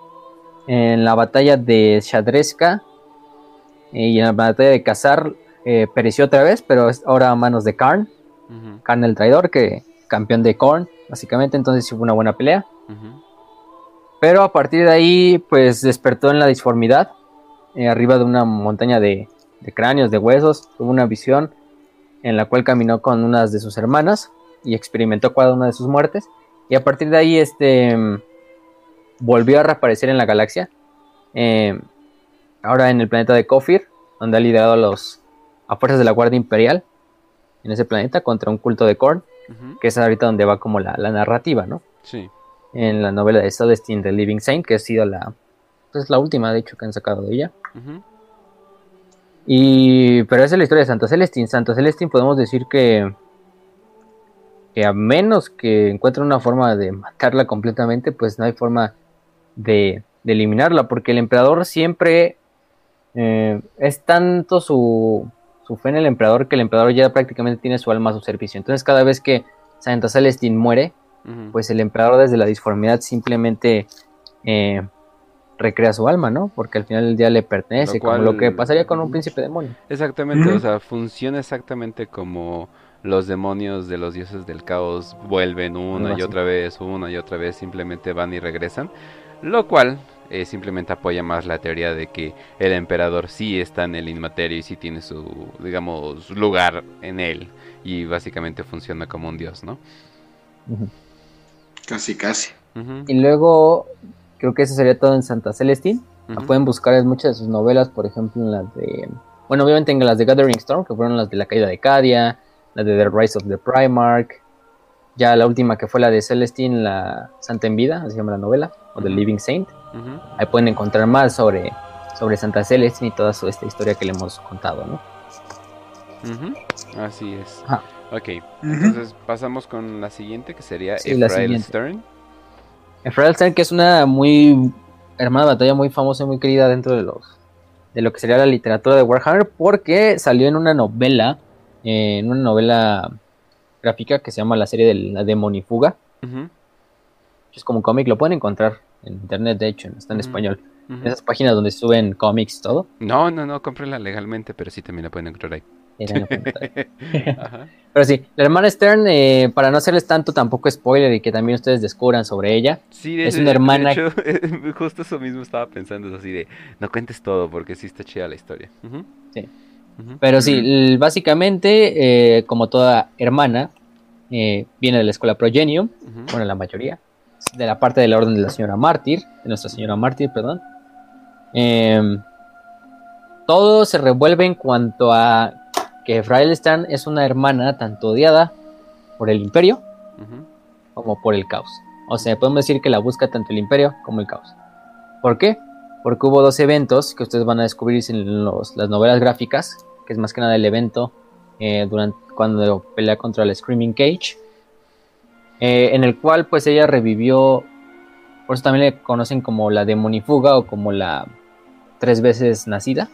en la batalla de Shadreska eh, y en la batalla de Khazar eh, pereció otra vez, pero es ahora a manos de Karn, uh-huh. Karn el traidor, que campeón de Khorne, básicamente. Entonces hubo una buena pelea. Uh-huh. Pero a partir de ahí, pues despertó en la disformidad, eh, arriba de una montaña de, de cráneos, de huesos. Tuvo una visión en la cual caminó con unas de sus hermanas y experimentó cada una de sus muertes. Y a partir de ahí, este volvió a reaparecer en la galaxia. Eh, ahora en el planeta de Kofir, donde ha liderado a, los, a fuerzas de la Guardia Imperial en ese planeta contra un culto de Khorne, uh-huh. que es ahorita donde va como la, la narrativa, ¿no? Sí. En la novela de Celestine The Living Saint, que ha sido la, pues, la última, de hecho, que han sacado de ella. Uh-huh. Y, pero esa es la historia de Santa Celestine. Santa Celestine podemos decir que, que a menos que encuentren una forma de matarla completamente, pues no hay forma de, de eliminarla, porque el emperador siempre eh, es tanto su, su fe en el emperador, que el emperador ya prácticamente tiene su alma a su servicio. Entonces cada vez que Santa Celestine muere, uh-huh. pues el emperador desde la disformidad simplemente eh, recrea su alma, ¿no? Porque al final del día le pertenece, lo cual, como lo que pasaría con un príncipe demonio. Exactamente, uh-huh. o sea, funciona exactamente como los demonios de los dioses del caos vuelven una no, y otra vez, una y otra vez, simplemente van y regresan, lo cual eh, simplemente apoya más la teoría de que el emperador sí está en el inmaterio y sí tiene su, digamos, lugar en él, y básicamente funciona como un dios, ¿no? Uh-huh. Casi, casi. Uh-huh. Y luego, creo que eso sería todo en Santa Celestine. Uh-huh. La pueden buscar en muchas de sus novelas, por ejemplo, en las de... Bueno, obviamente en las de Gathering Storm, que fueron las de la caída de Cadia, la de The Rise of the Primarch, ya la última que fue la de Celestine, la Santa en Vida, así se llama la novela, o The uh-huh. Living Saint. Uh-huh. Ahí pueden encontrar más sobre, sobre Santa Celestine y toda su, esta historia que le hemos contado, ¿no? Uh-huh. Así es. Ajá. Ok, uh-huh. entonces pasamos con la siguiente, que sería sí, Ephrael Stern. Ephrael Stern, que es una muy hermana de batalla muy famosa y muy querida dentro de los de lo que sería la literatura de Warhammer, porque salió en una novela, eh, en una novela gráfica que se llama la serie de la Demonifuga. Uh-huh. Es como un cómic, lo pueden encontrar en internet, de hecho, está en uh-huh. español. Uh-huh. Esas páginas donde suben cómics, todo. No, no, no, cómprenla legalmente, pero sí también la pueden encontrar ahí. Pero sí, la hermana Stern, eh, para no hacerles tanto tampoco spoiler y que también ustedes descubran sobre ella, sí, de, es una hermana. De hecho, justo eso mismo estaba pensando, es así de, no cuentes todo porque sí está chida la historia. Uh-huh. Sí, uh-huh. Pero sí, uh-huh. básicamente, eh, como toda hermana, eh, viene de la escuela Progenium, uh-huh. bueno, la mayoría, de la parte de la orden de la señora Mártir, de Nuestra Señora Mártir, perdón. Eh, todo se revuelve en cuanto a que Fraile Stern es una hermana tanto odiada por el Imperio Ujú. como por el caos. O sea, podemos decir que la busca tanto el Imperio como el caos. ¿Por qué? Porque hubo dos eventos que ustedes van a descubrir en los, las novelas gráficas, que es más que nada el evento eh, durante, cuando pelea contra el Screaming Cage, eh, en el cual pues ella revivió, por eso también le conocen como la demonifuga o como la tres veces nacida,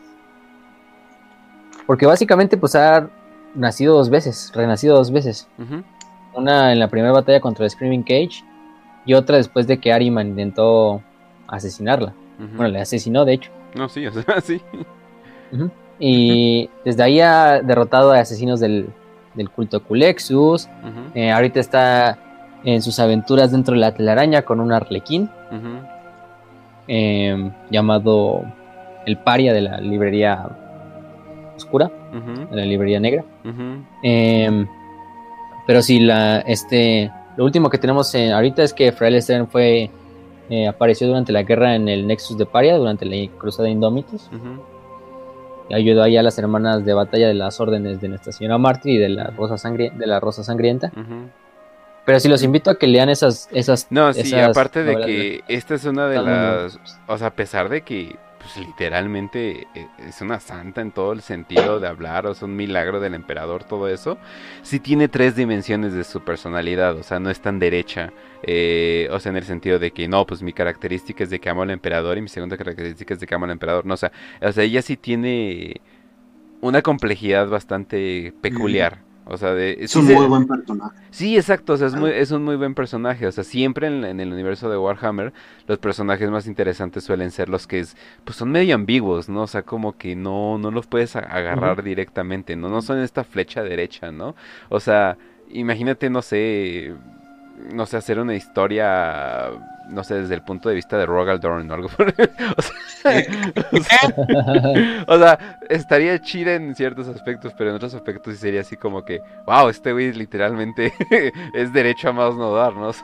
porque básicamente pues ha nacido dos veces, renacido dos veces, Ujú. una en la primera batalla contra el Screaming Cage y otra después de que Ahriman intentó asesinarla. Ujú. Bueno, le asesinó de hecho. No, sí, o sea, sí. Ujú. Y desde ahí ha derrotado a asesinos del, del culto Culexus. Ujú. Eh, ahorita está en sus aventuras dentro de la telaraña con un arlequín Ujú. eh, llamado el Paria de la librería oscura, Ujú. de la librería negra. Ujú. Eh, pero sí, la, este, lo último que tenemos eh, ahorita es que Fraile Stern fue, eh, apareció durante la guerra en el Nexus de Paria, durante la cruzada Indómitos. Ujú. Y ayudó ahí a las hermanas de batalla de las órdenes de Nuestra Señora Mártir y de la Rosa, Sangri de la Rosa Sangrienta. Ujú. Pero sí los invito a que lean esas, esas, No, sí, esas aparte de novelas que gráficas. esta es una de Están muy las, buenas. o sea, a pesar de que, pues literalmente eh, es una santa en todo el sentido de hablar, o sea, un milagro del emperador, todo eso, sí tiene tres dimensiones de su personalidad, o sea, no es tan derecha, eh, o sea, en el sentido de que, no, pues mi característica es de que amo al emperador y mi segunda característica es de que amo al emperador, no, o sea, o sea, ella sí tiene una complejidad bastante peculiar. O sea, de, Es sí, un se- muy buen personaje. sí, exacto, o sea, es, muy, es un muy buen personaje. O sea, siempre en, en el universo de Warhammer, los personajes más interesantes suelen ser los que es, pues son medio ambiguos, ¿no? O sea, como que no, no los puedes a- agarrar Ujú. directamente, ¿no? No son esta flecha derecha, ¿no? O sea, imagínate, no sé, no sé, hacer una historia, no sé, desde el punto de vista de Rogal Dorn o algo por el- o sea, Eh, o sea, o sea, estaría chida en ciertos aspectos, pero en otros aspectos sí sería así como que, wow, este güey literalmente es derecho a más no dar, ¿no?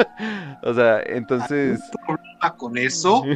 O sea, entonces, ¿Algún problema con eso?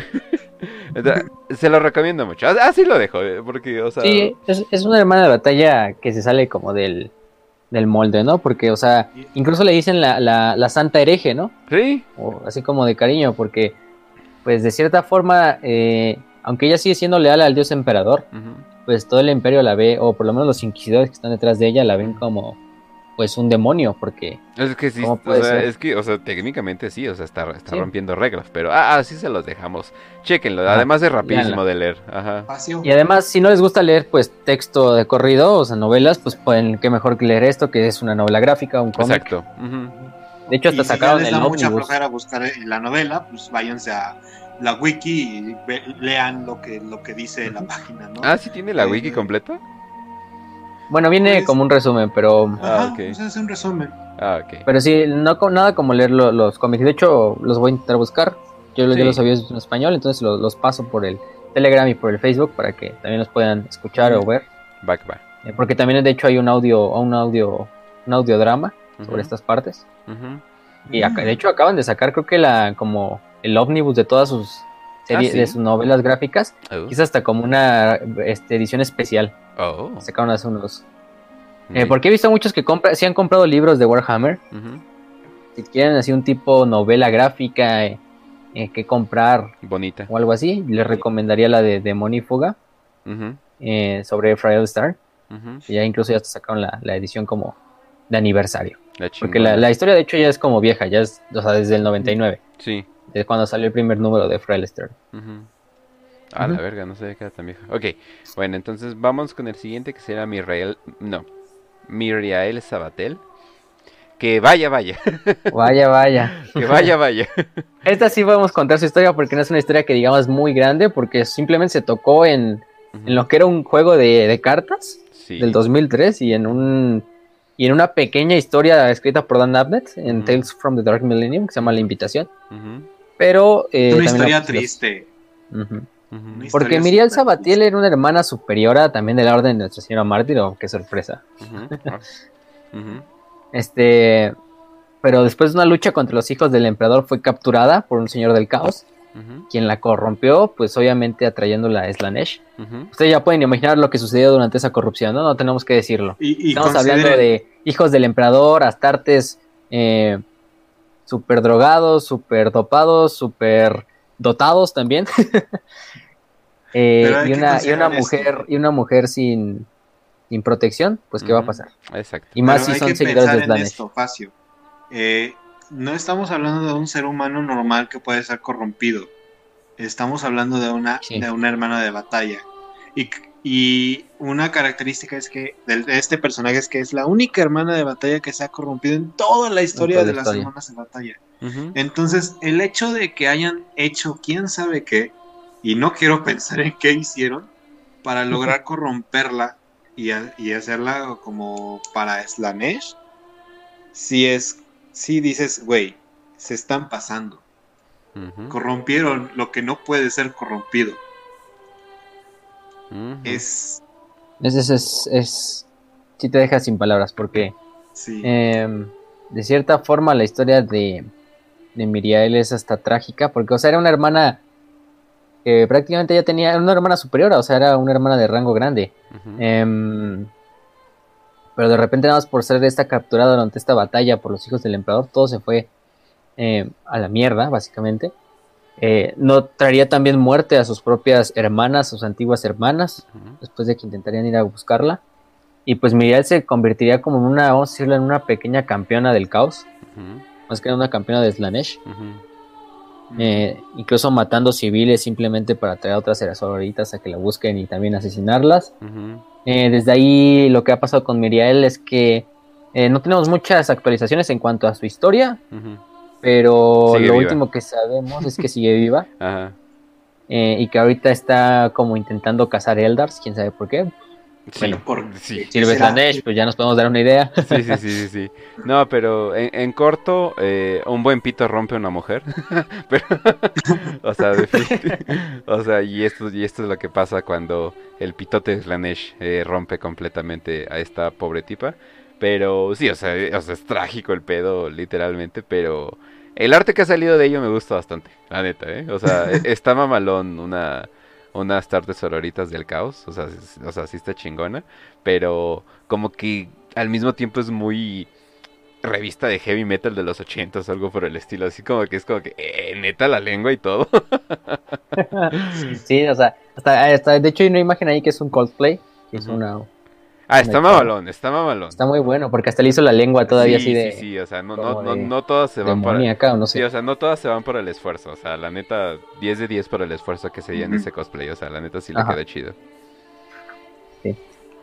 o sea, se lo recomiendo mucho. As- Así lo dejo, eh, porque, o sea, Sí, es, es una hermana de batalla que se sale como del, del molde, ¿no? Porque, o sea, incluso le dicen la, la, la santa hereje, ¿no? sí, O así como de cariño, porque, pues de cierta forma, eh, aunque ella sigue siendo leal al dios emperador, ujú, pues todo el imperio la ve, o por lo menos los inquisidores que están detrás de ella la ven como, pues, un demonio, porque, es que sí, ¿cómo o puede sea, ser? es que, o sea, técnicamente sí, o sea, está, está Sí. rompiendo reglas, pero ah, así se los dejamos. Chéquenlo, Ajá, además es rapidísimo léanla. de leer, ajá. Espacio. Y además, si no les gusta leer, pues, texto de corrido, o sea, novelas, pues pueden, qué mejor que leer esto, que es una novela gráfica, un cómic. Exacto. Ujú. De hecho, hasta Y si ya sacaron les el da mucha ómnibus. flojera buscar en la novela, pues váyanse a la wiki y ve- lean lo que, lo que dice la página, ¿no? Ah, sí tiene la Eh, wiki completa. Bueno, viene Pues- como un resumen, pero, Ajá, Ah, ok. pues es un resumen. Ah, ok. pero sí, no co- nada como leer lo- los cómics. De hecho, los voy a intentar buscar. Yo, yo Sí. los había visto en español, entonces los, los paso por el Telegram y por el Facebook para que también los puedan escuchar o ver. Va que va. Eh, porque también de hecho hay un audio, un audio, un audiodrama sobre Ujú. estas partes. Ujú. Y acá, de hecho acaban de sacar, creo que la como el ómnibus de todas sus series, ¿sí? de sus novelas gráficas. Oh. Quizás hasta como una este, edición especial. Oh. Sacaron hace unos. Eh, Neat. porque he visto muchos que compran, sí han comprado libros de Warhammer. Ujú. Si quieren así un tipo novela gráfica eh, eh, que comprar Bonita. o algo así, les recomendaría la de Demonífuga Ujú. eh, sobre Fraile Star. Ujú. Que ya incluso ya hasta sacaron la, la edición como de aniversario. La Porque la, chingona. la historia de hecho ya es como vieja, ya es, o sea, desde el noventa y nueve, Sí. desde cuando salió el primer número de Fraile Star. Ujú. A la Ujú. verga, no sabía que era tan vieja. Ok, bueno, entonces vamos con el siguiente que será Miriel. No, Miriel Sabatel. Que vaya, vaya. Vaya, vaya. Que vaya, vaya. Esta sí podemos contar su historia porque no es una historia que digamos muy grande, porque simplemente se tocó en, en lo que era un juego de, de cartas Sí. del dos mil tres y en un y en una pequeña historia escrita por Dan Abnett en Ujú. Tales from the Dark Millennium que se llama La Invitación, Ujú. pero eh, Es una también la- historia triste. Ujú. Ujú. Una Porque historia Miriel súper Sabatiel triste. era una hermana superiora también de la Orden de Nuestra Señora Mártir, oh, qué sorpresa. Ujú. Ah. Ujú. Este, pero después de una lucha contra los hijos del emperador fue capturada por un señor del caos Ujú, quien la corrompió, pues obviamente atrayéndola a Slanesh. ujú. Ustedes ya pueden imaginar lo que sucedió durante esa corrupción, ¿no? No tenemos que decirlo. Y, y Estamos hablando consideren, de hijos del emperador, astartes, eh, súper drogados, súper dopados, súper dotados también. Eh, pero hay y que una, y una considerar esto. mujer, y una mujer sin, sin protección, pues ¿qué va a Ujú, pasar? exacto. Y más Pero si hay son que seguidores pensar de en Slanesh. esto, Facio. Eh, no estamos hablando de un ser humano normal que puede ser corrompido. Estamos hablando de una, Sí, de una hermana de batalla. Y, y una característica es que de, de este personaje es que es la única hermana de batalla que se ha corrompido en toda la en historia toda la de las historia. hermanas de batalla. Ujú, Entonces, el hecho de que hayan hecho quién sabe qué, y no quiero pensar en qué hicieron, para lograr corromperla y, a- y hacerla como para Slanesh, si es, si dices, güey, se están pasando. ujú, Corrompieron lo que no puede ser corrompido. ujú. Es, Es, es, es, es- sí te deja sin palabras, porque sí, eh, de cierta forma la historia de, de Miriel es hasta trágica, porque, o sea, era una hermana que prácticamente ya tenía, era una hermana superior, o sea, era una hermana de rango grande. Ujú, Em, pero de repente, nada más por ser esta capturada durante esta batalla por los hijos del emperador, todo se fue eh, a la mierda, básicamente. Eh, no traería también muerte a sus propias hermanas, sus antiguas hermanas, ujú, después de que intentarían ir a buscarla. Y pues Miriel se convertiría como en una, vamos a decirlo, en una pequeña campeona del caos, ujú, más que en una campeona de Slanesh. ujú, Eh, incluso matando civiles simplemente para traer a otras sororitas a que la busquen y también asesinarlas. ujú, Eh, desde ahí lo que ha pasado con Miriel es que eh, no tenemos muchas actualizaciones en cuanto a su historia, ujú. pero Sigue lo viva. último que sabemos es que sigue viva Ajá. eh, y que ahorita está como intentando cazar Eldars, quién sabe por qué. Sí, Bueno, por sí. si eres será. Slanesh, pues ya nos podemos dar una idea. Sí, sí, sí, sí, sí. No, pero en, en corto, eh, un buen pito rompe a una mujer. Pero, o sea, definitivamente. O sea, y esto, y esto es lo que pasa cuando el pitote de Slanesh eh, rompe completamente a esta pobre tipa. Pero sí, o sea, eh, o sea, es trágico el pedo, literalmente. Pero el arte que ha salido de ello me gusta bastante, la neta, ¿eh? O sea, e- está mamalón una, unas tardes sororitas del caos. O sea, s- o sea, sí está chingona. Pero como que al mismo tiempo es muy revista de heavy metal de los ochentas, algo por el estilo, así como que es como que, eh, neta la lengua y todo. Sí, o sea, hasta, hasta- de hecho hay una imagen ahí que es un Coldplay, que es Ujú. una, Ah, una está chava. mamalón, está mamalón. Está muy bueno porque hasta le hizo la lengua todavía así Sí, sí, de sí, o sea, no, no, como no, de no todas se van para... demoníaca o no Sí, sé. o sea, no todas se van por el esfuerzo, o sea, la neta, diez de diez por el esfuerzo que se dio en Ujú. ese cosplay, o sea, la neta sí le Ajá, quedó chido. sí.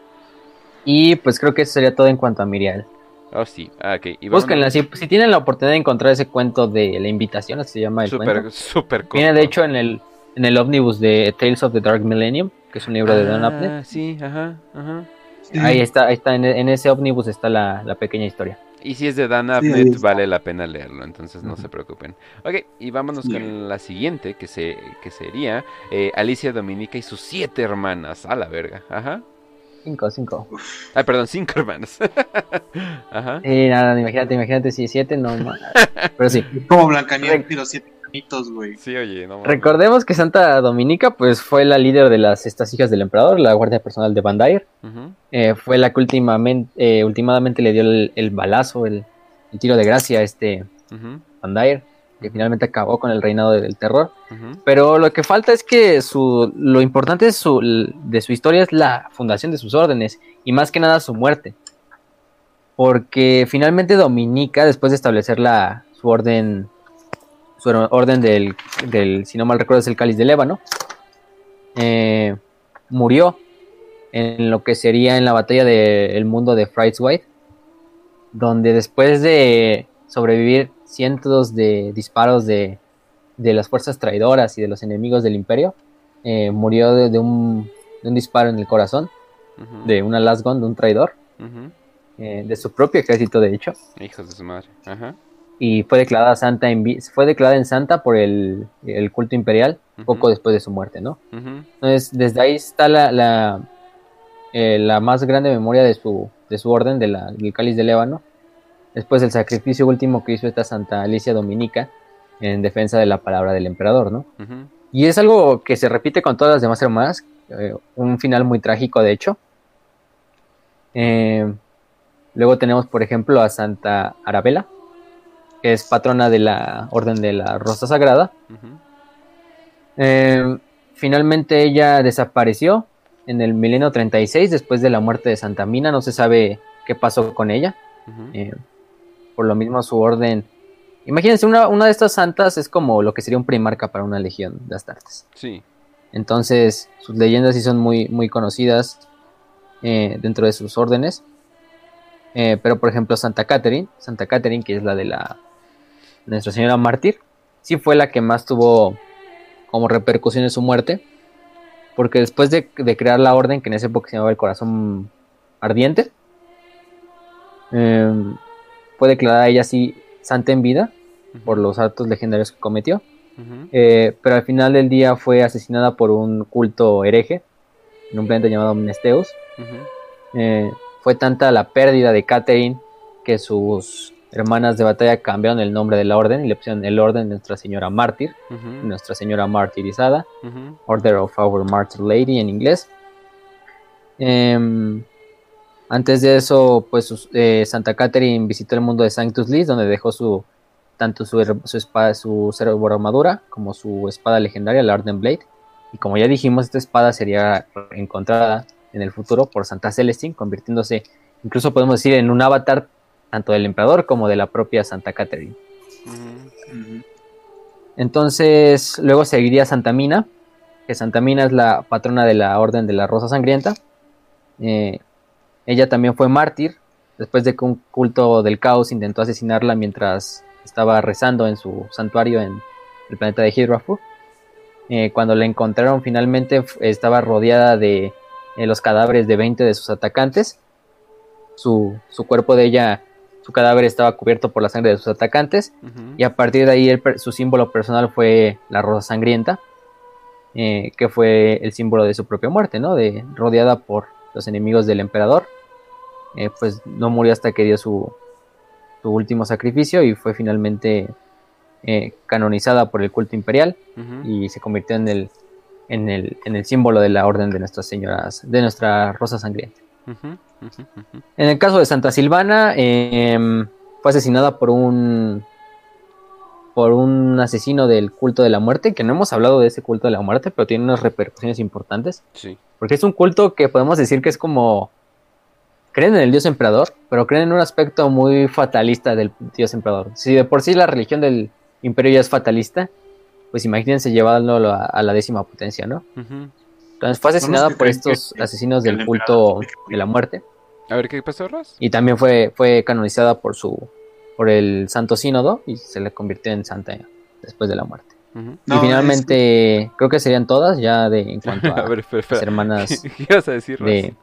Y pues creo que eso sería todo en cuanto a Miriel. Oh, sí, ah, ok, y Búsquenla, vámonos. si, si tienen la oportunidad de encontrar ese cuento de la invitación, así se llama el cuento. Súper, súper Viene de corto. hecho en el, en el ómnibus de Tales of the Dark Millennium, que es un libro de Dan Abnett. Ah, sí, ajá, ajá. Ahí Sí, está, ahí está, en, en ese ómnibus está la, la pequeña historia. Y si es de Dan sí, ahí Abnett, está. vale la pena leerlo, entonces no Ujú. se preocupen. Ok, y vámonos Sí. con la siguiente, que, se, que sería eh, Alicia Dominica y sus siete hermanas. A la verga, ajá. Cinco, cinco. Ay, perdón, cinco hermanas. Ajá. Sí, nada, imagínate, imagínate si siete, no más. Pero sí. Como Blancanieves y los siete mitos, güey. Sí, oye, no mames. Recordemos que Santa Dominica pues fue la líder de las estas hijas del emperador, la guardia personal de Bandair. Ujú, Eh, fue la que últimamente, eh, últimamente le dio el, el balazo, el, el tiro de gracia a este ujú, Bandair, que Ujú. finalmente acabó con el reinado del terror. ujú, Pero lo que falta es que su, lo importante de su, de su historia es la fundación de sus órdenes y más que nada su muerte. Porque finalmente Dominica, después de establecer la, su orden, su orden del, del, si no mal recuerdo, es el Cáliz del Ébano, eh, murió en lo que sería en la batalla del mundo de Frightswide, donde después de sobrevivir cientos de disparos de, de las fuerzas traidoras y de los enemigos del imperio, eh, murió de, de, un, de un disparo en el corazón, ujú, de una last gun, de un traidor, ujú. eh, de su propio ejército de hecho, Hijos de su madre. Ajá. y fue declarada santa en, vi- fue declarada en santa por el, el culto imperial poco Ujú, después de su muerte, ¿no? ujú, Entonces, desde ahí está la, la, eh, la más grande memoria de su, de su orden, de la, del Cáliz del Ébano, después del sacrificio último que hizo esta Santa Alicia Dominica, en defensa de la palabra del emperador, ¿no? Ujú. Y es algo que se repite con todas las demás hermanas, eh, un final muy trágico, de hecho. Eh, luego tenemos, por ejemplo, a Santa Arabella, que es patrona de la Orden de la Rosa Sagrada. Ujú. Eh, finalmente ella desapareció en el milenio treinta y seis, después de la muerte de Santa Mina. No se sabe qué pasó con ella. Ujú. Eh, por lo mismo su orden... Imagínense, una, una de estas santas es como lo que sería un primarca para una legión de Astartes. Sí. Entonces, sus leyendas sí son muy, muy conocidas eh, dentro de sus órdenes. Eh, pero, por ejemplo, Santa Catherine, Santa Catherine, que es la de la Nuestra Señora Mártir, sí fue la que más tuvo como repercusión en su muerte. Porque después de, de crear la orden, que en esa época se llamaba el Corazón Ardiente, eh, fue declarada ella así santa en vida Ujú. por los actos legendarios que cometió. Ujú. Eh, pero al final del día fue asesinada por un culto hereje en un planeta llamado Mnesteus. Ujú. Eh, fue tanta la pérdida de Catherine que sus hermanas de batalla cambiaron el nombre de la orden y le pusieron el orden de Nuestra Señora Mártir, Ujú. Nuestra Señora Martirizada, Ujú. Order of Our Martyr Lady en inglés. Eh, antes de eso, pues sus- eh, Santa Catherine visitó el mundo de Sanctus Lis, donde dejó su tanto su, her- su espada, su cerebro armadura, como su espada legendaria, la Arden Blade. Y como ya dijimos, esta espada sería encontrada en el futuro por Santa Celestine, convirtiéndose, incluso podemos decir, en un avatar tanto del emperador como de la propia Santa Catherine. Ujú. Ujú. Entonces, luego seguiría Santa Mina, que Santa Mina es la patrona de la Orden de la Rosa Sangrienta. Eh, ella también fue mártir, después de que un culto del caos intentó asesinarla mientras estaba rezando en su santuario en el planeta de Hydrafu. Eh, cuando la encontraron finalmente f- estaba rodeada de eh, los cadáveres de veinte de sus atacantes. Su, su cuerpo de ella, su cadáver estaba cubierto por la sangre de sus atacantes. Ujú. Y a partir de ahí el per- su símbolo personal fue la rosa sangrienta, eh, que fue el símbolo de su propia muerte, ¿no? De, rodeada por los enemigos del emperador. Eh, pues no murió hasta que dio su, su último sacrificio y fue finalmente eh, canonizada por el culto imperial Ujú. y se convirtió en el, en el, en el símbolo de la orden de nuestras señoras, de nuestra rosa sangrienta. Ujú. Ujú. Ujú. En el caso de Santa Silvana, eh, fue asesinada por un por un asesino del culto de la muerte, que no hemos hablado de ese culto de la muerte, pero tiene unas repercusiones importantes, Sí. porque es un culto que podemos decir que es como creen en el dios emperador, pero creen en un aspecto muy fatalista del dios emperador. Si de por sí la religión del imperio ya es fatalista, pues imagínense llevándolo a, a la décima potencia, ¿no? Ujú. Entonces fue Son los asesinada que por creen que, estos asesinos que el del emperador culto tiene que morir. de la muerte A ver, ¿qué pasó, Ros? y también fue, fue canonizada por su por el Santo Sínodo y se le convirtió en santa después de la muerte. Ujú. Y No, es que, finalmente, creo que serían todas ya de en cuanto A a ver, espera, las espera. hermanas ¿Qué ibas a decir, Ros? de,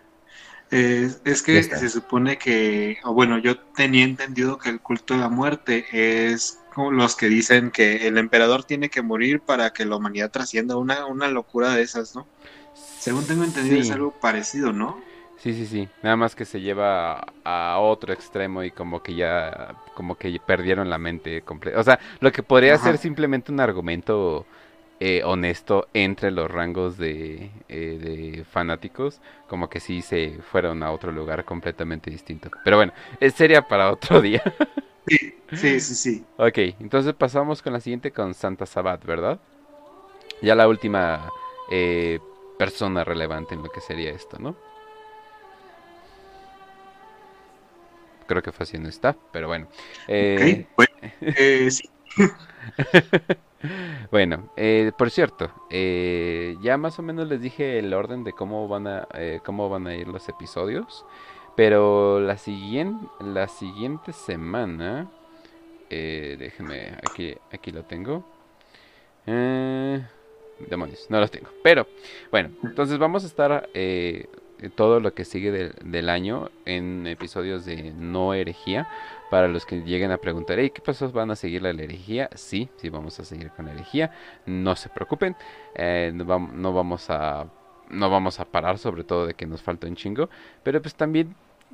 eh, es de que esta. se supone que, o bueno, yo tenía entendido que el culto de la muerte es como los que dicen que el emperador tiene que morir para que la humanidad trascienda, una, una locura de esas, ¿no? Según tengo entendido es Sí, algo parecido, ¿no? sí, sí, sí. Nada más que se lleva a, a otro extremo y como que ya, como que perdieron la mente completa. O sea, lo que podría ser Ajá. simplemente un argumento eh, honesto entre los rangos de, eh, de fanáticos, como que sí se fueron a otro lugar completamente distinto. Pero bueno, eh, sería para otro día. Sí, sí, sí, sí. Ok, entonces pasamos con la siguiente con Santa Sabat, ¿verdad? Ya la última eh, persona relevante en lo que sería esto, ¿no? Creo que fácil no está, pero bueno. Ok, Eh, bueno, eh, sí. bueno, eh, por cierto, eh, ya más o menos les dije el orden de cómo van a, eh, cómo van a ir los episodios, pero la siguiente, la siguiente semana, eh, déjenme, aquí, aquí lo tengo. Eh, demonios, no los tengo. Pero, bueno, entonces vamos a estar eh, todo lo que sigue del, del año en episodios de No Herejía. Para los que lleguen a preguntar, hey, ¿qué pasó? ¿Van a seguir la herejía? Sí, sí, vamos a seguir con la herejía. No se preocupen, eh, no, vam- no vamos a, no vamos a parar, sobre todo de que nos falta un chingo. Pero pues también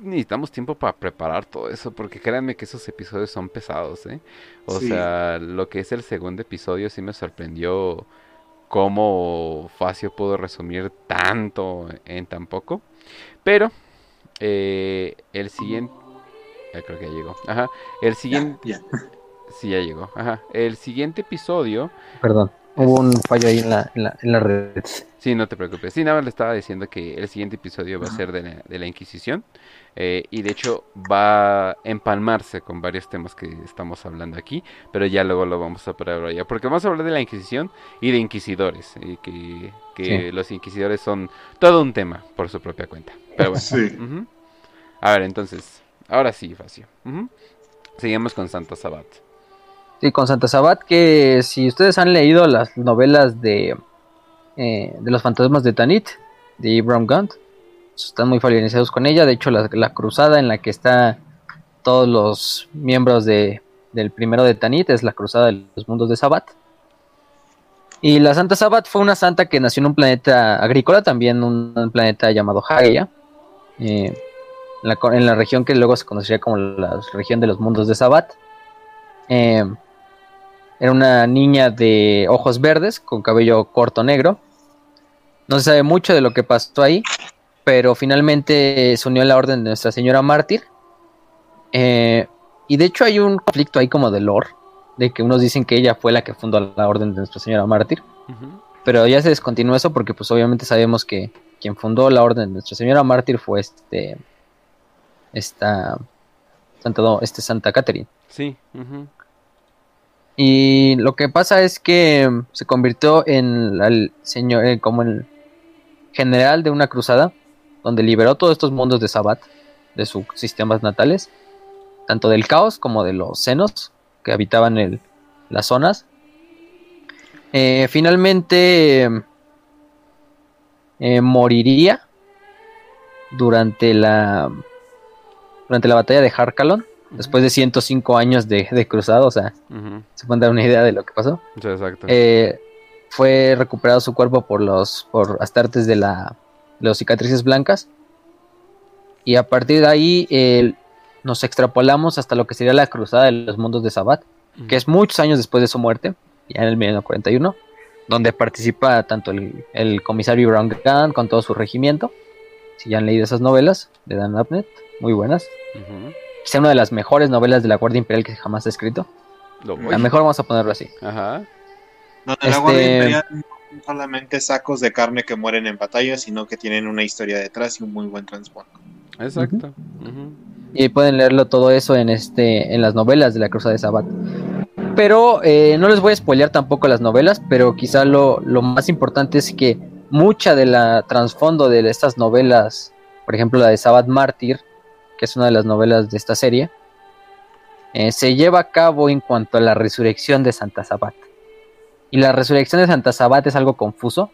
necesitamos tiempo para preparar todo eso, porque créanme que esos episodios son pesados, ¿eh? O Sí. sea, lo que es el segundo episodio sí me sorprendió cómo Facio pudo resumir tanto en tan poco. Pero eh, el siguiente... Ya creo que ya llegó. Ajá. El Ya, siguiente... ya. Sí, ya llegó. Ajá. El siguiente episodio... Perdón, hubo un fallo ahí en la, en la, en la red. Sí, no te preocupes. Sí, nada más le estaba diciendo que el siguiente episodio va a Ajá. ser de la, de la Inquisición. eh, y de hecho va a empalmarse con varios temas que estamos hablando aquí. Pero ya luego lo vamos a probar allá. Porque vamos a hablar de la Inquisición y de inquisidores. Y que, que Sí. los inquisidores son todo un tema por su propia cuenta. Pero bueno. Sí. Ujú. A ver, entonces. Ahora sí, Facio. Ujú. Seguimos con Santa Sabat. Sí, con Santa Sabat, que si ustedes han leído las novelas de, eh, de los fantasmas de Tanit, de Ibram Gant, están muy familiarizados con ella. De hecho, la, la cruzada en la que están todos los miembros de, del primero de Tanit es la cruzada de los mundos de Sabat. Y la Santa Sabat fue una santa que nació en un planeta agrícola, también un, un planeta llamado Hageia, eh, en, la, en la región que luego se conocería como la región de los mundos de Sabat. Eh, Era una niña de ojos verdes, con cabello corto negro. No se sabe mucho de lo que pasó ahí, pero finalmente se unió a la orden de Nuestra Señora Mártir. Eh, y de hecho hay un conflicto ahí como de lore, de que unos dicen que ella fue la que fundó la orden de Nuestra Señora Mártir. Ujú. Pero ya se descontinuó eso porque pues obviamente sabemos que quien fundó la orden de Nuestra Señora Mártir fue este... Esta... Santa, este Santa Catherine. Sí. Ujú. Y lo que pasa es que mm, se convirtió en el señor, eh, como el general de una cruzada, donde liberó todos estos mundos de Sabat, de sus sistemas natales, tanto del caos como de los senos que habitaban el, las zonas. Eh, finalmente eh, moriría durante la durante la batalla de Harkalon, después de ciento cinco años de, de cruzada, o sea, Ujú. se pueden dar una idea de lo que pasó. Sí, exacto. Eh, fue recuperado su cuerpo por los por Astartes de la de los cicatrices blancas, y a partir de ahí eh, nos extrapolamos hasta lo que sería la cruzada de los mundos de Sabat, Ujú. que es muchos años después de su muerte, ya en el mil novecientos cuarenta y uno, donde participa tanto el, el comisario Brown Gunn con todo su regimiento. Si ya han leído esas novelas de Dan Abnett, muy buenas. Ujú. Quizá una de las mejores novelas de la Guardia Imperial que jamás ha escrito. Lo La voy. mejor, vamos a ponerlo así. Ajá. Donde la Este- Guardia Imperial no son solamente sacos de carne que mueren en batalla, sino que tienen una historia detrás y un muy buen trasfondo. Exacto. Ujú. Y pueden leerlo todo eso en este en las novelas de la Cruzada de Sabat. Pero eh, no les voy a spoilear tampoco las novelas, pero quizá lo, lo más importante es que mucha de la trasfondo de estas novelas, por ejemplo la de Sabat Mártir, que es una de las novelas de esta serie, eh, se lleva a cabo en cuanto a la resurrección de Santa Sabat. Y la resurrección de Santa Sabat es algo confuso,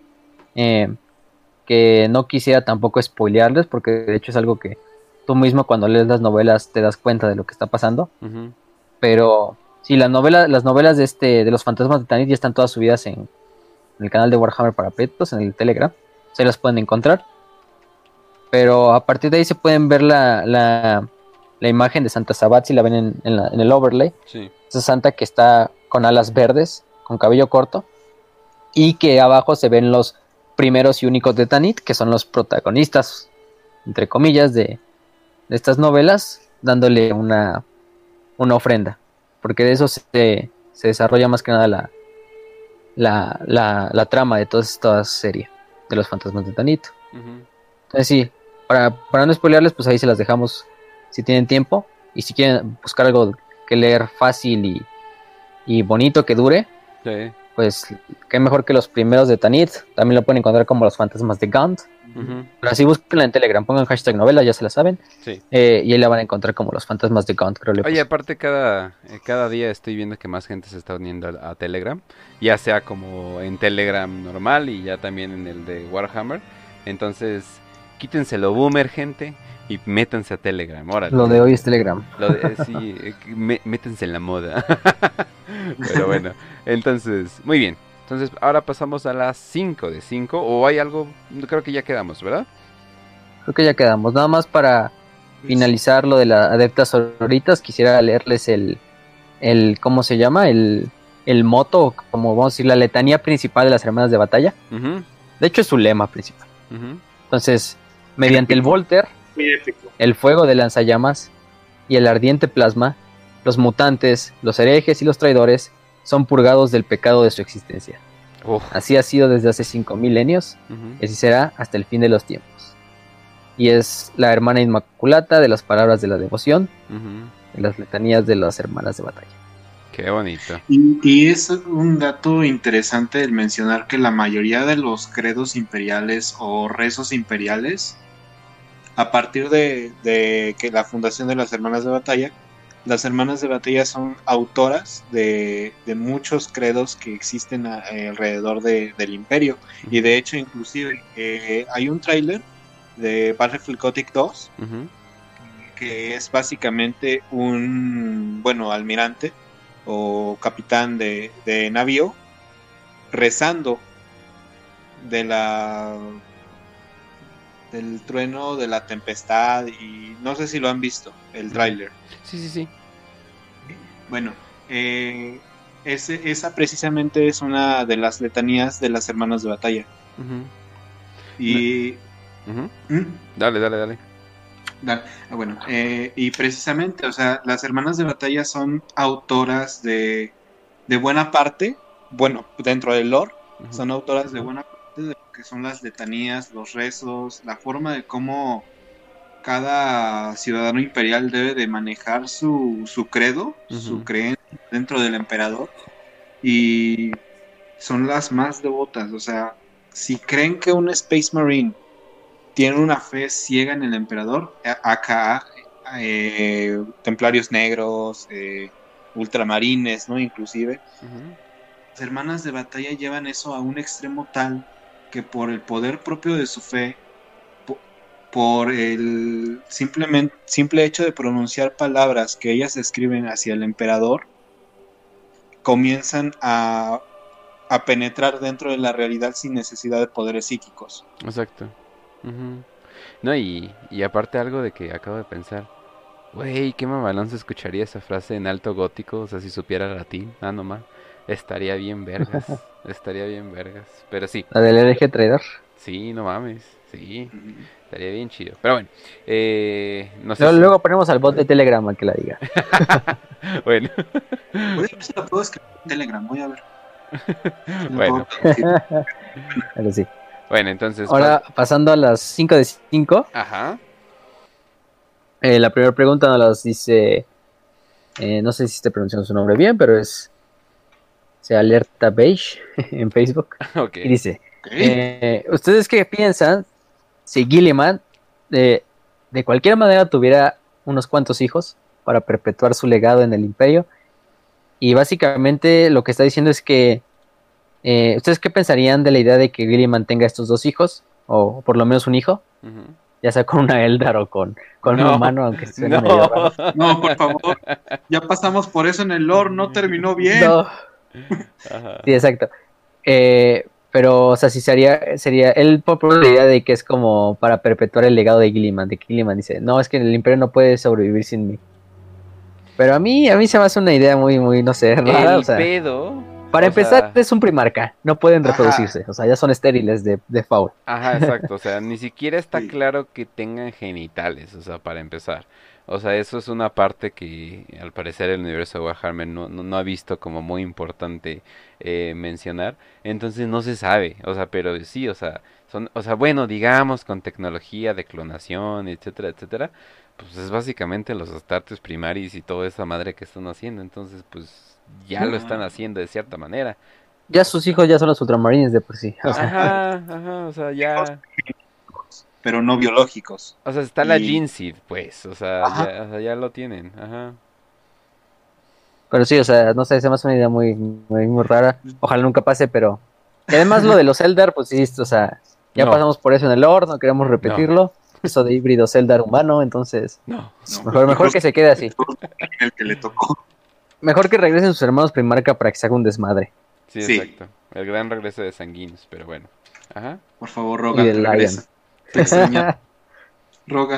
eh, que no quisiera tampoco spoilearles, porque de hecho es algo que tú mismo cuando lees las novelas te das cuenta de lo que está pasando. Ujú. Pero sí, la novela, las novelas de este de los fantasmas de Tanit ya están todas subidas en, en el canal de Warhammer para Petos, en el Telegram. Se las pueden encontrar. Pero a partir de ahí se pueden ver la, la, la imagen de Santa Sabat, si la ven en, en, la- en el overlay. Sí. Esa santa que está con alas verdes, con cabello corto, y que abajo se ven los primeros y únicos de Tanit, que son los protagonistas, entre comillas, de, de estas novelas, dándole una, una ofrenda, porque de eso se, se desarrolla más que nada la, la, la, la trama de toda esta serie de los fantasmas de Tanit. Ujú. Entonces sí, para, para no spoilearles, pues ahí se las dejamos si tienen tiempo, y si quieren buscar algo que leer fácil y, y bonito que dure, Sí. pues qué mejor que los primeros de Tanit. También lo pueden encontrar como los fantasmas de Gaunt. Ujú. Pero así búsquenla en Telegram, pongan hashtag novela, ya se la saben, Sí. eh, y ahí la van a encontrar como los fantasmas de Gaunt, creo. Oye, aparte cada, eh, cada día estoy viendo que más gente se está uniendo a, a Telegram, ya sea como en Telegram normal y ya también en el de Warhammer. Entonces, quítense lo boomer, gente, y métanse a Telegram, órale. Lo de hoy es Telegram. Lo de- eh, sí, eh, que mé- métanse en la moda. Pero bueno, entonces, muy bien. Entonces, ahora pasamos a las cinco de cinco, o hay algo, creo que ya quedamos, ¿verdad? Creo que ya quedamos. Nada más para finalizar lo de las adeptas sororitas, quisiera leerles el, el ¿cómo se llama? El, el moto, como vamos a decir, la letanía principal de las hermanas de batalla. Ujú, De hecho, es su lema principal. ujú. Entonces, mediante el Épico. Volter, Muy épico. el fuego de lanzallamas y el ardiente plasma, los mutantes, los herejes y los traidores son purgados del pecado de su existencia. Uf, Así ha sido desde hace cinco milenios, ujú, y así será hasta el fin de los tiempos. Y es la hermana inmaculata de las palabras de la devoción, ujú. de las letanías de las hermanas de batalla. Qué bonito. Y, y es un dato interesante el mencionar que la mayoría de los credos imperiales o rezos imperiales, a partir de, de que la fundación de las hermanas de batalla, las hermanas de batalla son autoras de, de muchos credos que existen a- eh, alrededor de- del imperio. Y de hecho, inclusive, eh, hay un tráiler de Battlefield Gothic dos Ujú, que es básicamente un, bueno, almirante o capitán de, de navío rezando de la del trueno, de la tempestad, y no sé si lo han visto, el tráiler. Sí, sí, sí. Bueno, eh, ese, esa precisamente es una de las letanías de las hermanas de batalla. Ujú, Y... ujú. ¿Mm? Dale, dale, dale. Da- ah, bueno, eh, y precisamente, o sea, las hermanas de batalla son autoras de, de buena parte, bueno, dentro del lore, Ujú, son autoras de buena parte de lo que son las letanías, los rezos, la forma de cómo cada ciudadano imperial debe de manejar su, su credo, su ujú. creencia dentro del emperador, y son las más devotas, o sea, si creen que un Space Marine tiene una fe ciega en el emperador, a- acá eh, templarios negros, eh, ultramarines, ¿no? Inclusive, Ujú. las hermanas de batalla llevan eso a un extremo tal que por el poder propio de su fe, po- por el simplemente, simple hecho de pronunciar palabras que ellas escriben hacia el emperador, comienzan a, a penetrar dentro de la realidad sin necesidad de poderes psíquicos. Exacto. Ujú. No, y, y aparte algo de que acabo de pensar. Güey, qué mamalón se escucharía esa frase en alto gótico, o sea, si supiera latín, ah, nomás. Estaría bien vergas, estaría bien vergas. Pero sí, La del hereje traidor. sí, no mames, sí, Ujú. estaría bien chido. Pero bueno, eh, no sé Luego, si... luego ponemos al bot de Telegram a que la diga. Bueno, Voy a ver si la puedo escribir en Telegram, voy a ver si la puedo bueno, traducir. Pero sí. bueno, entonces... pas- Ahora, pasando a las cinco de cinco, Ajá, eh, la primera pregunta nos las dice, eh, no sé si estoy pronunciando su nombre bien, pero es se alerta beige en Facebook. ok. Y dice, Ok. eh, ¿ustedes qué piensan si Gilliman de, de cualquier manera tuviera unos cuantos hijos para perpetuar su legado en el imperio? Y básicamente lo que está diciendo es que eh, ¿ustedes qué pensarían de la idea de que Gilliman tenga estos dos hijos? O por lo menos un hijo, Ujú. ya sea con una Eldar o con, con un No, humano, aunque suene no. medio raro. No, por favor, ya pasamos por eso en el lore, no terminó bien. No, Ajá. sí, exacto. Eh, pero, o sea, sí sería, sería, él propone la idea de que es como para perpetuar el legado de Gilliman, de que Gilliman dice, no, es que el imperio no puede sobrevivir sin mí. Pero a mí, a mí se me hace una idea muy, muy, no sé, rara, o El sea, pedo, para o empezar sea, es un primarca, no pueden Ajá. reproducirse, o sea, ya son estériles de, de faul. ajá, exacto, o sea, ni siquiera está Sí. claro que tengan genitales, o sea, para empezar. O sea, eso es una parte que al parecer el universo de Warhammer no, no, no ha visto como muy importante eh, mencionar. Entonces no se sabe, o sea, pero sí, o sea, son, o sea, bueno, digamos con tecnología de clonación, etcétera, etcétera, pues es básicamente los astartes primaris y toda esa madre que están haciendo. Entonces, pues ya lo están Ah, haciendo de cierta manera. Ya sus hijos ya son los ultramarines de por sí, o sea, ajá, Ajá, ajá, o sea, ya... pero no biológicos. O sea, está la Y, Jinseed, pues, o sea, ajá, ya, o sea, ya lo tienen, ajá. pero sí, o sea, no sé, se me hace una idea muy, muy, muy rara, ojalá nunca pase, pero... Y además lo de los Eldar, pues sí, o sea, ya No, pasamos por eso en el lore, no queremos no, repetirlo, eso de híbrido Eldar humano, entonces... no. no, Mejor, mejor que se quede así. el que le tocó. Mejor que regresen sus hermanos primarca para que se haga un desmadre. Sí, Sí, exacto. El gran regreso de Sanguinos, pero bueno. Ajá. por favor, Y de Rogal, regresa. Te extraña. Rogal.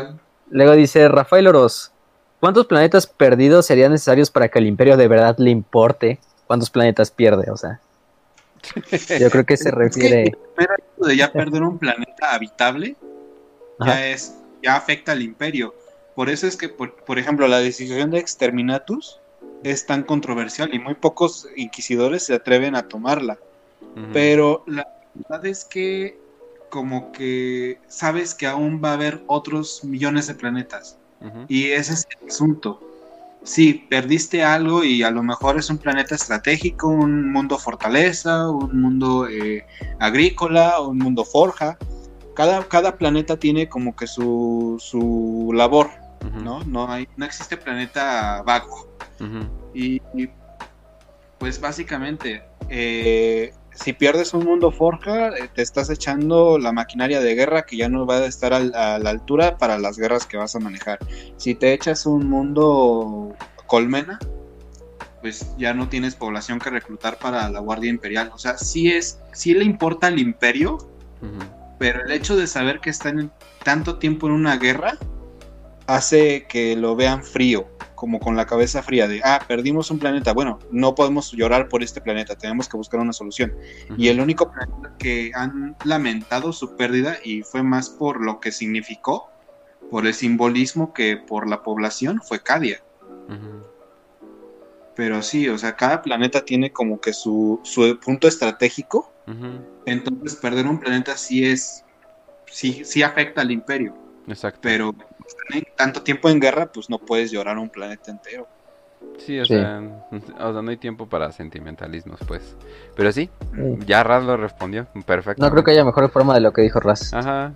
Luego dice Rafael Oroz, ¿cuántos planetas perdidos serían necesarios para que el imperio de verdad le importe? ¿Cuántos planetas pierde? O sea, yo creo que se refiere... Es que el primer acto de ya perder un planeta habitable Ajá. ya es, ya afecta al imperio. Por eso es que, por, por ejemplo, la decisión de Exterminatus es tan controversial y muy pocos inquisidores se atreven a tomarla. Ujú. Pero la verdad es que como que sabes que aún va a haber otros millones de planetas. Ujú. Y ese es el asunto. Sí, perdiste algo y a lo mejor es un planeta estratégico, un mundo fortaleza, un mundo eh, agrícola, un mundo forja. Cada, cada planeta tiene como que su, su labor, Ujú. ¿no? No hay, no existe planeta vago. Ujú. Y, y, pues básicamente, eh, si pierdes un mundo forja, eh, te estás echando la maquinaria de guerra que ya no va a estar al, a la altura para las guerras que vas a manejar. Si te echas un mundo colmena, pues ya no tienes población que reclutar para la Guardia Imperial. O sea, sí, es, sí le importa al imperio, Ujú. pero el hecho de saber que están tanto tiempo en una guerra hace que lo vean frío, como con la cabeza fría de, ah, perdimos un planeta, bueno, no podemos llorar por este planeta, tenemos que buscar una solución. Ujú. Y el único planeta que han lamentado su pérdida, y fue más por lo que significó, por el simbolismo que por la población, fue Cadia. Ujú. Pero sí, o sea, cada planeta tiene como que su, su punto estratégico, Ujú. entonces perder un planeta sí es, sí, sí afecta al imperio. Exacto. Pero en tanto tiempo en guerra, pues no puedes llorar un planeta entero. Sí, o Sí. sea, o sea, no hay tiempo para sentimentalismos, pues. Pero sí, Sí. ya Raz lo respondió perfecto. No creo que haya mejor forma de lo que dijo Raz. Ajá.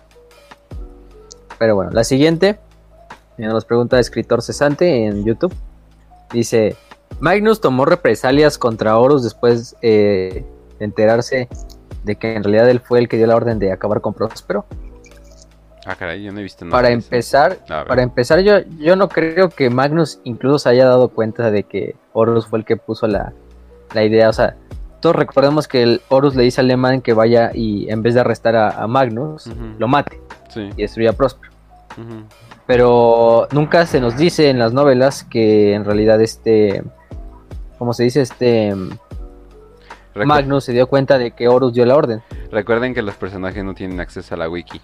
Pero bueno, la siguiente eh, nos pregunta escritor cesante en YouTube. Dice, Magnus tomó represalias contra Horus después eh, de enterarse de que en realidad él fue el que dio la orden de acabar con Próspero. Ah, caray, yo no he visto nada. Para de eso. empezar, A ver. para empezar yo, yo no creo que Magnus incluso se haya dado cuenta de que Horus fue el que puso la, la idea. O sea, todos recordemos que el Horus le dice a Lehman que vaya y en vez de arrestar a, a Magnus, Ujú. lo mate Sí. y destruya a Próspero. Ujú. Pero nunca se nos dice en las novelas que en realidad este, como se dice, este Recu- Magnus se dio cuenta de que Horus dio la orden. Recuerden que los personajes no tienen acceso a la wiki.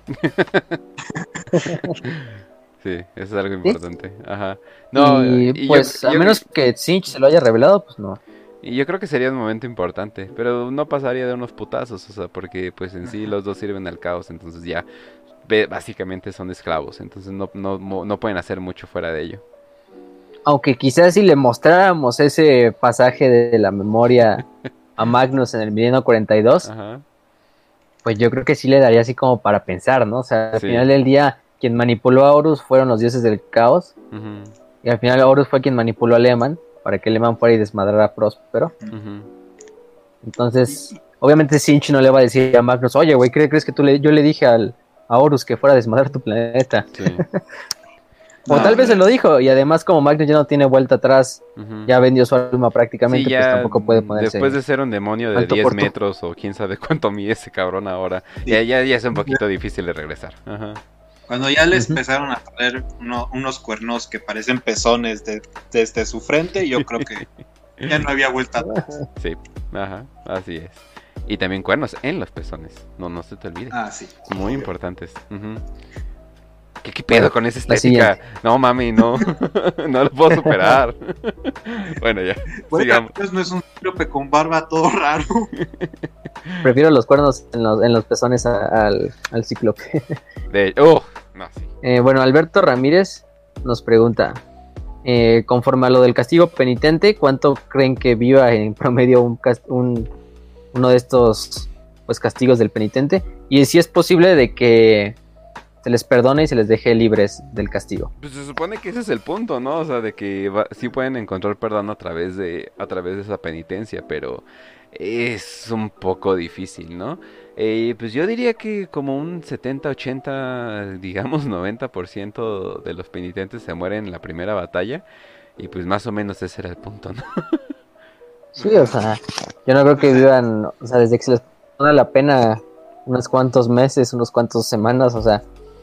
Sí, eso es algo importante. Ajá. No, y, y pues yo, a yo- menos que Sinch se lo haya revelado, pues no. y yo creo que sería un momento importante, pero no pasaría de unos putazos, o sea, porque pues en sí los dos sirven al caos, entonces ya ve- básicamente son esclavos, entonces no, no, mo- no pueden hacer mucho fuera de ello. Aunque quizás si le mostráramos ese pasaje de la memoria a Magnus en el Milenio cuarenta y dos, Ajá. pues yo creo que sí le daría así como para pensar, ¿no? O sea, al Sí. final del día, quien manipuló a Horus fueron los dioses del caos, Ujú. y al final Horus fue quien manipuló a Lehman para que Lehman fuera y desmadrara a Próspero. Ujú. Entonces, obviamente Sinch no le va a decir a Magnus, oye, güey, ¿crees, crees que tú le, yo le dije al, a Horus que fuera a desmadrar tu planeta? Sí. O No, tal vez se no. lo dijo, y además como Magnus ya no tiene vuelta atrás, Ujú. ya vendió su alma prácticamente, Sí, ya, pues tampoco puede ponerse... después de ser un demonio de alto diez por tu- metros o quién sabe cuánto mide ese cabrón ahora, Sí. ya, ya, ya es un poquito difícil de regresar. Ajá. Cuando ya les Ujú. empezaron a poner uno- unos cuernos que parecen pezones de- desde su frente, yo creo que ya no había vuelta atrás. Sí, ajá, así es. Y también cuernos en los pezones, no, no se te olvide. Ah, sí. Muy importantes. Ujú. ¿Qué, qué pedo con esa la estética? No, mami, no. No lo puedo superar. Bueno, ya, Bueno, sigamos. pues no es un cíclope con barba todo raro. Prefiero los cuernos en los, en los pezones a- al, al cíclope. De, oh, no, sí. Eh, bueno, Alberto Ramírez nos pregunta, eh, conforme a lo del castigo penitente, ¿cuánto creen que viva en promedio un, cas- un uno de estos pues castigos del penitente? Y si es posible de que se les perdone y se les deje libres del castigo. Pues se supone que ese es el punto, ¿no? O sea, de que va- sí pueden encontrar perdón a través de a través de esa penitencia, pero es un poco difícil, ¿no? Eh, pues yo diría que como un setenta, ochenta, digamos noventa por ciento de los penitentes se mueren en la primera batalla y pues más o menos ese era el punto, ¿no? Sí, o sea, yo no creo que vivan, o sea, desde que se les pone la pena unos cuantos meses, unos cuantos semanas, o sea,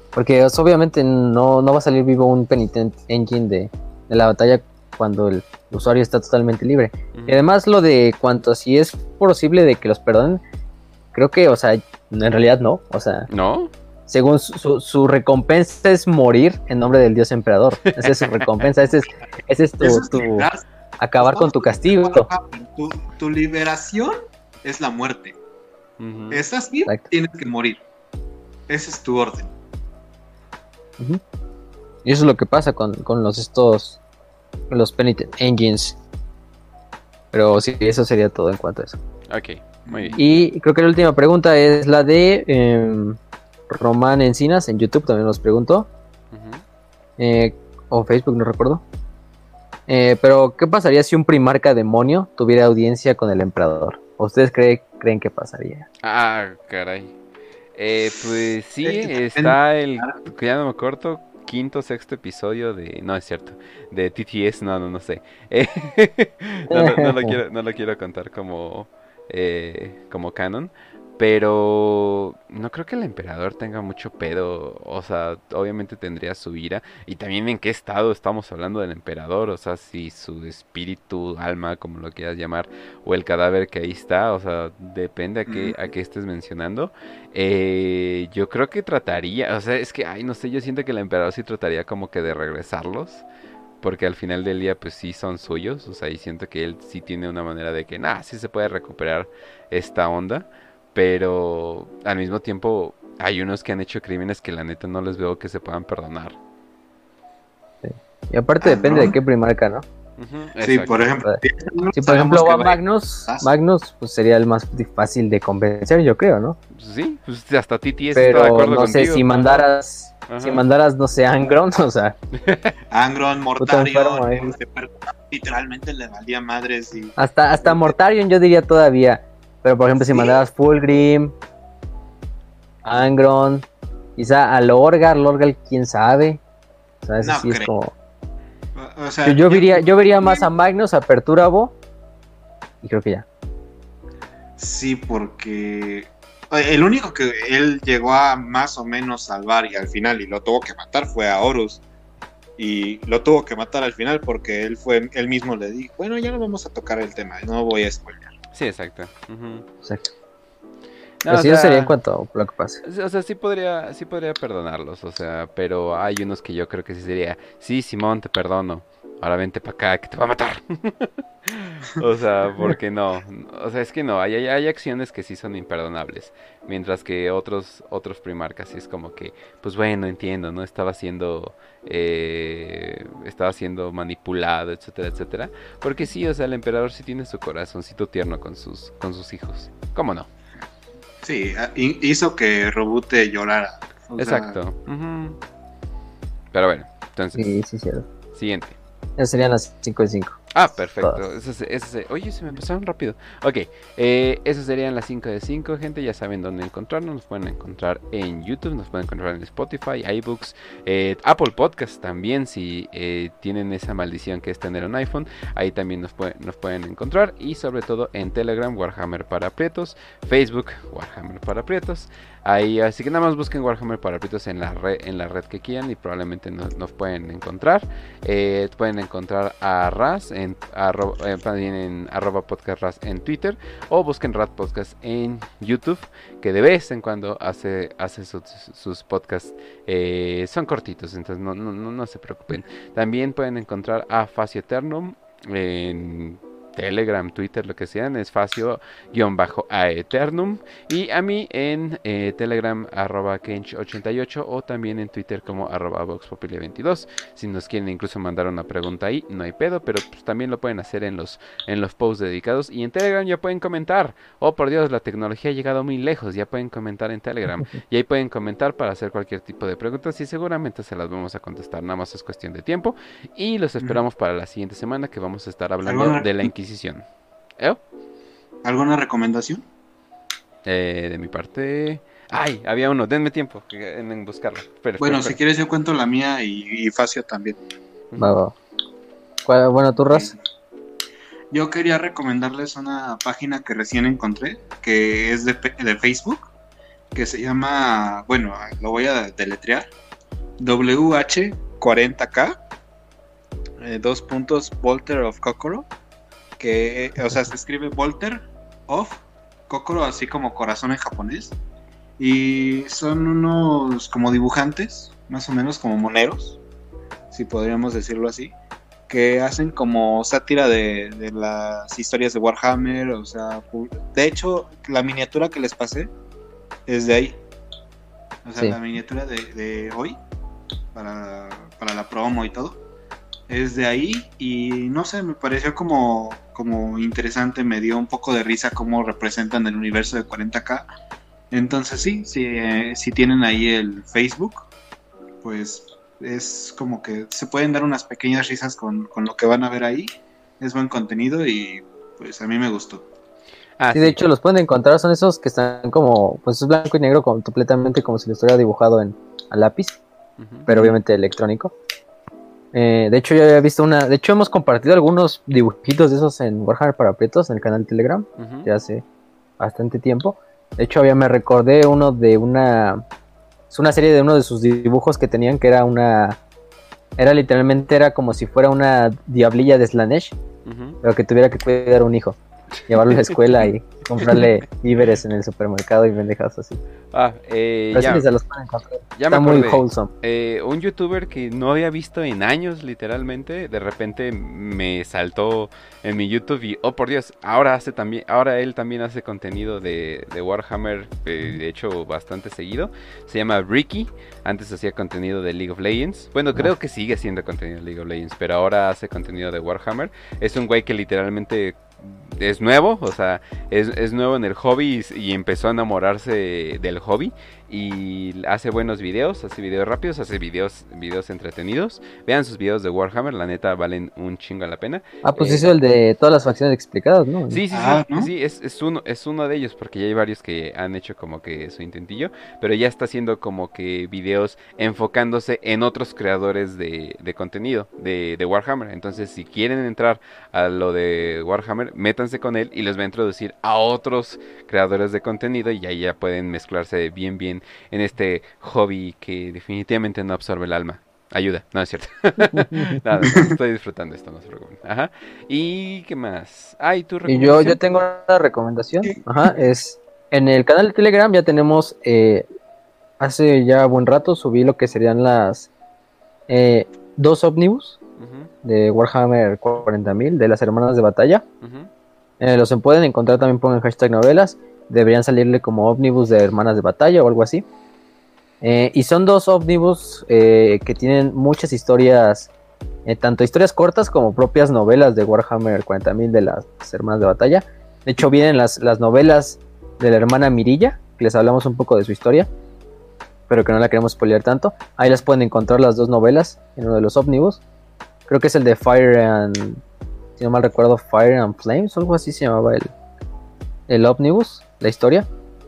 Porque o sea, obviamente no, no va a salir vivo un Penitent Engine de, de la batalla cuando el usuario está totalmente libre. Ujú. Y además lo de cuanto si es posible de que los perdonen, creo que, o sea, en realidad no. O sea, ¿No? según su, su, su recompensa es morir en nombre del dios emperador. Esa es su recompensa, ese es, ese es tu, Eso es tu liberar- acabar con tu castigo. Tu, tu liberación es la muerte. Ujú. Estás bien, Exacto. tienes que morir. Ese es tu orden. Ujú. Y eso es lo que pasa con, con los estos los Penitent Engines. Pero sí, eso sería todo en cuanto a eso. Ok, muy bien. Y creo que la última pregunta es la de eh, Román Encinas en YouTube, también nos preguntó. Ujú. Eh, o Facebook, no recuerdo. Eh, pero, ¿qué pasaría si un primarca demonio tuviera audiencia con el emperador? ¿Ustedes cree, creen que pasaría? Ah, caray. Eh, pues sí, Es que está el, que ya no me acuerdo, quinto, sexto episodio de, no es cierto, de T T S, no, no, no sé. Eh, no, lo- no lo quiero, no lo quiero contar como, eh, como canon, pero no creo que el emperador tenga mucho pedo, o sea, obviamente tendría su ira, y también en qué estado estamos hablando del emperador, o sea, si su espíritu, alma, como lo quieras llamar, o el cadáver que ahí está, o sea, depende a qué, a qué estés mencionando. Eh, yo creo que trataría, o sea, es que, ay, no sé, yo siento que el emperador sí trataría como que de regresarlos, porque al final del día, pues sí son suyos, o sea, y siento que él sí tiene una manera de que, nah, sí se puede recuperar esta onda, pero al mismo tiempo hay unos que han hecho crímenes que la neta no les veo que se puedan perdonar. Y aparte Ah, depende ¿no? de qué primarca, ¿no? Ujú, Sí, exacto. por ejemplo. Si por ejemplo va sabemos que Magnus, va- Magnus pues sería el más fácil de convencer, yo creo, ¿no? Sí, pues hasta T T S está de Pero acuerdo no sé contigo. si mandaras, Ajá. si mandaras, no sé, Angron, o sea, Angron, Puta enfermo, Mortarion, eh. este, pero literalmente le valía madres y hasta, hasta Mortarion yo diría todavía. Pero por ejemplo, si Sí. mandaras Fulgrim, Angron, quizá a Lorgar, Lorgar, quién sabe. O sea, eso No sí es creo. como. o sea, Yo, yo vería, yo vería más a Magnus, a Perturabo. Y creo que ya. Sí, porque el único que él llegó a más o menos salvar y al final y lo tuvo que matar fue a Horus. Y lo tuvo que matar al final porque él fue él mismo le dijo, bueno, ya no vamos a tocar el tema, no voy a spoiler. Sí, exacto. Ujú. Exacto. No, Pero o sí, eso sea, sería en cuanto a lo que pase. o sea, sí podría, sí podría perdonarlos, o sea, pero hay unos que yo creo que sí sería, sí, Simón, te perdono, ahora vente para acá, que te va a matar. O sea, porque no, o sea, es que no, hay, hay, hay acciones que sí son imperdonables, mientras que otros, otros primarcas sí es como que, pues bueno, entiendo, ¿no? Estaba siendo, eh, estaba siendo manipulado, etcétera, etcétera, porque sí, o sea, el emperador sí tiene su corazoncito tierno con sus, con sus hijos, ¿cómo no? Sí, hi- hizo que Robute llorara. O sea, Exacto. Ujú. Pero bueno, entonces, Sí, sí, cierto. siguiente. Esas serían las cinco de cinco. Ah, perfecto. Todas. Eso se- eso se- Oye, se me pasaron rápido. Ok, eh, esas serían las cinco de cinco, gente. Ya saben dónde encontrarnos. Nos pueden encontrar en YouTube, nos pueden encontrar en Spotify, iBooks, eh, Apple Podcast también. Si eh, tienen esa maldición que es tener un iPhone, ahí también nos, puede- nos pueden encontrar. Y sobre todo en Telegram, Warhammer para Prietos, Facebook, Warhammer para Prietos. Ahí, así que nada más busquen Warhammer para Prietos en la red, en la red que quieran y probablemente nos, nos pueden encontrar. Eh, pueden encontrar a Raz en, arro, eh, también en arroba podcast Raz en Twitter o busquen Rat Podcast en YouTube, que de vez en cuando hace, hace sus, sus podcasts, eh, son cortitos, entonces no, no, no, no se preocupen. También pueden encontrar a Facio Eternum en Telegram, Twitter, lo que sean, es Facio-a Eternum. Y a mí en eh, Telegram, arroba Kench ochenta y ocho, o también en Twitter como arroba VoxPopuli veintidós. Si nos quieren incluso mandar una pregunta ahí, no hay pedo, pero pues, también lo pueden hacer en los, en los posts dedicados. Y en Telegram ya pueden comentar. Oh, por Dios, la tecnología ha llegado muy lejos, ya pueden comentar en Telegram. Y ahí pueden comentar para hacer cualquier tipo de preguntas y seguramente se las vamos a contestar, nada más es cuestión de tiempo. Y los esperamos para la siguiente semana, que vamos a estar hablando ¿Alguna- de la Inquisición. ¿Eh? ¿Alguna recomendación? Eh, de mi parte... Ay, había uno, denme tiempo en, en buscarlo. Espera, Bueno, espera, si espera. quieres yo cuento la mía y, y Facio también. Va, va. ¿Cuál- Bueno, tú, Raz. Yo quería recomendarles una página que recién encontré, que es de, pe- de Facebook, que se llama, bueno, lo voy a deletrear, W H cuarenta K, eh, dos puntos, Volter of Kokoro, que, o sea, se escribe Volter of Kokoro, así como corazón en japonés, y son unos como dibujantes, más o menos como moneros, si podríamos decirlo así, que hacen como sátira de, de las historias de Warhammer, o sea, de hecho, la miniatura que les pasé es de ahí, o sea, Sí. la miniatura de, de hoy, para, para la promo y todo, es de ahí, y no sé, me pareció como, como interesante, me dio un poco de risa cómo representan el universo de cuarenta K, entonces sí, sí eh, si tienen ahí el Facebook, pues es como que se pueden dar unas pequeñas risas con, con lo que van a ver ahí. Es buen contenido y pues a mí me gustó. Ah, Sí, de sí. hecho los pueden encontrar, son esos que están como, pues es blanco y negro como, completamente como si lo estuviera dibujado en a lápiz, Ujú. pero obviamente electrónico. Eh, de hecho yo había visto una, de hecho hemos compartido algunos dibujitos de esos en Warhammer para Prietos en el canal de Telegram, Ujú. de hace bastante tiempo. De hecho había, me recordé uno de una, es una serie de uno de sus dibujos que tenían que era una, era literalmente, era como si fuera una diablilla de Slanesh, Ujú. pero que tuviera que cuidar a un hijo, llevarlo a la escuela y comprarle víveres en el supermercado y pendejadas así. Ah, eh, Pero ya, sí se los pueden encontrar. ya me Está muy acordé. wholesome. Eh, un youtuber que no había visto en años, literalmente, de repente me saltó en mi YouTube y, oh por Dios, ahora hace también, ahora él también hace contenido de, de Warhammer, eh, de hecho bastante seguido. Se llama Ricky, antes hacía contenido de League of Legends. Bueno, creo que sigue haciendo contenido de League of Legends, pero ahora hace contenido de Warhammer. Es un güey que literalmente es nuevo, o sea, es, es nuevo en el hobby y, y empezó a enamorarse del hobby. Y hace buenos videos, hace videos rápidos, hace videos, videos entretenidos. Vean sus videos de Warhammer, la neta valen un chingo la pena. Ah, pues Eh, hizo el de todas las facciones explicadas, ¿no? Sí, sí, Ah, sí, ¿no? sí, es, es uno, es uno de ellos, porque ya hay varios que han hecho como que su intentillo, pero ya está haciendo como que videos enfocándose en otros creadores de, de contenido de, de Warhammer. Entonces, si quieren entrar a lo de Warhammer, métanse con él y les va a introducir a otros creadores de contenido y ahí ya pueden mezclarse bien, bien en este hobby que definitivamente no absorbe el alma. Ayuda, no es cierto. Nada, no, estoy disfrutando esto, no se preocupen. Ajá. ¿Y qué más? Ay, tu Y yo, recomendación. yo tengo una recomendación. Sí. Ajá, es en el canal de Telegram ya tenemos, eh, hace ya buen rato subí lo que serían las eh, dos ómnibus Ujú, de Warhammer cuarenta mil de las hermanas de batalla. ujú. Eh, los pueden encontrar también, pongan hashtag novelas. Deberían salirle como ómnibus de hermanas de batalla o algo así. Eh, y son dos ómnibus eh, que tienen muchas historias, eh, tanto historias cortas como propias novelas de Warhammer cuarenta mil de las hermanas de batalla. De hecho, vienen las, las novelas de la hermana Mirilla, que les hablamos un poco de su historia, pero que no la queremos spoilear tanto. Ahí las pueden encontrar las dos novelas en uno de los ómnibus. Creo que es el de Fire and, si no mal recuerdo, Fire and Flames, o algo así se llamaba el, el ómnibus, la historia.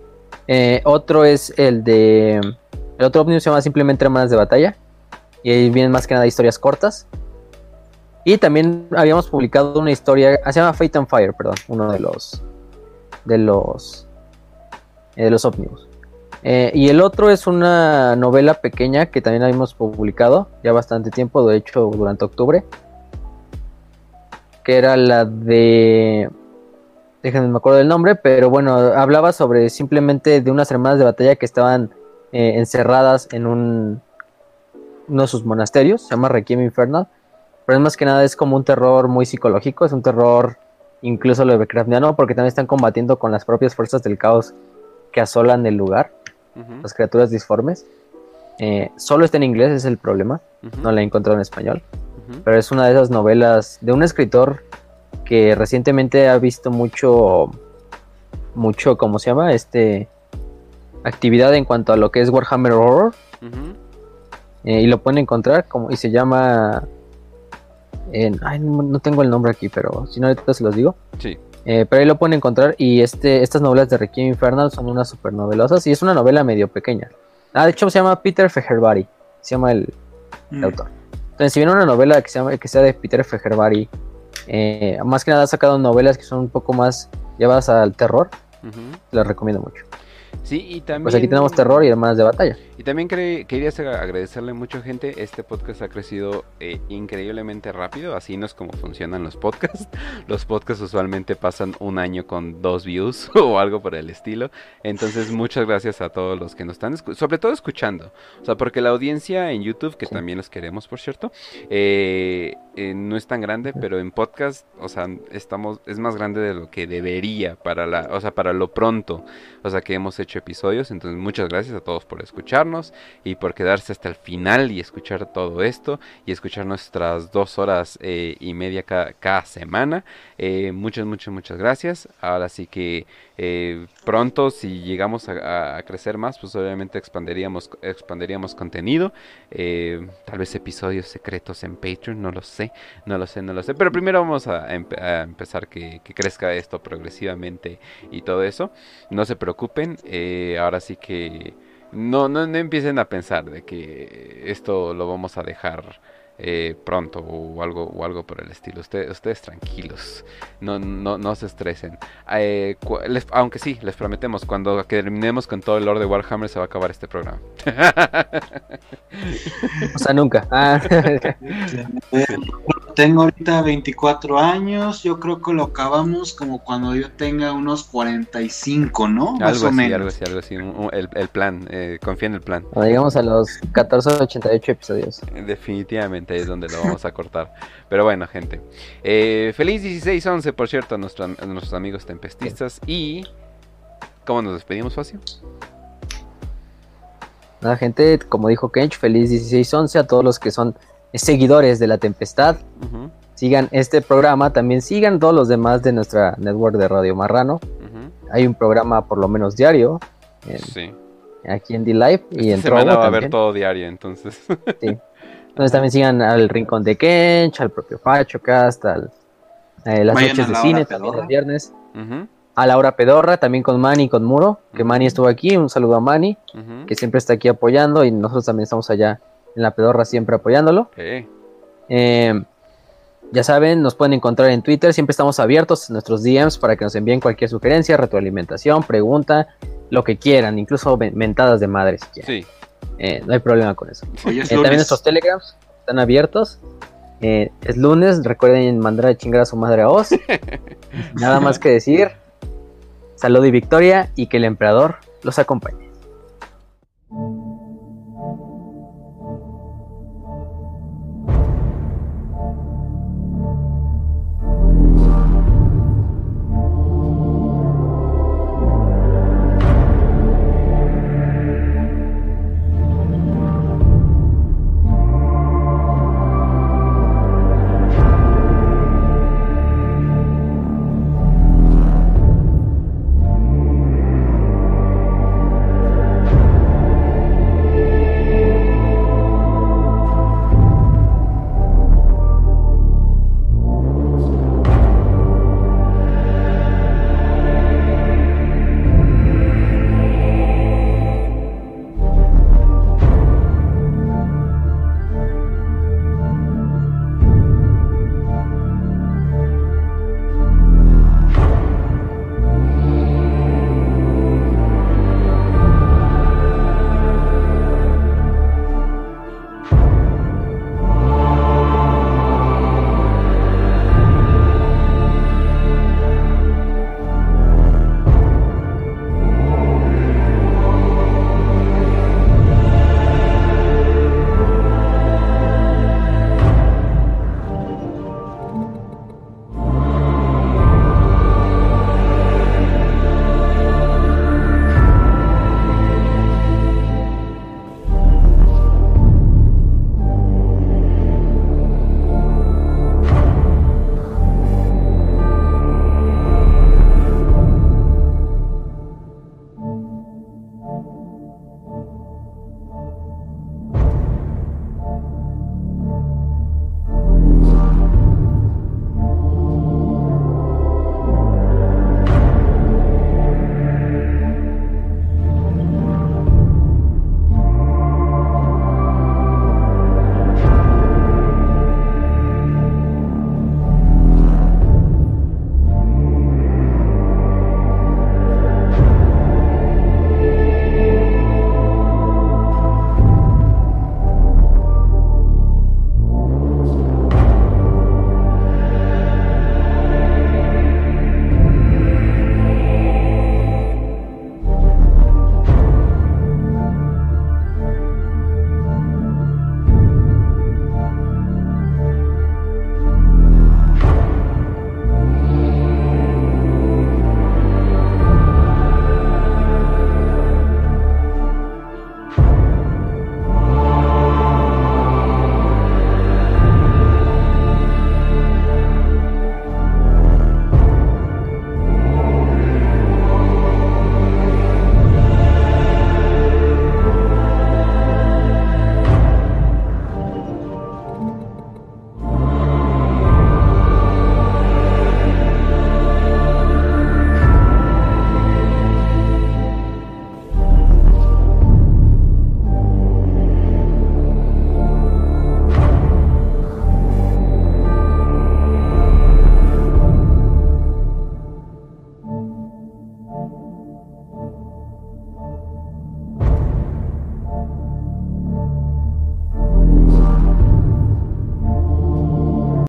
Eh, otro es el de... El otro ómnibus se llama simplemente Hermanas de Batalla. Y ahí vienen más que nada historias cortas. Y también habíamos publicado una historia... Ah, se llama Fate and Fire, perdón. Uno de los... De los... Eh, de los ómnibus. Eh, y el otro es una novela pequeña que también habíamos publicado ya bastante tiempo, de hecho durante octubre. Que era la de... Déjenme, me acuerdo del nombre, pero bueno, hablaba sobre simplemente de unas hermanas de batalla que estaban eh, encerradas en un, uno de sus monasterios, se llama Requiem Infernal, pero es más que nada es como un terror muy psicológico, es un terror incluso Lovecraftiano, porque también están combatiendo con las propias fuerzas del caos que asolan el lugar, Ujú, las criaturas disformes. Eh, solo está en inglés, es el problema, ujú, no la he encontrado en español, ujú. pero es una de esas novelas de un escritor que recientemente ha visto mucho, mucho, ¿cómo se llama? Este, actividad en cuanto a lo que es Warhammer Horror, Ujú. eh, y lo pueden encontrar como, y se llama, en, ay, no, no tengo el nombre aquí, pero si no ahorita se los digo. Sí. Eh, pero ahí lo pueden encontrar y este, estas novelas de Requiem Infernal son unas super novelosas y es una novela medio pequeña. Ah, de hecho se llama Peter Feherbari, se llama el, el Mm. autor. Entonces, si viene una novela que, se llama, que sea de Peter Feherbari, eh, más que nada ha sacado novelas que son un poco más llevadas al terror, Ujú. les recomiendo mucho. Sí, y también... Pues aquí tenemos terror y hermanas de batalla. Y también cre- quería hacer- agradecerle mucho, gente. Este podcast ha crecido eh, increíblemente rápido. Así no es como funcionan los podcasts. Los podcasts usualmente pasan un año con dos views o algo por el estilo. Entonces, muchas gracias a todos los que nos están, escu- sobre todo escuchando. O sea, porque la audiencia en YouTube, que Sí. también los queremos, por cierto, eh, eh, no es tan grande, pero en podcast, o sea, estamos, es más grande de lo que debería para la, o sea, para lo pronto. O sea, que hemos hecho episodios. Entonces, muchas gracias a todos por escucharnos y por quedarse hasta el final y escuchar todo esto y escuchar nuestras dos horas eh, y media cada, cada semana. Eh, muchas, muchas, muchas gracias. Ahora sí que eh, pronto, si llegamos a, a- a crecer más, pues obviamente expanderíamos, expanderíamos contenido. Eh, tal vez episodios secretos en Patreon, no lo sé, no lo sé, no lo sé. Pero primero vamos a, empe- a empezar que, que crezca esto progresivamente y todo eso. No se preocupen, eh, ahora sí que no, no, no empiecen a pensar de que esto lo vamos a dejar eh, pronto o algo, o algo por el estilo. Ustedes, ustedes tranquilos, no, no, no se estresen. Eh, cu- les- aunque sí, les prometemos, cuando terminemos con todo el lore de Warhammer se va a acabar este programa. O sea, nunca. Ah, Tengo ahorita veinticuatro años, yo creo que lo acabamos como cuando yo tenga unos cuarenta y cinco, ¿no? Más Algo o así, menos. algo así, algo así. un- un- el, el plan, eh, confía en el plan. cuando llegamos a los catorce ochenta y ocho episodios. Definitivamente ahí es donde lo vamos a cortar. Pero bueno, gente. Eh, feliz dieciséis once, por cierto, a, nuestro- a nuestros amigos tempestistas. Y... ¿Cómo nos despedimos, Facio? Nada, gente, como dijo Kench, feliz dieciséis once a todos los que son seguidores de La Tempestad. Ujú, Sigan este programa, también sigan todos los demás de nuestra network de Radio Marrano. ujú. Hay un programa por lo menos diario en- Sí. aquí en D-Live y Esta en semana Trovo va a haber también. todo diario, entonces. Sí. Entonces también sigan al Rincón de Kench, al propio PachoCast, al eh, las Vayan noches a de la cine hora también pedorra. los viernes. Ujú, A Laura Pedorra, también con Manny y con Muro, que Ujú. Manny estuvo aquí, un saludo a Manny, ujú. que siempre está aquí apoyando y nosotros también estamos allá en la Pedorra siempre apoyándolo. Eh, Eh, ya saben, nos pueden encontrar en Twitter, siempre estamos abiertos en nuestros D Ms para que nos envíen cualquier sugerencia, retroalimentación, pregunta, lo que quieran, incluso men- mentadas de madre si quieren. sí. Eh, no hay problema con eso. Hoy Eh, es también lunes. nuestros telegrams están abiertos. Eh, es lunes, recuerden mandar a chingar a su madre a Oz. Nada más que decir. Salud y victoria y que el emperador los acompañe.